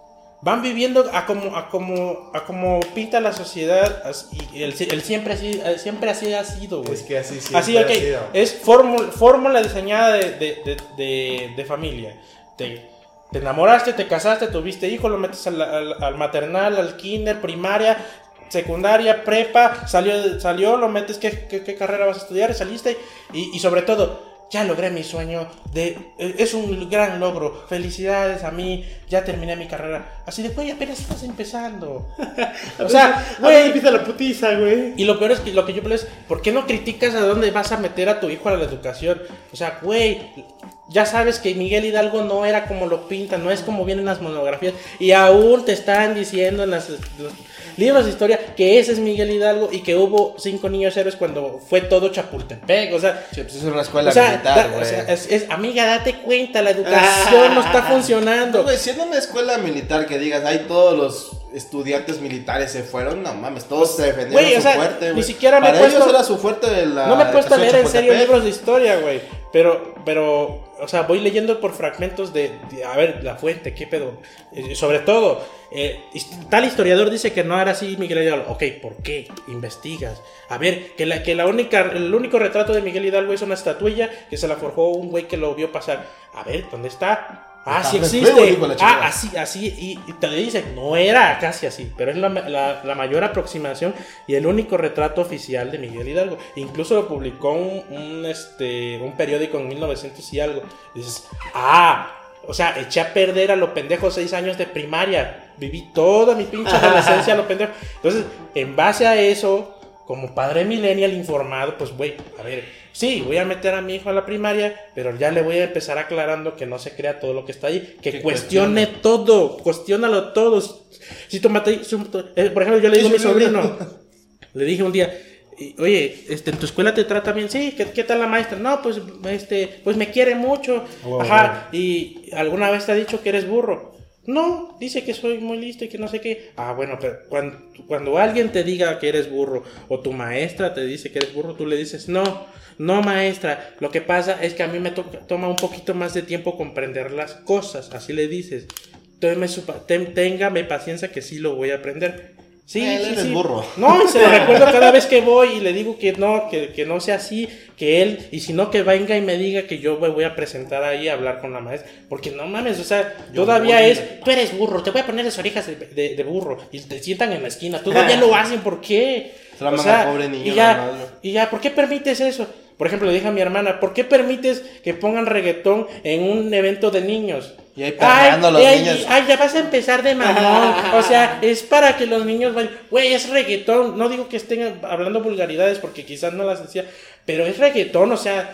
van viviendo a como, a como, a como pinta la sociedad, as- y el, el siempre así, el siempre así ha sido, güey.
Es que así siempre
Así, ok,
ha sido.
es fórmula, fórmula diseñada de, de, de, de, de familia. Te, te enamoraste, te casaste, tuviste hijos, lo metes al, al, al maternal, al kinder, primaria, secundaria, prepa, salió, salió lo metes, ¿qué, qué, qué carrera vas a estudiar? Saliste y, y sobre todo, ya logré mi sueño, de, es un gran logro, felicidades a mí, ya terminé mi carrera. Así de, güey, apenas estás empezando. O sea,
güey,
güey,
empieza la putiza, güey.
y lo peor es que lo que yo pleo es, ¿por qué no criticas a dónde vas a meter a tu hijo a la educación? O sea, güey, ya sabes que Miguel Hidalgo no era como lo pintan, no es como vienen las monografías. Y aún te están diciendo en las, los libros de historia que ese es Miguel Hidalgo y que hubo cinco niños héroes cuando fue todo Chapultepec. O sea,
Sí, pues es una escuela
o sea,
militar,
da-
güey.
o sea, es, es- amiga, date cuenta, la educación no está
No,
funcionando.
güey, si en una escuela militar que digas, ay, todos los estudiantes militares se fueron, no mames, todos se defendieron
Güey, o
su
sea,
fuerte,
ni
güey.
siquiera me he
Para ellos
puesto-
era su fuerte de la
No me he puesto a leer en serio
Chapultepec.
libros de historia, güey. Pero, pero, o sea, voy leyendo por fragmentos de, de- a ver, la fuente, qué pedo. Eh, sobre todo, eh, hist- tal historiador dice que no era así Miguel Hidalgo. Ok, ¿por qué? Investigas. A ver, que la, que la única, el único retrato de Miguel Hidalgo es una estatuilla que se la forjó un güey que lo vio pasar. A ver, ¿dónde está? Ah, sí
Está
existe.
feo, hijo de la chingada.
Ah, así, así. Y, y te dicen, no era casi así, pero es la, la, la mayor aproximación y el único retrato oficial de Miguel Hidalgo. Incluso lo publicó un, un, este, un periódico en mil novecientos y algo. Y dices, ah, o sea, eché a perder a lo pendejo seis años de primaria. Viví toda mi pinche adolescencia a lo pendejo. Entonces, en base a eso, como padre millennial informado, pues, güey, a ver, sí, voy a meter a mi hijo a la primaria, pero ya le voy a empezar aclarando que no se crea todo lo que está ahí, que
Que
cuestione todo, cuestiónalo todo. Si tu mate- si tu- eh, por ejemplo, yo le digo a mi sobrino, le dije un día, y, oye, este, ¿en tu escuela te trata bien? Sí, ¿qué, qué tal la maestra? No, pues, este, pues me quiere mucho.
Oh,
Ajá, y ¿alguna vez te ha dicho que eres burro? No, dice que soy muy listo y que no sé qué. Ah, bueno, pero cuando, cuando alguien te diga que eres burro o tu maestra te dice que eres burro, tú le dices, no, no maestra, lo que pasa es que a mí me to- toma un poquito más de tiempo comprender las cosas, así le dices. Téngame su pa- ten- téngame paciencia que sí lo voy a aprender. Sí,
Él
sí,
eres
sí.
burro.
No, y se lo recuerdo cada vez que voy y le digo que no, que, que no sea así, que él, y si no que venga y me diga que yo me voy a presentar ahí a hablar con la maestra, porque no mames, o sea, todavía
voy,
es, tú eres burro, te voy a poner las orejas de, de- de burro, y te sientan en la esquina, todavía lo hacen, ¿por qué?
Traman al pobre niño
y ya,
nomás, güey.
y ya, ¿por qué permites eso? Por ejemplo, le dije a mi hermana, ¿por qué permites que pongan reggaetón en un evento de niños?
Y ahí perreando a los
ay,
niños.
Ay, ya vas a empezar de mamón. O sea, es para que los niños vayan. Güey, es reggaetón. No digo que estén hablando vulgaridades porque quizás no las decía. Pero es reggaetón, o sea,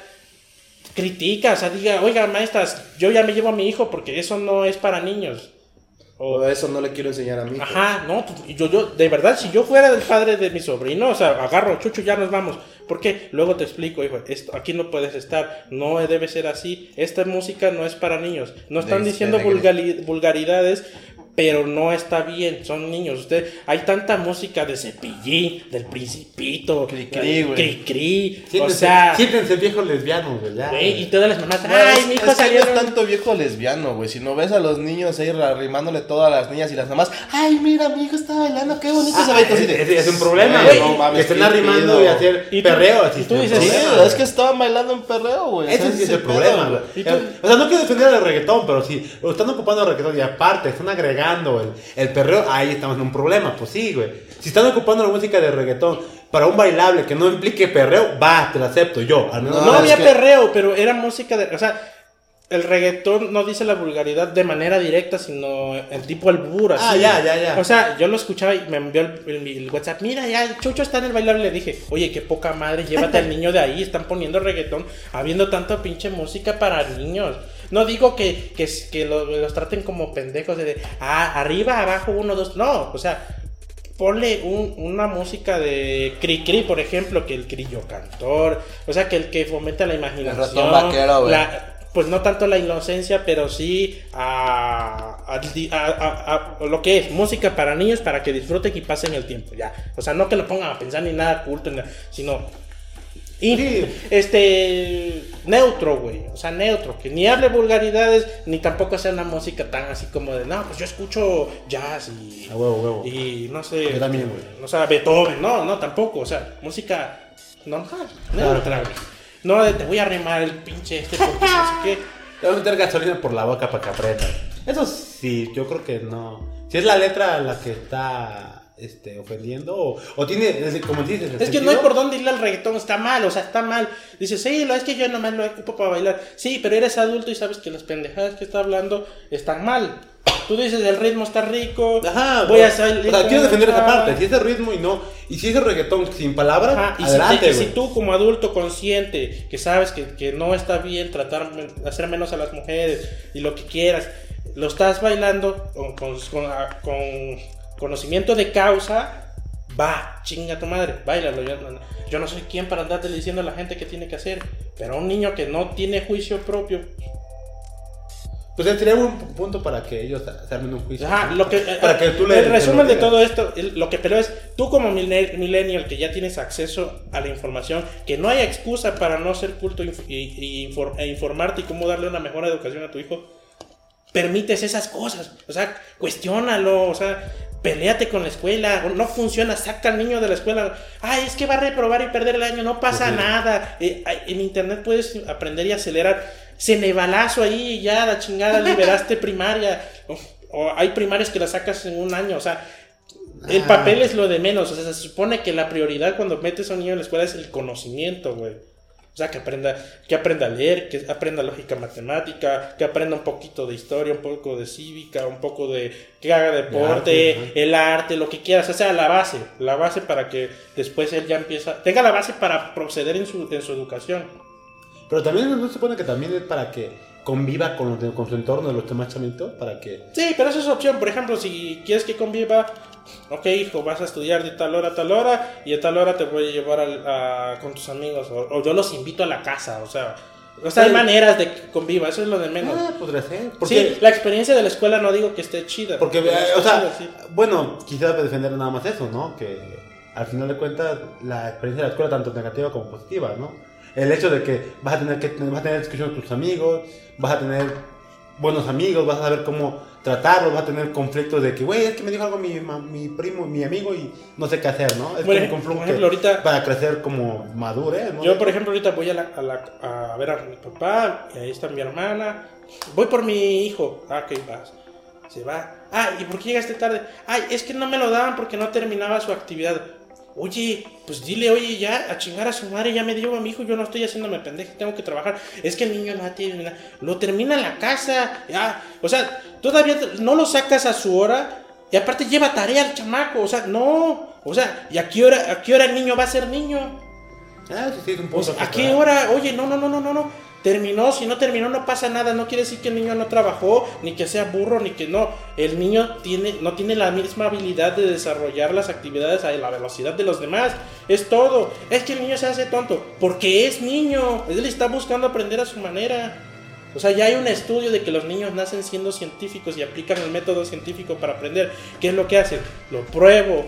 critica, o sea, diga, oiga, maestras, yo ya me llevo a mi hijo porque eso no es para niños.
O eso no le quiero enseñar a mí.
Ajá, no, pues, yo, yo, de verdad, si yo fuera el padre de mi sobrino, o sea, agarro, Chucho, ya nos vamos. Porque luego te explico, hijo, esto, aquí no puedes estar, no debe ser así. Esta música no es para niños. No están
De-
diciendo
de-
vulgali- vulgaridades pero no está bien, son niños. Usted, hay tanta música de Cepillín, del Principito,
Cri-cri, güey.
Cri-cri, o
Siéntense,
sea,
siéntense viejos lesbianos, güey. Ya,
güey, y todas las mamás,
No,
ay,
es-
mi
es
hijo
que
salió.
no es tanto viejo lesbiano, güey. Si no ves a los niños ahí arrimándole todo a las niñas y las mamás, ay, mira, mi hijo está bailando, qué bonito
Ah,
se baila.
es, es, es un problema,
Güey,
güey.
no mames,
que estén
qué
arrimando
pedo.
y hacer
Y tú-
perreo. así
y tú
es un
dices,
Sí,
problema,
es que estaban bailando en perreo, güey.
Ese
O sea,
sí es
ese
el
pedo,
problema,
güey.
güey.
¿Y tú?
O sea, no quiero defender el reggaetón, pero si lo están ocupando el reggaetón y aparte están agregando el, el perreo, ahí estamos en un problema. Pues sí, güey. Si están ocupando la música de reggaetón para un bailable que no implique perreo, va, te lo acepto yo. Al menos
No,
No, es
había
que-
perreo, pero era música de, o sea, el reggaetón no dice la vulgaridad de manera directa, sino el tipo albur, así.
Ah, ya, ya, ya.
O sea, yo lo escuchaba y me envió el, el- el WhatsApp, mira, ya, Chucho está en el bailable. Le dije, oye, qué poca madre, llévate al niño de ahí, están poniendo reggaetón, habiendo tanta pinche música para niños. No digo que, que, que lo- los traten como pendejos de, ah, arriba, abajo, uno, dos, no, o sea, ponle un- una música de Cri Cri, por ejemplo, que el Crillo Cantor, o sea, que el que fomenta la imaginación,
El ratón vaquero, güey.
la- pues no tanto la inocencia, pero sí a, a- a- a- a lo que es música para niños, para que disfruten y pasen el tiempo, ya. O sea, no que lo pongan a pensar ni nada culto, ni nada, sino y,
Sí.
este neutro, güey, o sea, neutro, que ni hable vulgaridades, ni tampoco sea una música tan así como de, no, pues yo escucho jazz y
A huevo, huevo.
y no sé,
Yo también, güey.
o sea, Beethoven, no, no, tampoco, o sea, música normal,
Claro,
neutra,
claro.
güey. No de te voy a remar el pinche este porque no sé qué.
Te voy a meter gasolina por la boca para que aprenda. Eso sí, yo creo que no. Si es la letra la que está este, ofendiendo o, o tiene, es- como dices, el
Es que no hay
sentido.
por dónde irle al reggaetón, está mal, o sea, está mal. Dices, sí, lo es que yo nomás lo ocupo para bailar. Sí, pero eres adulto y sabes que las pendejadas que está hablando están mal. Tú dices, el ritmo está rico,
Ajá,
voy
o-
a salir.
O sea,
con
quiero
una
defender esa
chava.
parte. Si es el ritmo y no. Y si es el reggaetón sin palabras,
Ajá, y, si
adelante,
te- y
güey.
si tú como adulto consciente que sabes que, que no está bien tratar, hacer menos a las mujeres y lo que quieras, lo estás bailando con, con- con- a- con conocimiento de causa, va, chinga tu madre, bailalo. Yo, no- yo no soy quien para andarte diciendo a la gente qué tiene que hacer, pero a un niño que no tiene juicio propio,
Pues sería un punto para que ellos se armen un juicio.
ajá,
¿no?
lo que,
Para que tú le.
el resumen
te
de
lo
todo esto, el- lo que pero es tú como millen- millennial que ya tienes acceso a la información, que no hay excusa para no ser culto inf- y, y infor- e informarte y cómo darle una mejor educación a tu hijo, permites esas cosas, o sea, cuestiónalo, o sea, peléate con la escuela, no funciona, saca al niño de la escuela, ay, es que va a reprobar y perder el año, no pasa
Sí.
nada, eh, ay, en internet puedes aprender y acelerar, cenebalazo ahí, ya la chingada, liberaste primaria, o, o hay primarias que las sacas en un año, o sea, el
Ah.
papel es lo de menos, o sea, se supone que la prioridad cuando metes a un niño en la escuela es el conocimiento, güey. O sea, que aprenda, que aprenda a leer, que aprenda lógica matemática, que aprenda un poquito de historia, un poco de cívica, un poco de que haga deporte,
arte, ajá.
el arte, lo que quieras, o sea, la base, la base para que después él ya empieza, tenga la base para proceder en su, en su educación.
Pero también no se supone que también es para que conviva con, los de- con su entorno de los demás chamitos, para que.
Sí, pero eso es opción, por ejemplo, si quieres que conviva, ok, hijo, vas a estudiar de tal hora a tal hora y a tal hora te voy a llevar al- a- con tus amigos, o, o yo los invito a la casa, o sea, o sea, hay
Sí.
maneras de que conviva, eso es lo de menos.
Ah, podría ser. Porque,
Sí, la experiencia de la escuela no digo que esté chida.
porque
pero
eh,
está
o sea,
chida, sí.
bueno, quizás defender nada más eso, ¿no? Que al final de cuentas la experiencia de la escuela tanto negativa como positiva, ¿no? El hecho de que vas a tener que vas a tener discusión con tus amigos, vas a tener buenos amigos, vas a saber cómo tratarlos, vas a tener conflictos de que, güey, es que me dijo algo mi, ma- mi primo, mi amigo y no sé qué hacer, ¿no? Es
Bueno,
como un conflicto
por ejemplo,
que-
ahorita-
para crecer como madurez, ¿no?
Yo, por ejemplo, ahorita voy a, la, a, la- a ver a mi papá, y ahí está mi hermana. Voy por mi hijo. Ah, ok, vas. Se va. Ah, ¿y por qué llegaste tarde? Ay, es que no me lo daban porque no terminaba su actividad. Oye, pues dile, oye, ya, a chingar a su madre, ya me dio a mi hijo, yo no estoy haciéndome pendejo, tengo que trabajar. Es que el niño no termina, lo termina en la casa, ya. O sea, todavía no lo sacas a su hora y aparte lleva tarea al chamaco, o sea, no. O sea, ¿y a qué hora, a qué hora el niño va a ser niño?
Ah, sí, sí, es un
O
punto.
sea, ¿a
que
qué
tocar.
hora? Oye, no, no, no, no, no, no. Terminó, si no terminó no pasa nada, no quiere decir que el niño no trabajó, ni que sea burro, ni que no. El niño tiene, no tiene la misma habilidad de desarrollar las actividades a la velocidad de los demás. Es todo. Es que el niño se hace tonto, porque es niño. Él está buscando aprender a su manera. O sea, ya hay un estudio de que los niños nacen siendo científicos y aplican el método científico para aprender. ¿Qué es lo que hacen? Lo pruebo,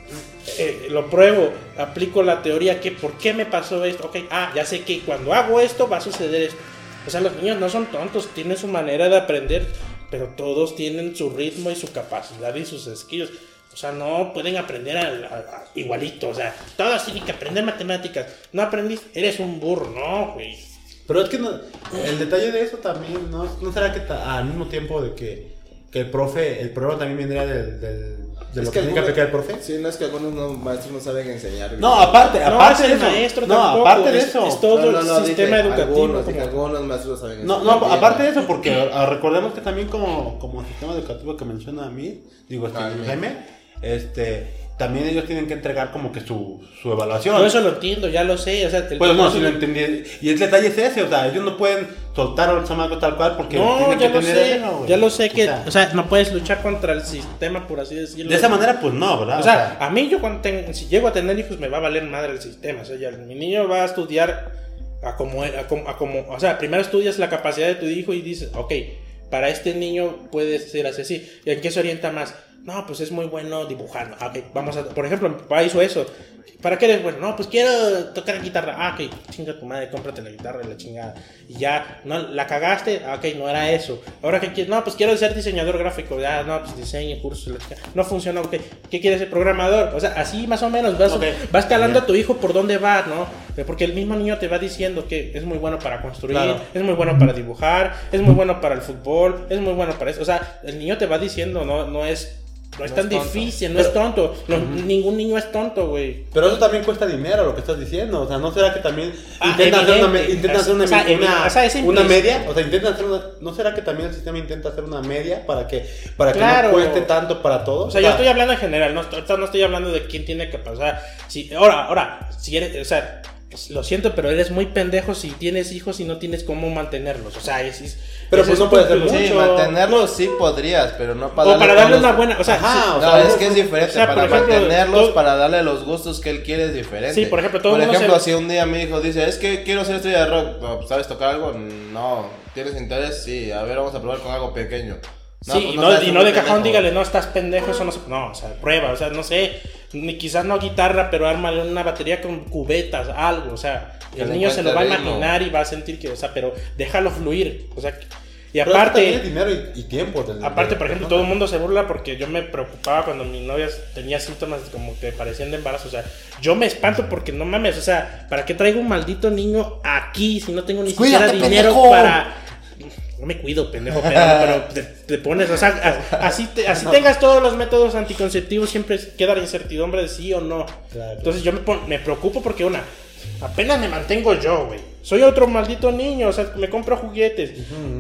eh, lo pruebo, aplico la teoría que ¿por qué me pasó esto? Ok, ah, ya sé que cuando hago esto va a suceder esto. O sea, los niños no son tontos, tienen su manera de aprender, pero todos tienen su ritmo y su capacidad y sus skills. O sea, no pueden aprender a, a, a, igualito. O sea, todos tienen que aprender matemáticas. No aprendiste, eres un burro, no, güey.
Pero es que no, el detalle de eso también, ¿no, no será que ta, al mismo tiempo de que, que el profe, el problema también vendría del, del, de lo que tiene que aplicar el profe?
Sí, no es que algunos no, maestros no saben enseñar.
No, aparte,
no,
aparte
es
de
el
eso.
maestro
no,
tampoco,
aparte de
es,
eso.
es todo
no, no, no,
el sistema
dije,
educativo.
Algunos,
como...
dije, algunos maestros saben
No,
enseñar.
no,
bien.
aparte de eso, porque a, recordemos que también como, como sistema educativo que menciona a mí, digo, este,
Jaime.
Jaime, este... También ellos tienen que entregar como que su, su evaluación.
Yo eso lo entiendo, ya lo sé. O sea, el
Pues no, si
proceso-
lo entendí. Y el detalle es ese, o sea, ellos no pueden soltar al chamaco tal cual porque
No,
tienen
ya
que
lo
tener
sé,
eso, güey.
ya lo sé que,
O sea,
o sea, no puedes luchar contra el sistema, por así decirlo.
de esa manera, pues no, ¿verdad?
O sea, a mí yo cuando ten- si llego a tener hijos me va a valer madre el sistema. O sea, ya, mi niño va a estudiar a como, a como, a como, o sea, primero estudias la capacidad de tu hijo y dices, ok, para este niño puede ser así, así. ¿Y en qué se orienta más? No, pues es muy bueno dibujando. Ah, ok, vamos a, por ejemplo, mi papá hizo eso. ¿Para qué eres bueno? No, pues quiero tocar guitarra. Ah, ok, chinga tu madre, cómprate la guitarra y la chingada. Y ya, no, la cagaste. Ah, ok, no era eso. Ahora que quieres, no, pues quiero ser diseñador gráfico. Ya, no, pues diseño, curso, la chingada. No funcionó, ok. ¿Qué quieres ser programador? O sea, así más o menos vas,
Okay.
vas calando a tu hijo por dónde va, ¿no? Porque el mismo niño te va diciendo que es muy bueno para construir,
Claro.
es muy bueno para dibujar, es muy bueno para el fútbol, es muy bueno para eso. O sea, el niño te va diciendo, no, no es. No es
No
tan
es tonto.
difícil, no es tonto. No, ningún niño es tonto, güey.
pero eso también cuesta dinero, lo que estás diciendo. O sea, ¿no será que también
Ah,
intentan hacer una, me-
evidente.
intentan hacer una,
O sea,
una,
evi- o sea, es
una
implícito.
media? O sea, intentan hacer una, ¿no será que también el sistema intenta hacer una media para que, para que
Claro.
no cueste tanto para todos?
O sea, yo estoy hablando en general, no, ahorita no estoy hablando de quién tiene que pasar. Si, ahora, ahora, si eres, o sea, pues, lo siento, pero eres muy pendejo si tienes hijos y no tienes cómo mantenerlos. O sea, es, es-
Pero
es
pues no puede ser
estúpido.
Sí,
mucho.
mantenerlos sí podrías, pero no para
O para darle una buena, o sea,
Ajá,
sí,
o
No,
sea,
es que es diferente.
o sea,
para
por ejemplo,
mantenerlos,
todo-
para darle los gustos que él quiere es diferente.
Sí, por ejemplo, todo
Por
el mundo
ejemplo,
se-
si un día mi hijo dice, es que quiero ser estrella de rock, no, pues, ¿sabes tocar algo? No. ¿Tienes interés? Sí. A ver, vamos a probar con algo pequeño. No,
sí,
pues,
y no,
sabes,
y
es
no
muy
de cajón
pendejo.
dígale, no, estás pendejo, eso no se... No, o sea, prueba, o sea, no sé, ni quizás no guitarra, pero ármale una batería con cubetas, algo, o sea,
Que
el
le
niño se lo va a
encuentre ritmo.
imaginar y va a sentir que, o sea, pero déjalo fluir, o sea, y
Pero eso también es
aparte...
dinero y, y tiempo. del-
Aparte,
del-
por ejemplo, todo el mundo se burla porque yo me preocupaba cuando mi novia tenía síntomas como que parecían de embarazo. O sea, yo me espanto porque no mames, o sea, ¿para qué traigo un maldito niño aquí si no tengo ni siquiera
Cuídate,
dinero
pendejo.
para... No me cuido, pendejo, pero, pero te, te pones, o sea, a- así, te- así tengas todos los métodos anticonceptivos, siempre queda la incertidumbre de sí o no.
Claro.
Entonces yo me, pon- me preocupo porque una, apenas me mantengo yo, güey. Soy otro maldito niño, o sea, me compro juguetes.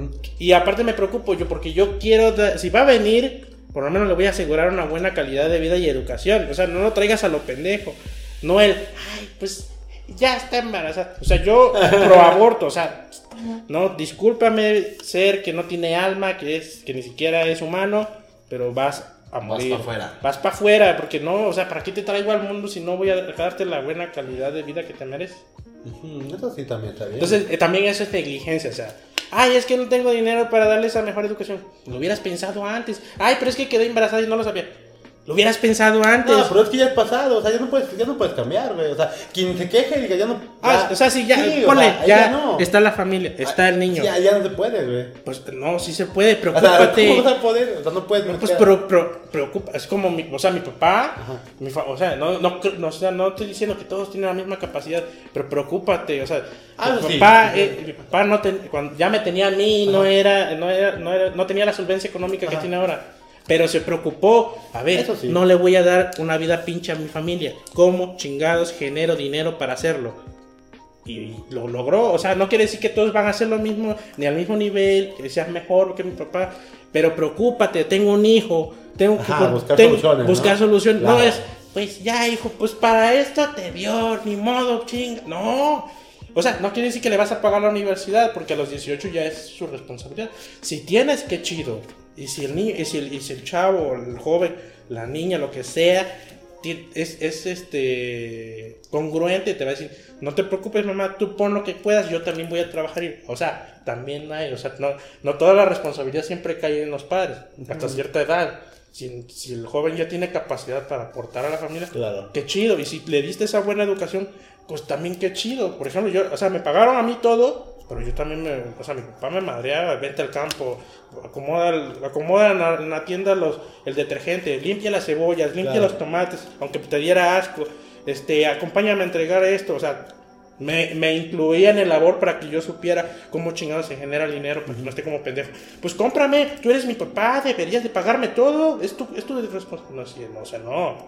Y aparte me preocupo yo porque yo quiero, da- si va a venir, por lo menos le voy a asegurar una buena calidad de vida y educación. O sea, no lo traigas a lo pendejo. No el, ay, pues ya está embarazada. O sea, yo pro aborto, o sea, no, discúlpame ser que no tiene alma, que es que ni siquiera es humano, pero vas a morir.
pa' fuera.
Vas para afuera, porque no, o sea, ¿para qué te traigo al mundo si no voy a darte la buena calidad de vida que te mereces?
Ujú, eso sí también está bien.
Entonces, eh, también eso es negligencia, o sea, ay, es que no tengo dinero para darle esa mejor educación. Lo hubieras pensado antes. Ay, pero es que quedé embarazada y no lo sabía. Lo hubieras pensado antes.
No, pero es que ya es pasado, o sea, ya no puedes, ya no puedes cambiar, güey. O sea, quien se queje y diga, ya no.
Ah,
ya-
o sea, sí, ya,
sí, o
ponle,
sea, ahí
ya,
no.
está la familia, está el niño.
Ya, ya no se puede, güey.
Pues no, sí se puede,
O sea,
preocúpate.
¿cómo vas a poder? O sea, no puedes.
Pues
meter-
pero, pero, preocupa, es como mi, o sea, mi papá, mi fa- o sea, no, no, cre- no, o sea, no estoy diciendo que todos tienen la misma capacidad, pero preocúpate, o sea,
Ah,
mi
sí,
papá,
sí, sí.
eh, mi papá no ten- cuando ya me tenía a mí, no era, no era, no era, no tenía la solvencia económica que
Ajá.
tiene ahora. Pero se preocupó, a ver,
Eso sí.
no le voy a dar una vida pinche a mi familia. ¿Cómo chingados genero dinero para hacerlo? Y lo logró, o sea, no quiere decir que todos van a hacer lo mismo, ni al mismo nivel, que seas mejor que mi papá, pero preocúpate, tengo un hijo, tengo que
Ajá, buscar
tengo-
soluciones, ¿no?
buscar soluciones. No
Claro.
es, pues ya hijo, pues para esto te vio, ni modo, chinga, no. O sea, no quiere decir que le vas a pagar la universidad, porque a los dieciocho ya es su responsabilidad. Si tienes, qué chido. Y si el niño, y si el, y si el chavo, el joven, la niña, lo que sea, es, es este congruente, te va a decir, no te preocupes mamá, tú pon lo que puedas, yo también voy a trabajar. Y, o sea, también hay, o sea, no, no toda la responsabilidad siempre cae en los padres, hasta cierta edad. Si, si el joven ya tiene capacidad para aportar a la familia,
Claro.
qué chido. Y si le diste esa buena educación, pues también qué chido. Por ejemplo, yo, o sea, me pagaron a mí todo, pero yo también me, o sea, mi papá me madreaba, vete al campo, acomoda, el- acomoda en la, en la tienda los, el detergente, limpia las cebollas, limpia
Claro.
los tomates, aunque te diera asco, este, acompáñame a entregar esto, o sea, me, me incluía en el labor para que yo supiera cómo chingados se genera el dinero, para que no esté como pendejo. Pues cómprame, tú eres mi papá, deberías de pagarme todo, es tu, es tu responsabilidad. No, sí, no, o sea, no.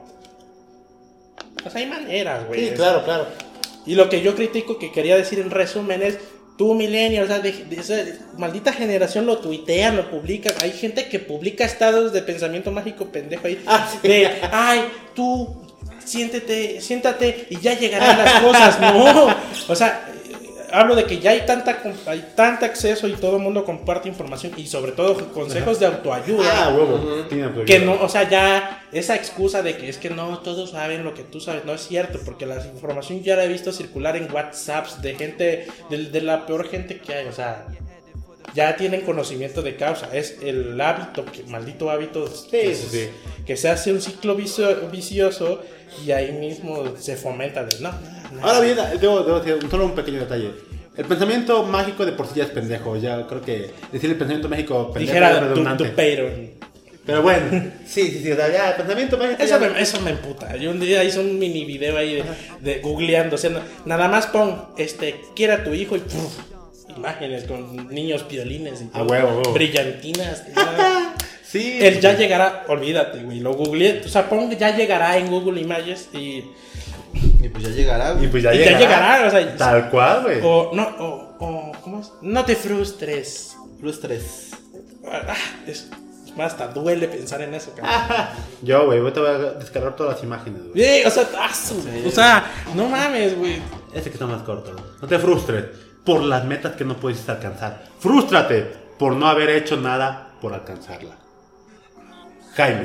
Pues hay maneras, güey.
Sí,
Es-
claro, claro.
Y lo que yo critico, que quería decir en resumen es, tú millennial, o sea, de, de esa maldita generación lo tuitean, lo publican. Hay gente que publica estados de pensamiento mágico pendejo ahí.
Ah, sí.
De, ay, tú, siéntete, siéntate y ya llegarán las cosas. No, o sea, eh, hablo de que ya hay tanta com- hay tanto acceso y todo el mundo comparte información y sobre todo consejos de autoayuda.
Ah, huevo. Tiene autoayuda.
Que no, o sea, ya esa excusa de que es que no todos saben lo que tú sabes, no es cierto, porque la información ya la he visto circular en WhatsApps de gente, de, de la peor gente que hay, o sea, ya tienen conocimiento de causa, es el hábito, que maldito hábito, que,
sí, sí.
que se hace un ciclo vicio- vicioso y ahí mismo se fomenta de no. no,
Ahora bien, debo, debo decir solo un pequeño detalle. El pensamiento mágico de por sí ya es pendejo. Ya creo que decir el pensamiento mágico pendejo es
dijera tu,
redundante.
tu Patreon.
Pero bueno, sí, sí, sí. O sea, ya el pensamiento mágico.
Eso
ya-
me, eso me emputa. Yo un día hice un mini video ahí de, de googleando. O sea, no- nada más pon, este, quiera a tu hijo y puf, imágenes con niños piolines y
A huevo, huevo.
brillantinas. nada.
Sí.
El ya llegará, olvídate, güey. Lo googleé. O sea, pon ya llegará en Google Images y,
Y pues ya llegará, güey.
Y pues ya
y
llegará.
ya llegará. O sea,
Tal cual, güey.
o no, o, o, ¿cómo es? No te frustres.
Plus tres.
Ah, es, es más, hasta duele pensar en eso, cabrón.
Yo, güey, te voy a descargar todas las imágenes, güey.
Sí, o sea, ah, su- o sea, no mames, güey.
Ese que está más corto, güey. No te frustres por las metas que no puedes alcanzar. Frústrate por no haber hecho nada por alcanzarla. Jaime.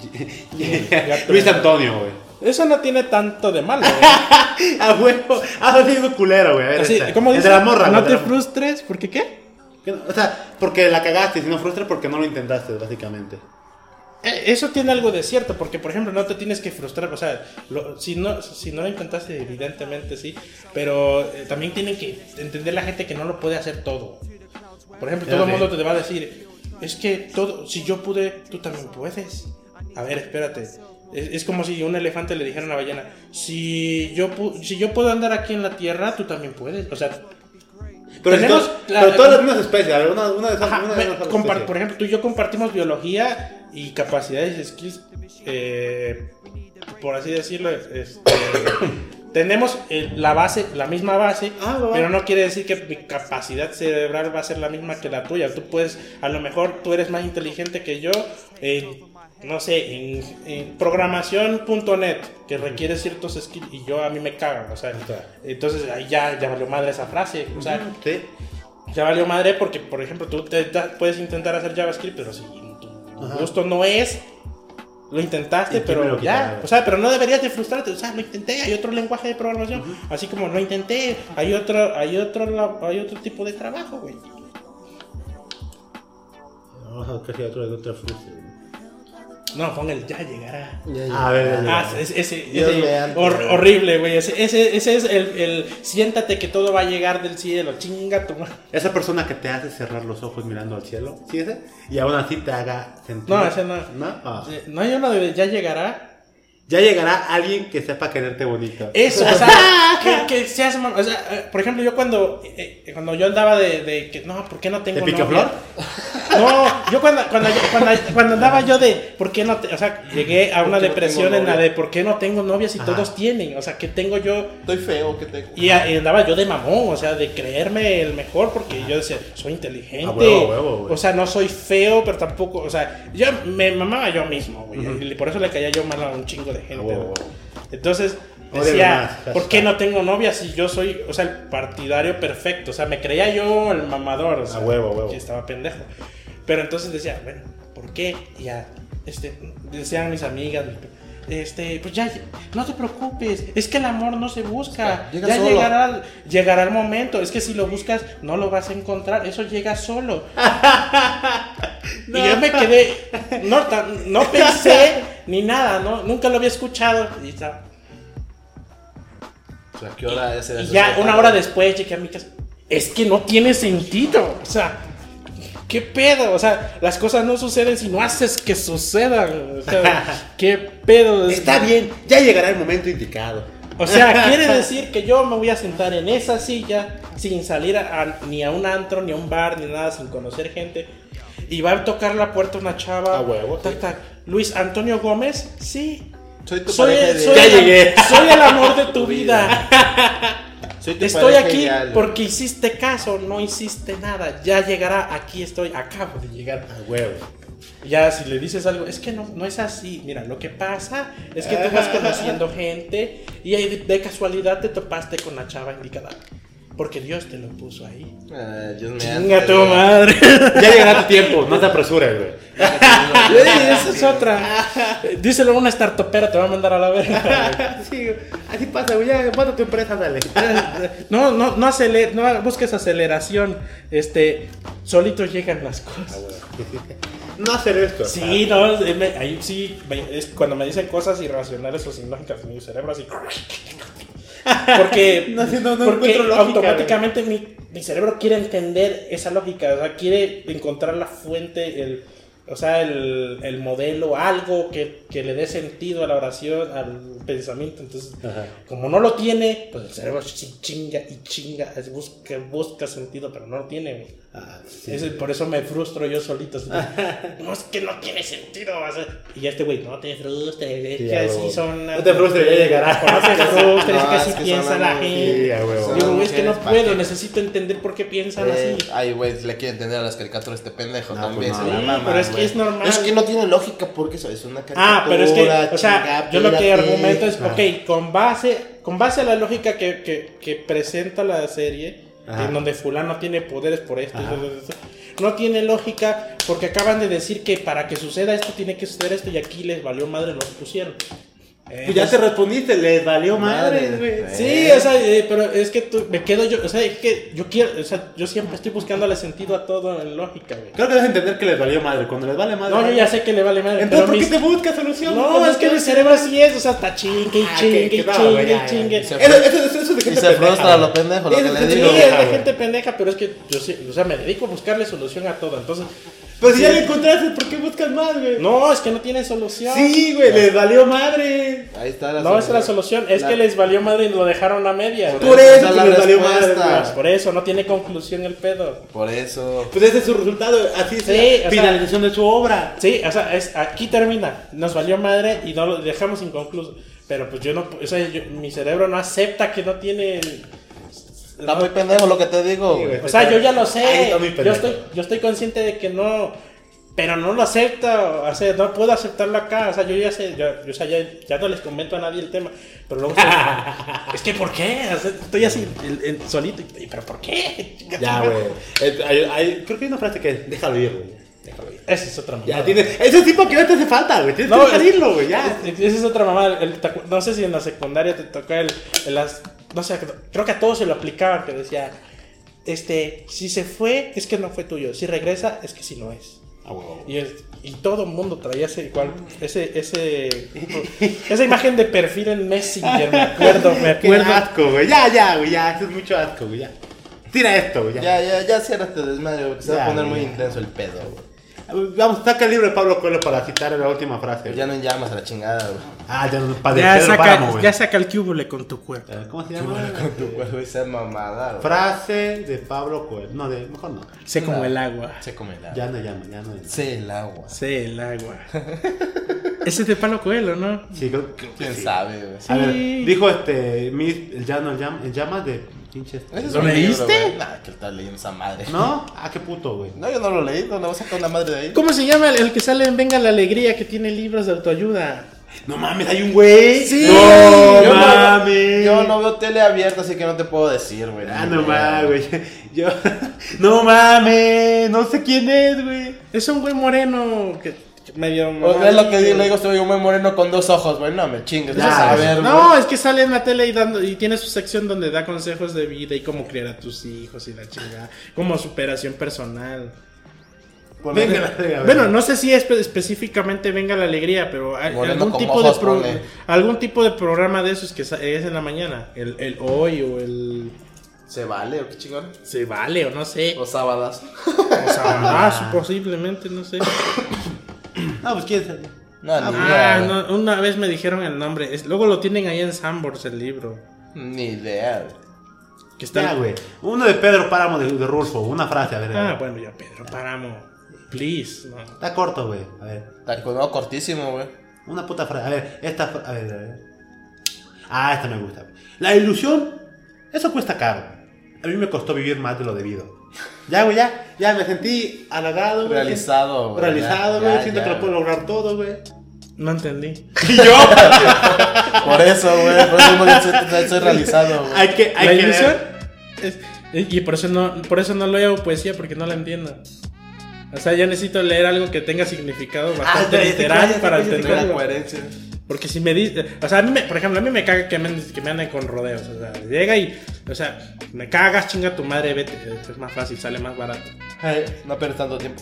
Luis Antonio, güey.
Eso no tiene tanto de malo, güey.
A huevo. Ah, sí, es culero, güey. A ver,
Así,
esta.
¿cómo
El
dice?
de la morra,
No
güey,
te
de la-
frustres, ¿por qué qué?
Que no- O sea, porque la cagaste, si no frustras porque no lo intentaste, básicamente.
Eh, Eso tiene algo de cierto, porque por ejemplo no te tienes que frustrar, o sea, lo- si no si no lo intentaste evidentemente sí, pero eh, también tienen que entender la gente que no lo puede hacer todo. Por ejemplo, todo
Ok.
el mundo te va a decir, es que todo, si yo pude, tú también puedes. A ver, espérate. Es, es como si un elefante le dijera a una ballena, si yo pu- si yo puedo andar aquí en la tierra, tú también puedes. O sea,
Pero,
Tenemos
si to-
la-
pero todas las mismas especies, a ver, una, una de esas.
ajá,
una de
me-
esas
compar-
especies.
por ejemplo, tú y yo compartimos biología y capacidades y skills, eh, por así decirlo, este, tenemos eh, la base, la misma base,
Ah, va, va.
pero no quiere decir que mi capacidad cerebral va a ser la misma que la tuya. Tú puedes, a lo mejor tú eres más inteligente que yo en, no sé, en, en programación punto net, que requiere ciertos skills y yo a mí me cagan, o sea, entonces ahí ya, ya valió madre esa frase, o sea,
Sí.
ya valió madre porque, por ejemplo, tú te, te- puedes intentar hacer JavaScript, pero si tu
Ajá.
gusto no es, lo intentaste,
¿Y quién me
pero
lo
ya,
quitará?
o sea, pero no deberías de frustrarte, o sea, lo intenté, hay otro lenguaje de programación, así como lo intenté, hay otro, hay otro, la- hay otro tipo de trabajo, güey.
Vamos a casi otro de otra fruta.
No, pon el ya llegará.
A ver, ya, ya.
Ah, ese, ese,
Dios
ese
mediante.
hor- horrible, güey. Ese, ese, ese es el, el siéntate que todo va a llegar del cielo, chinga tu madre.
Esa persona que te hace cerrar los ojos mirando al cielo, ¿sí ese? Y aún así te haga sentir.
No, ese no.
¿No? Ah.
Eh, No hay uno de ya llegará.
Ya llegará alguien que sepa quererte bonito.
Eso, o sea, que, que seas mam- o sea, eh, por ejemplo, yo cuando eh, eh, cuando yo andaba de, de que no, ¿por qué no tengo
¿De picaflor?
novia? No, yo cuando cuando, yo- cuando cuando andaba yo de ¿por qué no te, o sea, llegué a una
¿Por qué no
depresión
tengo
en la
novia?
de ¿por qué no tengo novias si
Ajá.
todos tienen? O sea, que tengo yo
Estoy feo, que tengo.
y, a- y andaba yo de mamón, o sea, de creerme el mejor porque yo decía, soy inteligente.
A huevo, a huevo, güey.
O sea, no soy feo, pero tampoco, o sea, yo me mamaba yo mismo, güey, y por eso le caía yo mal a un chingo de gente.
A huevo, a
güey.
huevo.
Entonces
Odio
decía,
más,
¿por qué no tengo novia si yo soy, o sea, el partidario perfecto? O sea, me creía yo el mamador, o sea,
A huevo, a huevo.
que estaba pendejo. Pero entonces decía, bueno, ¿por qué? Y ya, este, decían mis amigas, este, pues ya, no te preocupes, es que el amor no se busca,
Llega
ya
solo.
llegará, llegará el momento, es que si lo buscas no lo vas a encontrar, eso llega solo. No. Y yo me quedé, no, tan- no pensé ni nada, ¿no? Nunca lo había escuchado. Y, está-
O sea, ¿qué hora es?
y ya una hora después llegué a mi casa. Es que no tiene sentido, o sea, ¿qué pedo? O sea, las cosas no suceden si no haces que sucedan. O sea, ¿qué pedo?
Está bien, ya llegará el momento indicado.
O sea, quiere decir que yo me voy a sentar en esa silla sin salir a- a- ni a un antro, ni a un bar, ni nada, sin conocer gente. Y va a tocar la puerta una chava.
A huevo,
tac,
sí.
tac. Luis Antonio Gómez, sí.
Soy tu
Soy
pareja
el,
ideal.
soy,
Ya
el,
llegué.
soy el amor de tu vida.
Soy tu
Estoy
pareja
aquí
ideal.
porque hiciste caso, no hiciste nada. Ya llegará, aquí estoy, acabo de llegar.
A huevo.
Ya si le dices algo, es que no, no es así. Mira, lo que pasa es que tú vas conociendo gente y ahí de, de casualidad te topaste con la chava indicada. Porque Dios te lo puso ahí.
Ah, Dios me
Chinga tu madre.
Ya llegará tu tiempo, no te apresures, güey.
Ey, esa es otra. Díselo a una startupera, te va a mandar a la verga.
Sí, güey, así pasa, güey. Ya, manda tu empresa, dale.
No, no, no, aceler, no busques aceleración. Este, solito llegan las cosas.
No hacer esto.
Sí, no, eh, me- ahí sí, me- es cuando me dicen cosas irracionales o sin lógica, mi cerebro así. Porque,
No, sí, no, no
porque
encuentro lógica,
automáticamente mi, mi cerebro quiere entender esa lógica, o sea, quiere encontrar la fuente, el, o sea, el, el modelo, algo que, que le dé sentido a la oración, al pensamiento. Entonces,
Ajá.
como no lo tiene, pues el cerebro sí chinga y chinga, es busca, busca sentido, pero no lo tiene, güey.
Ah, sí.
Es- por eso me frustro yo solito. así de, no, es que no tiene sentido. O sea, y este güey, no te frustres. Es
Sí,
que
a
así
huevo.
son.
No te frustres, ya llegará.
No te frustres,
No,
es que
es
así
que
piensa
son
la
algo-
gente.
Sí, a huevo.
Digo,
Son
es que no
mujeres,
puedo,
¿pa' qué?
necesito entender por qué piensan
Eh,
así.
ay, güey, le quiere entender a las caricaturas este pendejo
No,
también.
pues
se
no.
la
Sí,
mama,
pero es que
güey.
es normal.
Es que no tiene lógica porque eso es una caricatura.
Ah, pero es que, o sea,
chinga,
yo lo que
espérate.
argumento es,
Ajá.
ok, con base, con base a la lógica que, que, que presenta la serie,
Ajá.
en donde fulano tiene poderes por esto, y
Ajá.
esto, esto, esto, no tiene lógica porque acaban de decir que para que suceda esto tiene que suceder esto y aquí les valió madre lo que pusieron.
Pues ya te respondiste, les valió madre,
Madre,
güey.
güey.
Sí, o sea, eh, pero es que tú, me quedo yo, o sea, es que yo quiero, o sea, yo siempre estoy buscándole sentido a todo en lógica, güey.
Creo que debes entender que les valió madre. Cuando les vale madre.
No, yo ya sé que le vale madre.
Entonces,
pero
¿por qué
mis-
te buscas solución?
No,
Cuando
es que
te-
mi cerebro así es, o sea, está chingue y
Ah,
chingue
que-
y
que no,
chingue
güey,
y
ya,
chingue.
ya.
Eso, eso, eso, eso de
Y
gente
se
pendeja,
frustra
güey.
lo pendejo, lo
Eso
que
es
le
gente
Sí,
digo.
es de
pendeja,
gente
güey.
pendeja, pero es que yo sí, o sea, me dedico a buscarle solución a todo, entonces...
Pues si
sí.
ya le encontraste, ¿por qué buscas más, güey?
No, es que no tiene solución.
Sí, güey, les valió madre.
Ahí está la
No, esa es la solución, es
La-
que les valió madre y lo dejaron a medias.
Por
Por
eso,
eso
esa es
que
la
les valió madre,
respuesta.
Pues por eso, no tiene conclusión el pedo.
Por eso.
Pues ese es su resultado, así es
Sí,
la
o sea-
finalización de su obra.
Sí, o sea, es, aquí termina, nos valió madre y no lo dejamos inconcluso. Pero pues yo no, o sea, yo- mi cerebro no acepta que no tiene...
Está muy pendejo lo que te digo.
Sí,
güey.
güey.
O sea, yo ya lo
Ahí
sé.
está mi
Yo
pendejo.
estoy, yo estoy consciente de que no. Pero no lo acepto. O sea, no puedo aceptarlo acá. O sea, yo ya sé. Yo, yo, o sea, ya, ya no les comento a nadie el tema. Pero luego. es que, ¿por qué? O sea, estoy así, el- el- solito. y- ¿Pero por qué?
Ya, güey. Eh, hay- hay- Creo que hay una frase que es, déjalo ir, güey. Déjalo ir.
Esa es otra mamada.
Ya tienes. Ese tipo que no te hace falta, güey. Tienes
No,
que dejar irlo, güey. Ya.
es- Esa es otra mamada. El- te acu- no sé si en la secundaria te tocó el. el las, no sé, creo que a todos se lo aplicaban. Que decía. Este, si se fue, es que no fue tuyo. Si regresa, es que sí lo es.
Ah, huevo.
Y, el- y todo el mundo traía ese igual, ese, ese, esa imagen de perfil en Messenger, me acuerdo, me
Qué
acuerdo.
asco, güey. Ya, ya, güey. Ya. Eso es mucho asco, güey. Ya. Tira esto, güey. Ya.
Ya, ya, ya ciérrate desmadre, güey, que se va a
Ya,
poner muy
ya.
intenso el pedo, güey.
Vamos, saca el libro de Pablo Coelho para citar la última frase.
Ya no en llamas a la chingada, güey.
Ah, ya no para
Ya
Pedro Páramo,
saca,
güey.
ya saca el cúbule con tu cuerpo.
Eh, ¿Cómo se llama?
Tu güey, esa mamada, güey.
Frase de Pablo Coelho. No, de, mejor no.
Sé como el agua.
Se come el agua.
Ya no llama, ya no llama.
Sé el agua.
Sé el agua. Ese es de Palo Coelho, ¿no?
Sí, creo, creo que
¿Quién
sí.
sabe, güey?
A ver,
Sí.
dijo este, mis, el llano, el llama, el llama de pinches.
Ese es
¿Lo
un libro,
leíste?
güey. Nah, que estás leyendo esa madre.
¿No? Ah, qué puto, güey.
No, yo no lo leí, no le voy a sacar una madre de ahí.
¿Cómo se llama el, el que sale en Venga la Alegría que tiene libros de autoayuda?
No mames, hay un güey.
Sí.
No
Yo no-
mames.
Yo no veo tele abierta, así que no te puedo decir, güey.
Ah,
Ni
no
idea.
mames, güey. Yo. No mames, no sé quién es, güey.
Es un güey moreno que medio...
O es lo que le digo, soy un buen moreno con dos ojos, güey. No me chingues.
Ya,
Eso es saber,
No,
güey.
es que sale en la tele y, dando, y tiene su sección donde da consejos de vida y cómo criar a tus hijos y la chingada. Como superación personal.
Venga, la verga,
Bueno, no sé si es espe- específicamente Venga la Alegría, pero hay-
Moreno
algún
con
tipo, de
ojos,
pro-
ponle.
algún tipo de programa de esos que sa- es en la mañana. El, el Hoy o el...
¿Se vale o qué chingón?
Se vale o no sé.
O sábadas.
O sea, ah, posiblemente, no sé.
No, pues quién sabe.
No, ni
Ah,
idea.
no, una vez me dijeron el nombre. Es- luego lo tienen ahí en Sambors, el libro.
Ni idea, güey.
Que está...
Ya, güey. Uno de Pedro Páramo de, de Rulfo, una frase, a ver. a ver.
Ah, bueno, ya Pedro Páramo. Please, no.
Está corto, güey. A ver.
Está con- no, cortísimo, güey.
Una puta frase. A ver, esta. fra- A ver, a ver. Ah, esta me gusta. La ilusión, eso cuesta caro. A mí me costó vivir más de lo debido. Ya, güey, ya. Ya me sentí halagado, güey.
Realizado, güey.
Realizado,
Ya,
güey.
ya,
Siento
ya,
que lo puedo
güey.
lograr todo, güey.
No entendí.
Y yo.
Por eso, güey. Por eso mismo soy, soy realizado, güey.
hay que, hay
La
que
ilusión
ver.
es- y por eso no por eso no leo poesía porque no la entiendo. O sea, yo necesito leer algo que tenga significado bastante
ya te
literal
callas, te
para
callas, te
Tengo la
entenderlo.
coherencia.
Porque si me dice, o sea, a mí me- por ejemplo, a mí me caga que me, anden- que me anden con rodeos, o sea, llega y, o sea, me cagas, chinga tu madre, vete, es más fácil, sale más barato.
Ay, no pierdes tanto tiempo.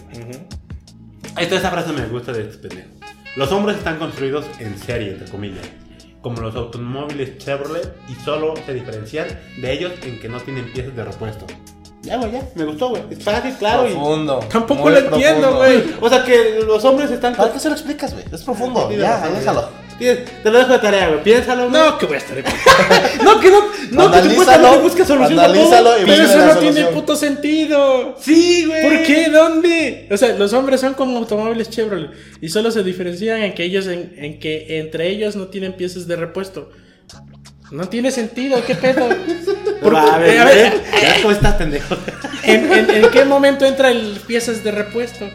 Esta esa frase me gusta de este pendejo. Los hombres están construidos en serie, entre comillas, como los automóviles Chevrolet, y solo se diferencian de ellos en que no tienen piezas de repuesto. Ya, güey, ya. Me gustó, güey. Es fácil, claro. Y...
Profundo.
Tampoco
muy
lo entiendo,
profundo.
güey.
O sea que los hombres están...
¿Para qué se lo explicas, güey? Es profundo.
Tienes
Ya,
razón, güey.
déjalo.
Tienes- Te lo dejo de tarea, güey. Piénsalo, güey.
No, que voy a estar
No, que no, no, que
Analízalo,
supuestamente busca solución a todo.
analízalo y
Pero
busca
eso
la
no
solución.
tiene puto sentido.
Sí, güey.
¿Por qué? ¿Dónde? O sea, los hombres son como automóviles Chevrolet y solo se diferencian en que ellos en, en que entre ellos no tienen piezas de repuesto. No tiene sentido, ¿qué pedo?
Por, a ver,
eh, a ver,
¿eh? ¿Ya cómo estás, pendejo?
¿En, en, en qué momento entra el piezas de repuesto?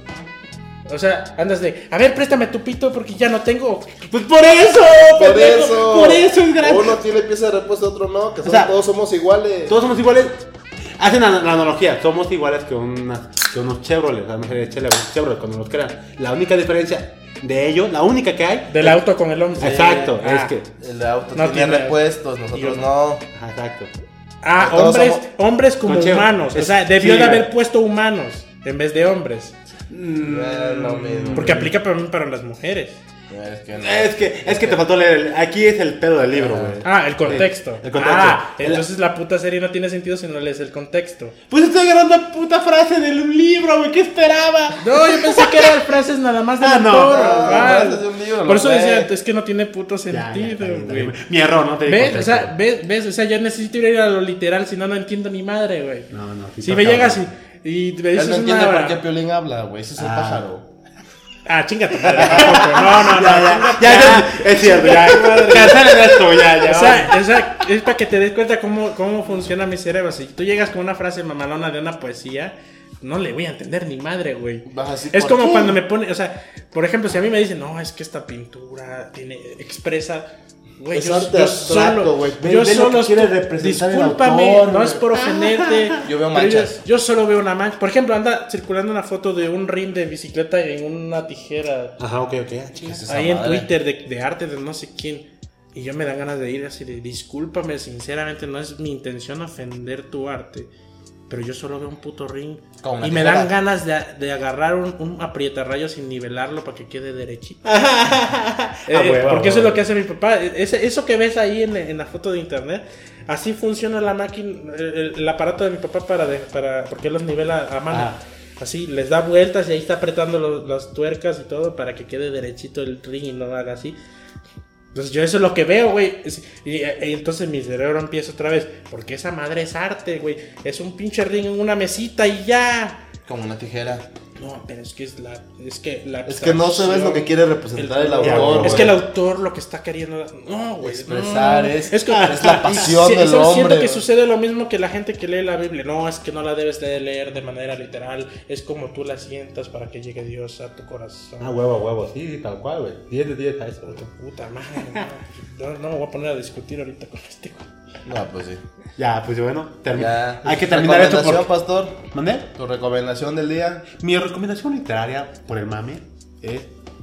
O sea, andas de, a ver, préstame tu pito porque ya no tengo.
Pues por eso,
Por
pendejo,
eso.
Por eso es gran...
Uno tiene pieza de repuesto, otro no. Que son-
sea,
todos somos iguales.
Todos somos iguales. Hacen la, la analogía, somos iguales que, una, que unos Chevrolet, las mujeres Chevrolet, Chevrolet cuando los crean. La única diferencia de ellos, la única que hay...
Del auto con el hombre.
Exacto,
Ah.
es que...
El auto
No
tiene
tiene-
repuestos, nosotros
Yo-
no.
Ajá, exacto.
Ah,
Todos
hombres,
somos-
hombres como
Con Chev-
humanos. O
es-
sea, debió
sí,
de
güey.
haber puesto humanos en vez de hombres.
Mm,
Es lo mismo.
Porque aplica para, para las mujeres.
Es que no.
Es que, es que te faltó leer, el- aquí es el pedo del libro, güey.
Ah, el contexto.
Sí, el contexto.
Ah,
El-
entonces la puta serie no tiene sentido si no lees el contexto.
Pues estoy agarrando la puta frase del libro, güey, ¿qué esperaba?
No, yo pensé que eran frases nada más del
Ah, no,
autor.
no,
Ah,
frases de un libro,
por
lo
eso
sé.
decía, es que no tiene puto
Ya, ya,
sentido,
está bien, está
güey.
bien. Mi error, no te di
¿Ves? O
contexto.
sea, ¿ves? ¿ves? O sea, yo necesito ir a lo literal, si no, no entiendo ni madre, güey.
No, no, sí
Si
está
me
cabrón.
llegas y, y me dices
Él no entiende
una
por
hora.
qué Piolín habla, güey. Ese es el
Ah.
pájaro.
Ah, chinga tu madre, tampoco. No, no, no.
Ya, ya, ya, ya, es cierto, ya. Cancelen esto, ya, ya.
O sea, o sea, es para que te des cuenta cómo, cómo funciona mi cerebro. Si tú llegas con una frase mamalona de una poesía, no le voy a entender ni madre, güey.
Vas así,
Es
¿por
como
qué?
cuando me pone, o sea, por ejemplo, si a mí me dicen, no, es que esta pintura tiene, expresa, güey,
Es
yo,
arte
yo
abstracto,
solo,
güey. Ve-
yo
ve lo
solo
que quiere
estoy-
representar el
discúlpame,
autor,
no
güey.
es por ofenderte.
Yo veo
pero
manchas.
Yo, yo solo veo una mancha. Por ejemplo, anda circulando una foto de un ring de bicicleta en una tijera.
Ajá, ok, ok.
¿Qué es esa
Ahí en
madre?
Twitter de, de arte de no sé quién. Y yo me dan ganas de ir así de discúlpame, sinceramente no es mi intención ofender tu arte. Pero yo solo veo un puto ring.
Con una
Y me
tijera.
dan ganas de, de agarrar un, un aprietarrayos y nivelarlo para que quede derechito. Eh,
Ah, huevo,
porque eso
huevo.
es lo que hace mi papá. Ese- eso que ves ahí en, en la foto de internet, así funciona la máquina, el, el aparato de mi papá para, de- para porque él los nivela a mano.
Ah.
Así, les da vueltas y ahí está apretando los- las tuercas y todo para que quede derechito el ring y no haga así. Entonces yo eso es lo que veo, güey. Es- Y, y entonces mi cerebro empieza otra vez. Porque esa madre es arte, güey. Es un pinche ring en una mesita y ya.
Como una tijera.
No, pero es que es la... Es que, la
Es que no sabes lo que quiere representar el,
color.
autor,
Es
güey.
que el autor lo que está queriendo... No, güey.
Expresar,
no.
es-
que-
es la pasión
Sí,
del
eso
hombre,
Siento que
güey.
sucede lo mismo que la gente que lee la Biblia. No, es que no la debes de leer de manera literal. Es como tú la sientas para que llegue Dios a tu corazón.
Ah, huevo, huevo, sí, tal cual, güey. diez de diez a eso, güey.
Puta madre. No, no me voy a poner a discutir ahorita con este güey.
No, pues sí.
Ya, pues bueno, termi-
Ya.
hay que terminar esto
¿Recomendación,
por...
pastor?
¿Mandé?
¿Tu recomendación del día?
Mi recomendación literaria por el mame es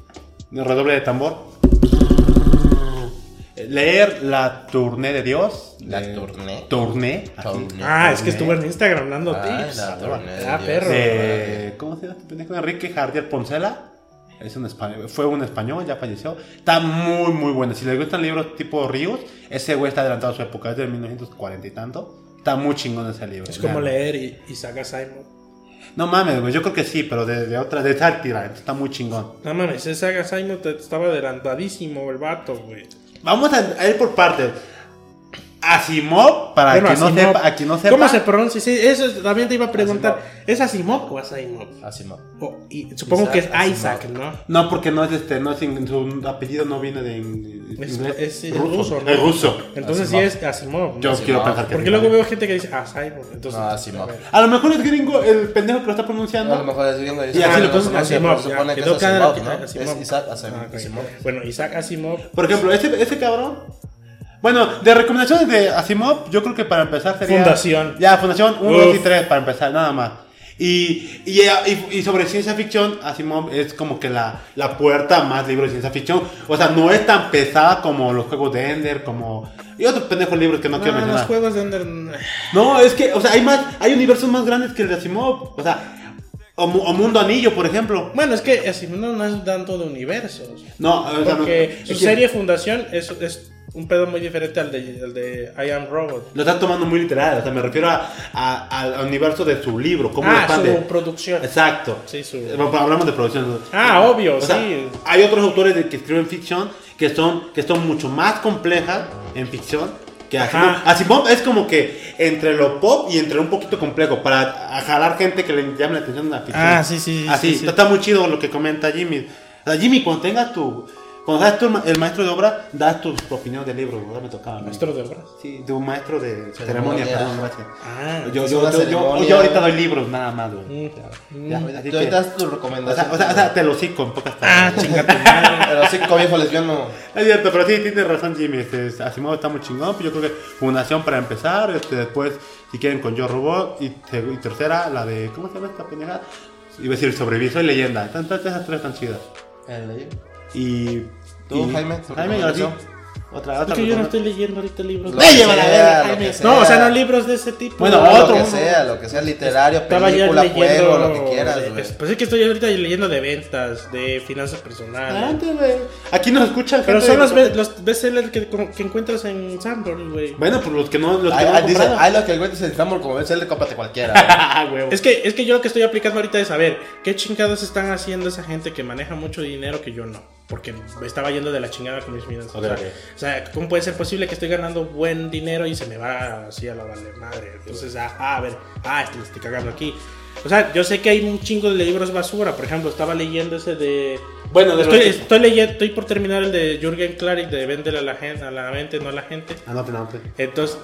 Redoble de tambor. Leer La Tournée de Dios.
La
de-
Tournée.
Tournée. así.
Tournée.
Ah, es que estuvo en Instagram dando
Ah,
tips.
la Tournée de
Ah,
Dios.
perro.
De- ¿Cómo se llama este pendejo? Enrique Jardier Poncela. Es un español, fue un español, ya falleció. Está muy, muy bueno. Si les gustan libros tipo Ríos, ese güey está adelantado a su época. Es de mil novecientos cuarenta y tanto. Está muy chingón ese libro.
Es como
Vean.
leer y, Isaac Asimov.
No mames, güey. Yo creo que sí, pero de, de otra, de sátira. Está muy chingón.
No mames, Isaac Asimov te- estaba adelantadísimo el vato, güey.
Vamos a, a ir por partes. Asimov, para
Bueno,
quien no
Asimov.
sepa, a quien no sepa.
¿Cómo se pronuncia? Sí, eso también te iba a preguntar. ¿Es Asimov o Asimov?
Asimov.
O- y supongo
Isaac
que es
Asimov.
Isaac, ¿no?
No, porque no es este, no es in- su apellido no viene de in-
Es,
inglés.
es el ruso, ¿no?
El ruso.
Entonces
Asimov.
sí es Asimov.
Yo
¿no?
Asimov.
quiero pensar que
Porque
sí.
luego veo gente que dice Asimov. Entonces,
No, Asimov.
a ver.
A lo mejor es gringo el pendejo que lo está
A
pronunciando.
lo mejor es gringo.
Y así
no
lo
se
Entonces
pronuncia,
Asimov,
pero se
ya,
supone que
quedó
es
claro
Asimov,
que
¿no?
Asimov.
Es Isaac Asimov.
Ah, ok.
Asimov.
Bueno, Isaac Asimov.
Por ejemplo, ese, ese cabrón. Bueno, de recomendaciones de Asimov, yo creo que para empezar sería.
Fundación.
Ya, Fundación uno,
Uf.
dos y tres para empezar, nada más. Y, y, y, y sobre ciencia ficción, Asimov es como que la, la puerta a más libros de ciencia ficción. O sea, no es tan pesada como los juegos de Ender, como. Y otros pendejos libros que no,
No,
quiero
los
mencionar.
juegos de Ender.
No, es que, o sea, hay más, hay universos más grandes que el de Asimov. O sea, o, Mu- o Mundo Anillo, por ejemplo.
Bueno, es que Asimov no, no es tanto de universos.
No, o sea,
Porque
no,
su
es que
serie Fundación es, es un pedo muy diferente al de, al de I Am Robot.
Lo están tomando muy literal, o sea, me refiero a, a- al universo de su libro. Cómo lo
Ah, su
expande.
producción.
Exacto.
Sí, su-
Eh, bueno, hablamos de producción. ¿no?
Ah, obvio,
O sea,
sí.
hay otros autores de- que escriben ficción que son, que son mucho más complejas en ficción que Asimov.
Ajá.
Asimov es como que entre lo pop y entre un poquito complejo para a- jalar gente que le llame la atención a la ficción.
Ah, sí, sí, sí,
Así,
sí, sí.
está muy chido lo que comenta Jimmy. O sea, Jimmy, cuando tengas tu... Cuando seas tú el ma- el maestro de obra, das tu opinión del libro. Ahora me tocaba. a mí.
Maestro de obras.
Sí, de un maestro de
Ceremonia.
ceremonia, perdón, gracias.
Ah,
Yo,
es
yo,
una
yo, yo,
ceremonia.
yo ahorita doy libros, nada más, güey.
Mm.
Ya,
Mm.
así
Tú
que-
das tu
o,
recomendación.
sea, o, sea, o sea, te lo cico en pocas
Ah,
palabras.
chingate madre.
Pero sí, como viejo lesbiano.
Es cierto, pero sí, tienes razón, Jimmy. Este, Asimov está muy chingón. Pues yo creo que Fundación para empezar. Este, después, si quieren, con Yo Robot. Y, te- y tercera, la de. ¿Cómo se llama esta pendejada? Iba a decir Sobreviso y Leyenda. Están, están- esas tres están chidas. Y.
¿Tú,
y-
Jaime, tu
Jaime, ahora sí.
recomendación?
Otra,
Es
otra.
que yo no
recomendación.
estoy leyendo ahorita libros.
Lo
¡Ve,
que
llévala,
sea,
verga,
lo
Jaime!
que sea.
No, o sea, no libros de ese tipo.
Bueno,
Lo
otro,
que
uno.
sea, lo que sea literario,
Estaba ya
película,
leyendo.
juego, lo que quieras,
de-
güey.
Pues es que estoy ahorita leyendo de ventas, de finanzas personales.
Adelante, güey. Aquí nos escuchan.
Pero
gente
son
de-
los, be- los bestsellers que, que encuentras en Sanborn, güey.
Bueno, pues los que no. Los que
Ay,
no
ay,
han
dice,
comprado.
ay, lo que encuentres en Sambor, como ves, él le cómprate cualquiera. güey.
Ah, huevo.
Es que, es que yo lo que estoy aplicando ahorita es saber qué chingados están haciendo esa gente que maneja mucho dinero que yo no. Porque me estaba yendo de la chingada con mis finanzas.
Ok,
o, sea,
ok.
o sea, ¿cómo puede ser posible que estoy ganando buen dinero y se me va así a la vale madre? Entonces, ah, ah, a ver, ah, este, le estoy cagando aquí. O sea, yo sé que hay un chingo de libros basura. Por ejemplo, estaba leyendo ese de.
Bueno, de
Estoy,
los que-
estoy leyendo, estoy por terminar el de Jürgen Klarik de Véndele a la gente, a la mente, no a la gente.
Anote, anote.
Entonces,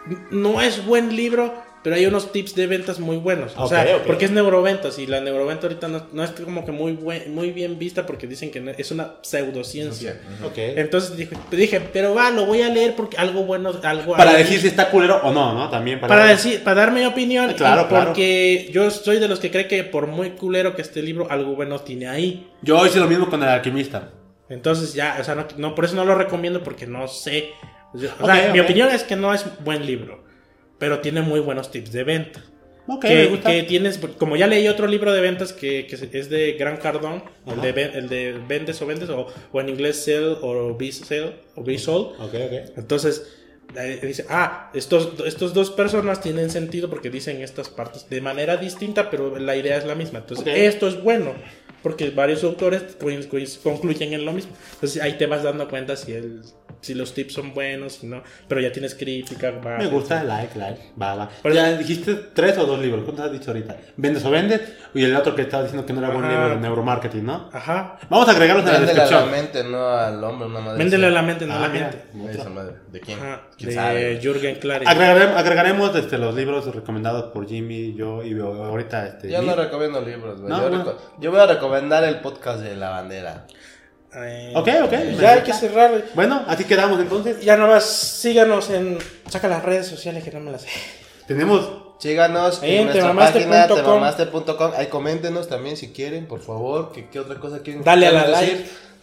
no es buen libro, pero hay unos tips de ventas muy buenos. O
Ok,
sea,
ok.
porque es neuroventas y la neuroventa ahorita no, no es como que muy buen, muy bien vista porque dicen que no- es una pseudociencia.
Ok.
Entonces dije, dije, pero va, lo voy a leer porque algo bueno, algo
Para
ahí.
decir si está culero o no, ¿no? También para,
Para decir, para dar mi opinión,
Ah, claro,
y porque yo soy de los que cree que por muy culero que este libro, algo bueno tiene ahí.
Yo hice lo mismo con el alquimista.
Entonces ya, o sea, no, no por eso no lo recomiendo porque no sé. O sea,
Ok,
mi
ok.
opinión es que no es buen libro, pero tiene muy buenos tips de venta.
Ok, me
que,
gusta.
que tienes, como ya leí otro libro de ventas que, que es de Grant Cardone, el de, ven- el de vendes o vendes, o, o en inglés sell o be sell o be sold.
Ok, ok.
Entonces eh, dice, ah, estos, estos dos personas tienen sentido porque dicen estas partes de manera distinta, pero la idea es la misma. Entonces,
Ok.
esto es bueno, porque varios autores pues, pues, concluyen en lo mismo. Entonces, ahí te vas dando cuenta si, el, si los tips son buenos, si no, pero ya tienes crítica. Va,
Me gusta, like, like, va, va.
Pero-
ya dijiste tres o dos libros, ¿cuántos has dicho ahorita? ¿Vendes o vendes? Y el otro que estaba diciendo que no era buen
Ajá.
libro de neuromarketing, ¿no?
Ajá.
Vamos a agregarlos en la
Véndele a la
descripción.
mente, no al hombre, una madre.
Véndele a
así.
la mente, no a
Ah,
la
mira.
mente.
Esa madre. ¿De quién?
Ajá,
¿Quién
de
sabe?
Jürgen Klarik.
Agregaremos, agregaremos este, los libros recomendados por Jimmy, yo y ahorita este.
Yo no
Lee.
recomiendo libros, güey.
No,
yo,
bueno.
reco- yo voy a recomendar el podcast de La Bandera.
Eh,
Ok, ok.
Ya hay que cerrar.
Bueno, así quedamos entonces.
Ya nomás síganos en. Saca las redes sociales que no me las sé.
Tenemos.
Síganos
Ahí
en
en
nuestra
temamaste
página
punto com.
temamaste punto com. Ahí coméntenos también si quieren, por favor. ¿Qué, qué otra cosa quieren
Dale a la
decir?
like.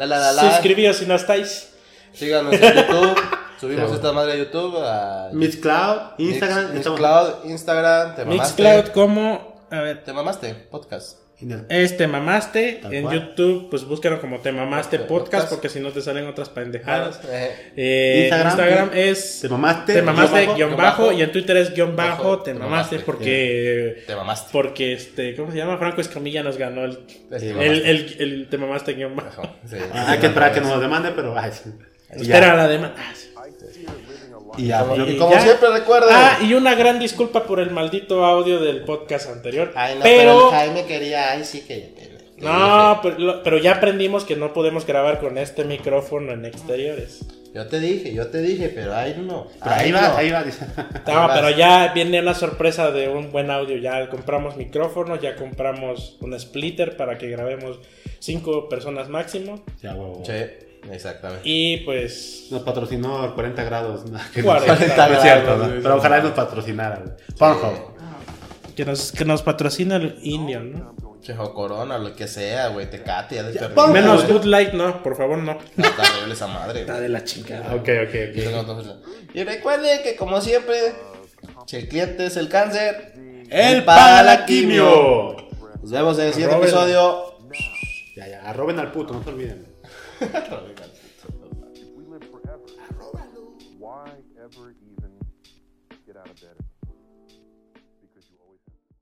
Dale a la like.
Suscribíos si no estáis.
Síganos en YouTube. Subimos
Claro.
esta madre a YouTube. A
Mixcloud, Instagram.
Mix-
estamos-
Mixcloud, Instagram. Te mamaste.
Mixcloud como... A ver,
Te mamaste. Podcast.
en el-
es Te Mamaste.
Tal
En
cual.
YouTube, pues búscalo como Te Mamaste
Podcast.
Podcast, porque si no te salen otras pendejadas.
Eh,
Eh,
Instagram,
Instagram,
¿qué?
es
Te mamaste.
Te Mamaste
guión bajo.
guión
guión
bajo,
bajo,
y en Twitter es guión
bajo,
bajo Te
Te
Mamaste
Mamaste.
porque
Te mamaste.
porque este ¿cómo se llama? Franco Escamilla nos ganó el
Te
el,
mamaste.
el, el Te Mamaste guión bajo.
Sí,
Ah,
sí,
hay que esperar
no,
que
no,
nos demande, pero. Ay, sí. Y
Espera
ya.
la demanda. Ah, sí.
Y ya.
Como,
yo-
Y
como
ya.
siempre recuerden.
Ah, y una gran disculpa por el maldito audio del podcast anterior.
Ay, no,
pero,
pero el Jaime quería. Ay, sí que.
no, pero, lo- pero ya aprendimos que no podemos grabar con este micrófono en exteriores.
Yo te dije, yo te dije, pero ahí no.
Pero ahí va, ahí va. dice.
No,
vas.
pero ya viene una sorpresa de un buen audio. Ya compramos micrófono, ya compramos un splitter para que grabemos cinco personas máximo.
Ya, huevo.
Sí, exactamente.
Y pues.
Nos patrocinó el cuarenta grados. No, que
cuarenta
no, no es cierto,
grados,
¿no?
sí,
Pero
sí.
ojalá nos patrocinara. güey. Pornhub.
Que nos, que nos patrocina el indio, ¿no?
Chejo Corona, lo que sea, güey. Tecate, ya de terrible.
ponme-
Menos
güey.
Good Light, no, por favor, no.
No, está horrible esa madre.
Está
güey.
de la chingada.
Ok, ok,
Y
ok.
tengo entonces- Y recuerden que, como siempre, si el cliente es el cáncer,
¡El palaquimio!
Nos vemos en el siguiente
Arróbenlo.
episodio.
Ya, ya. Arroben al puto, no se olviden.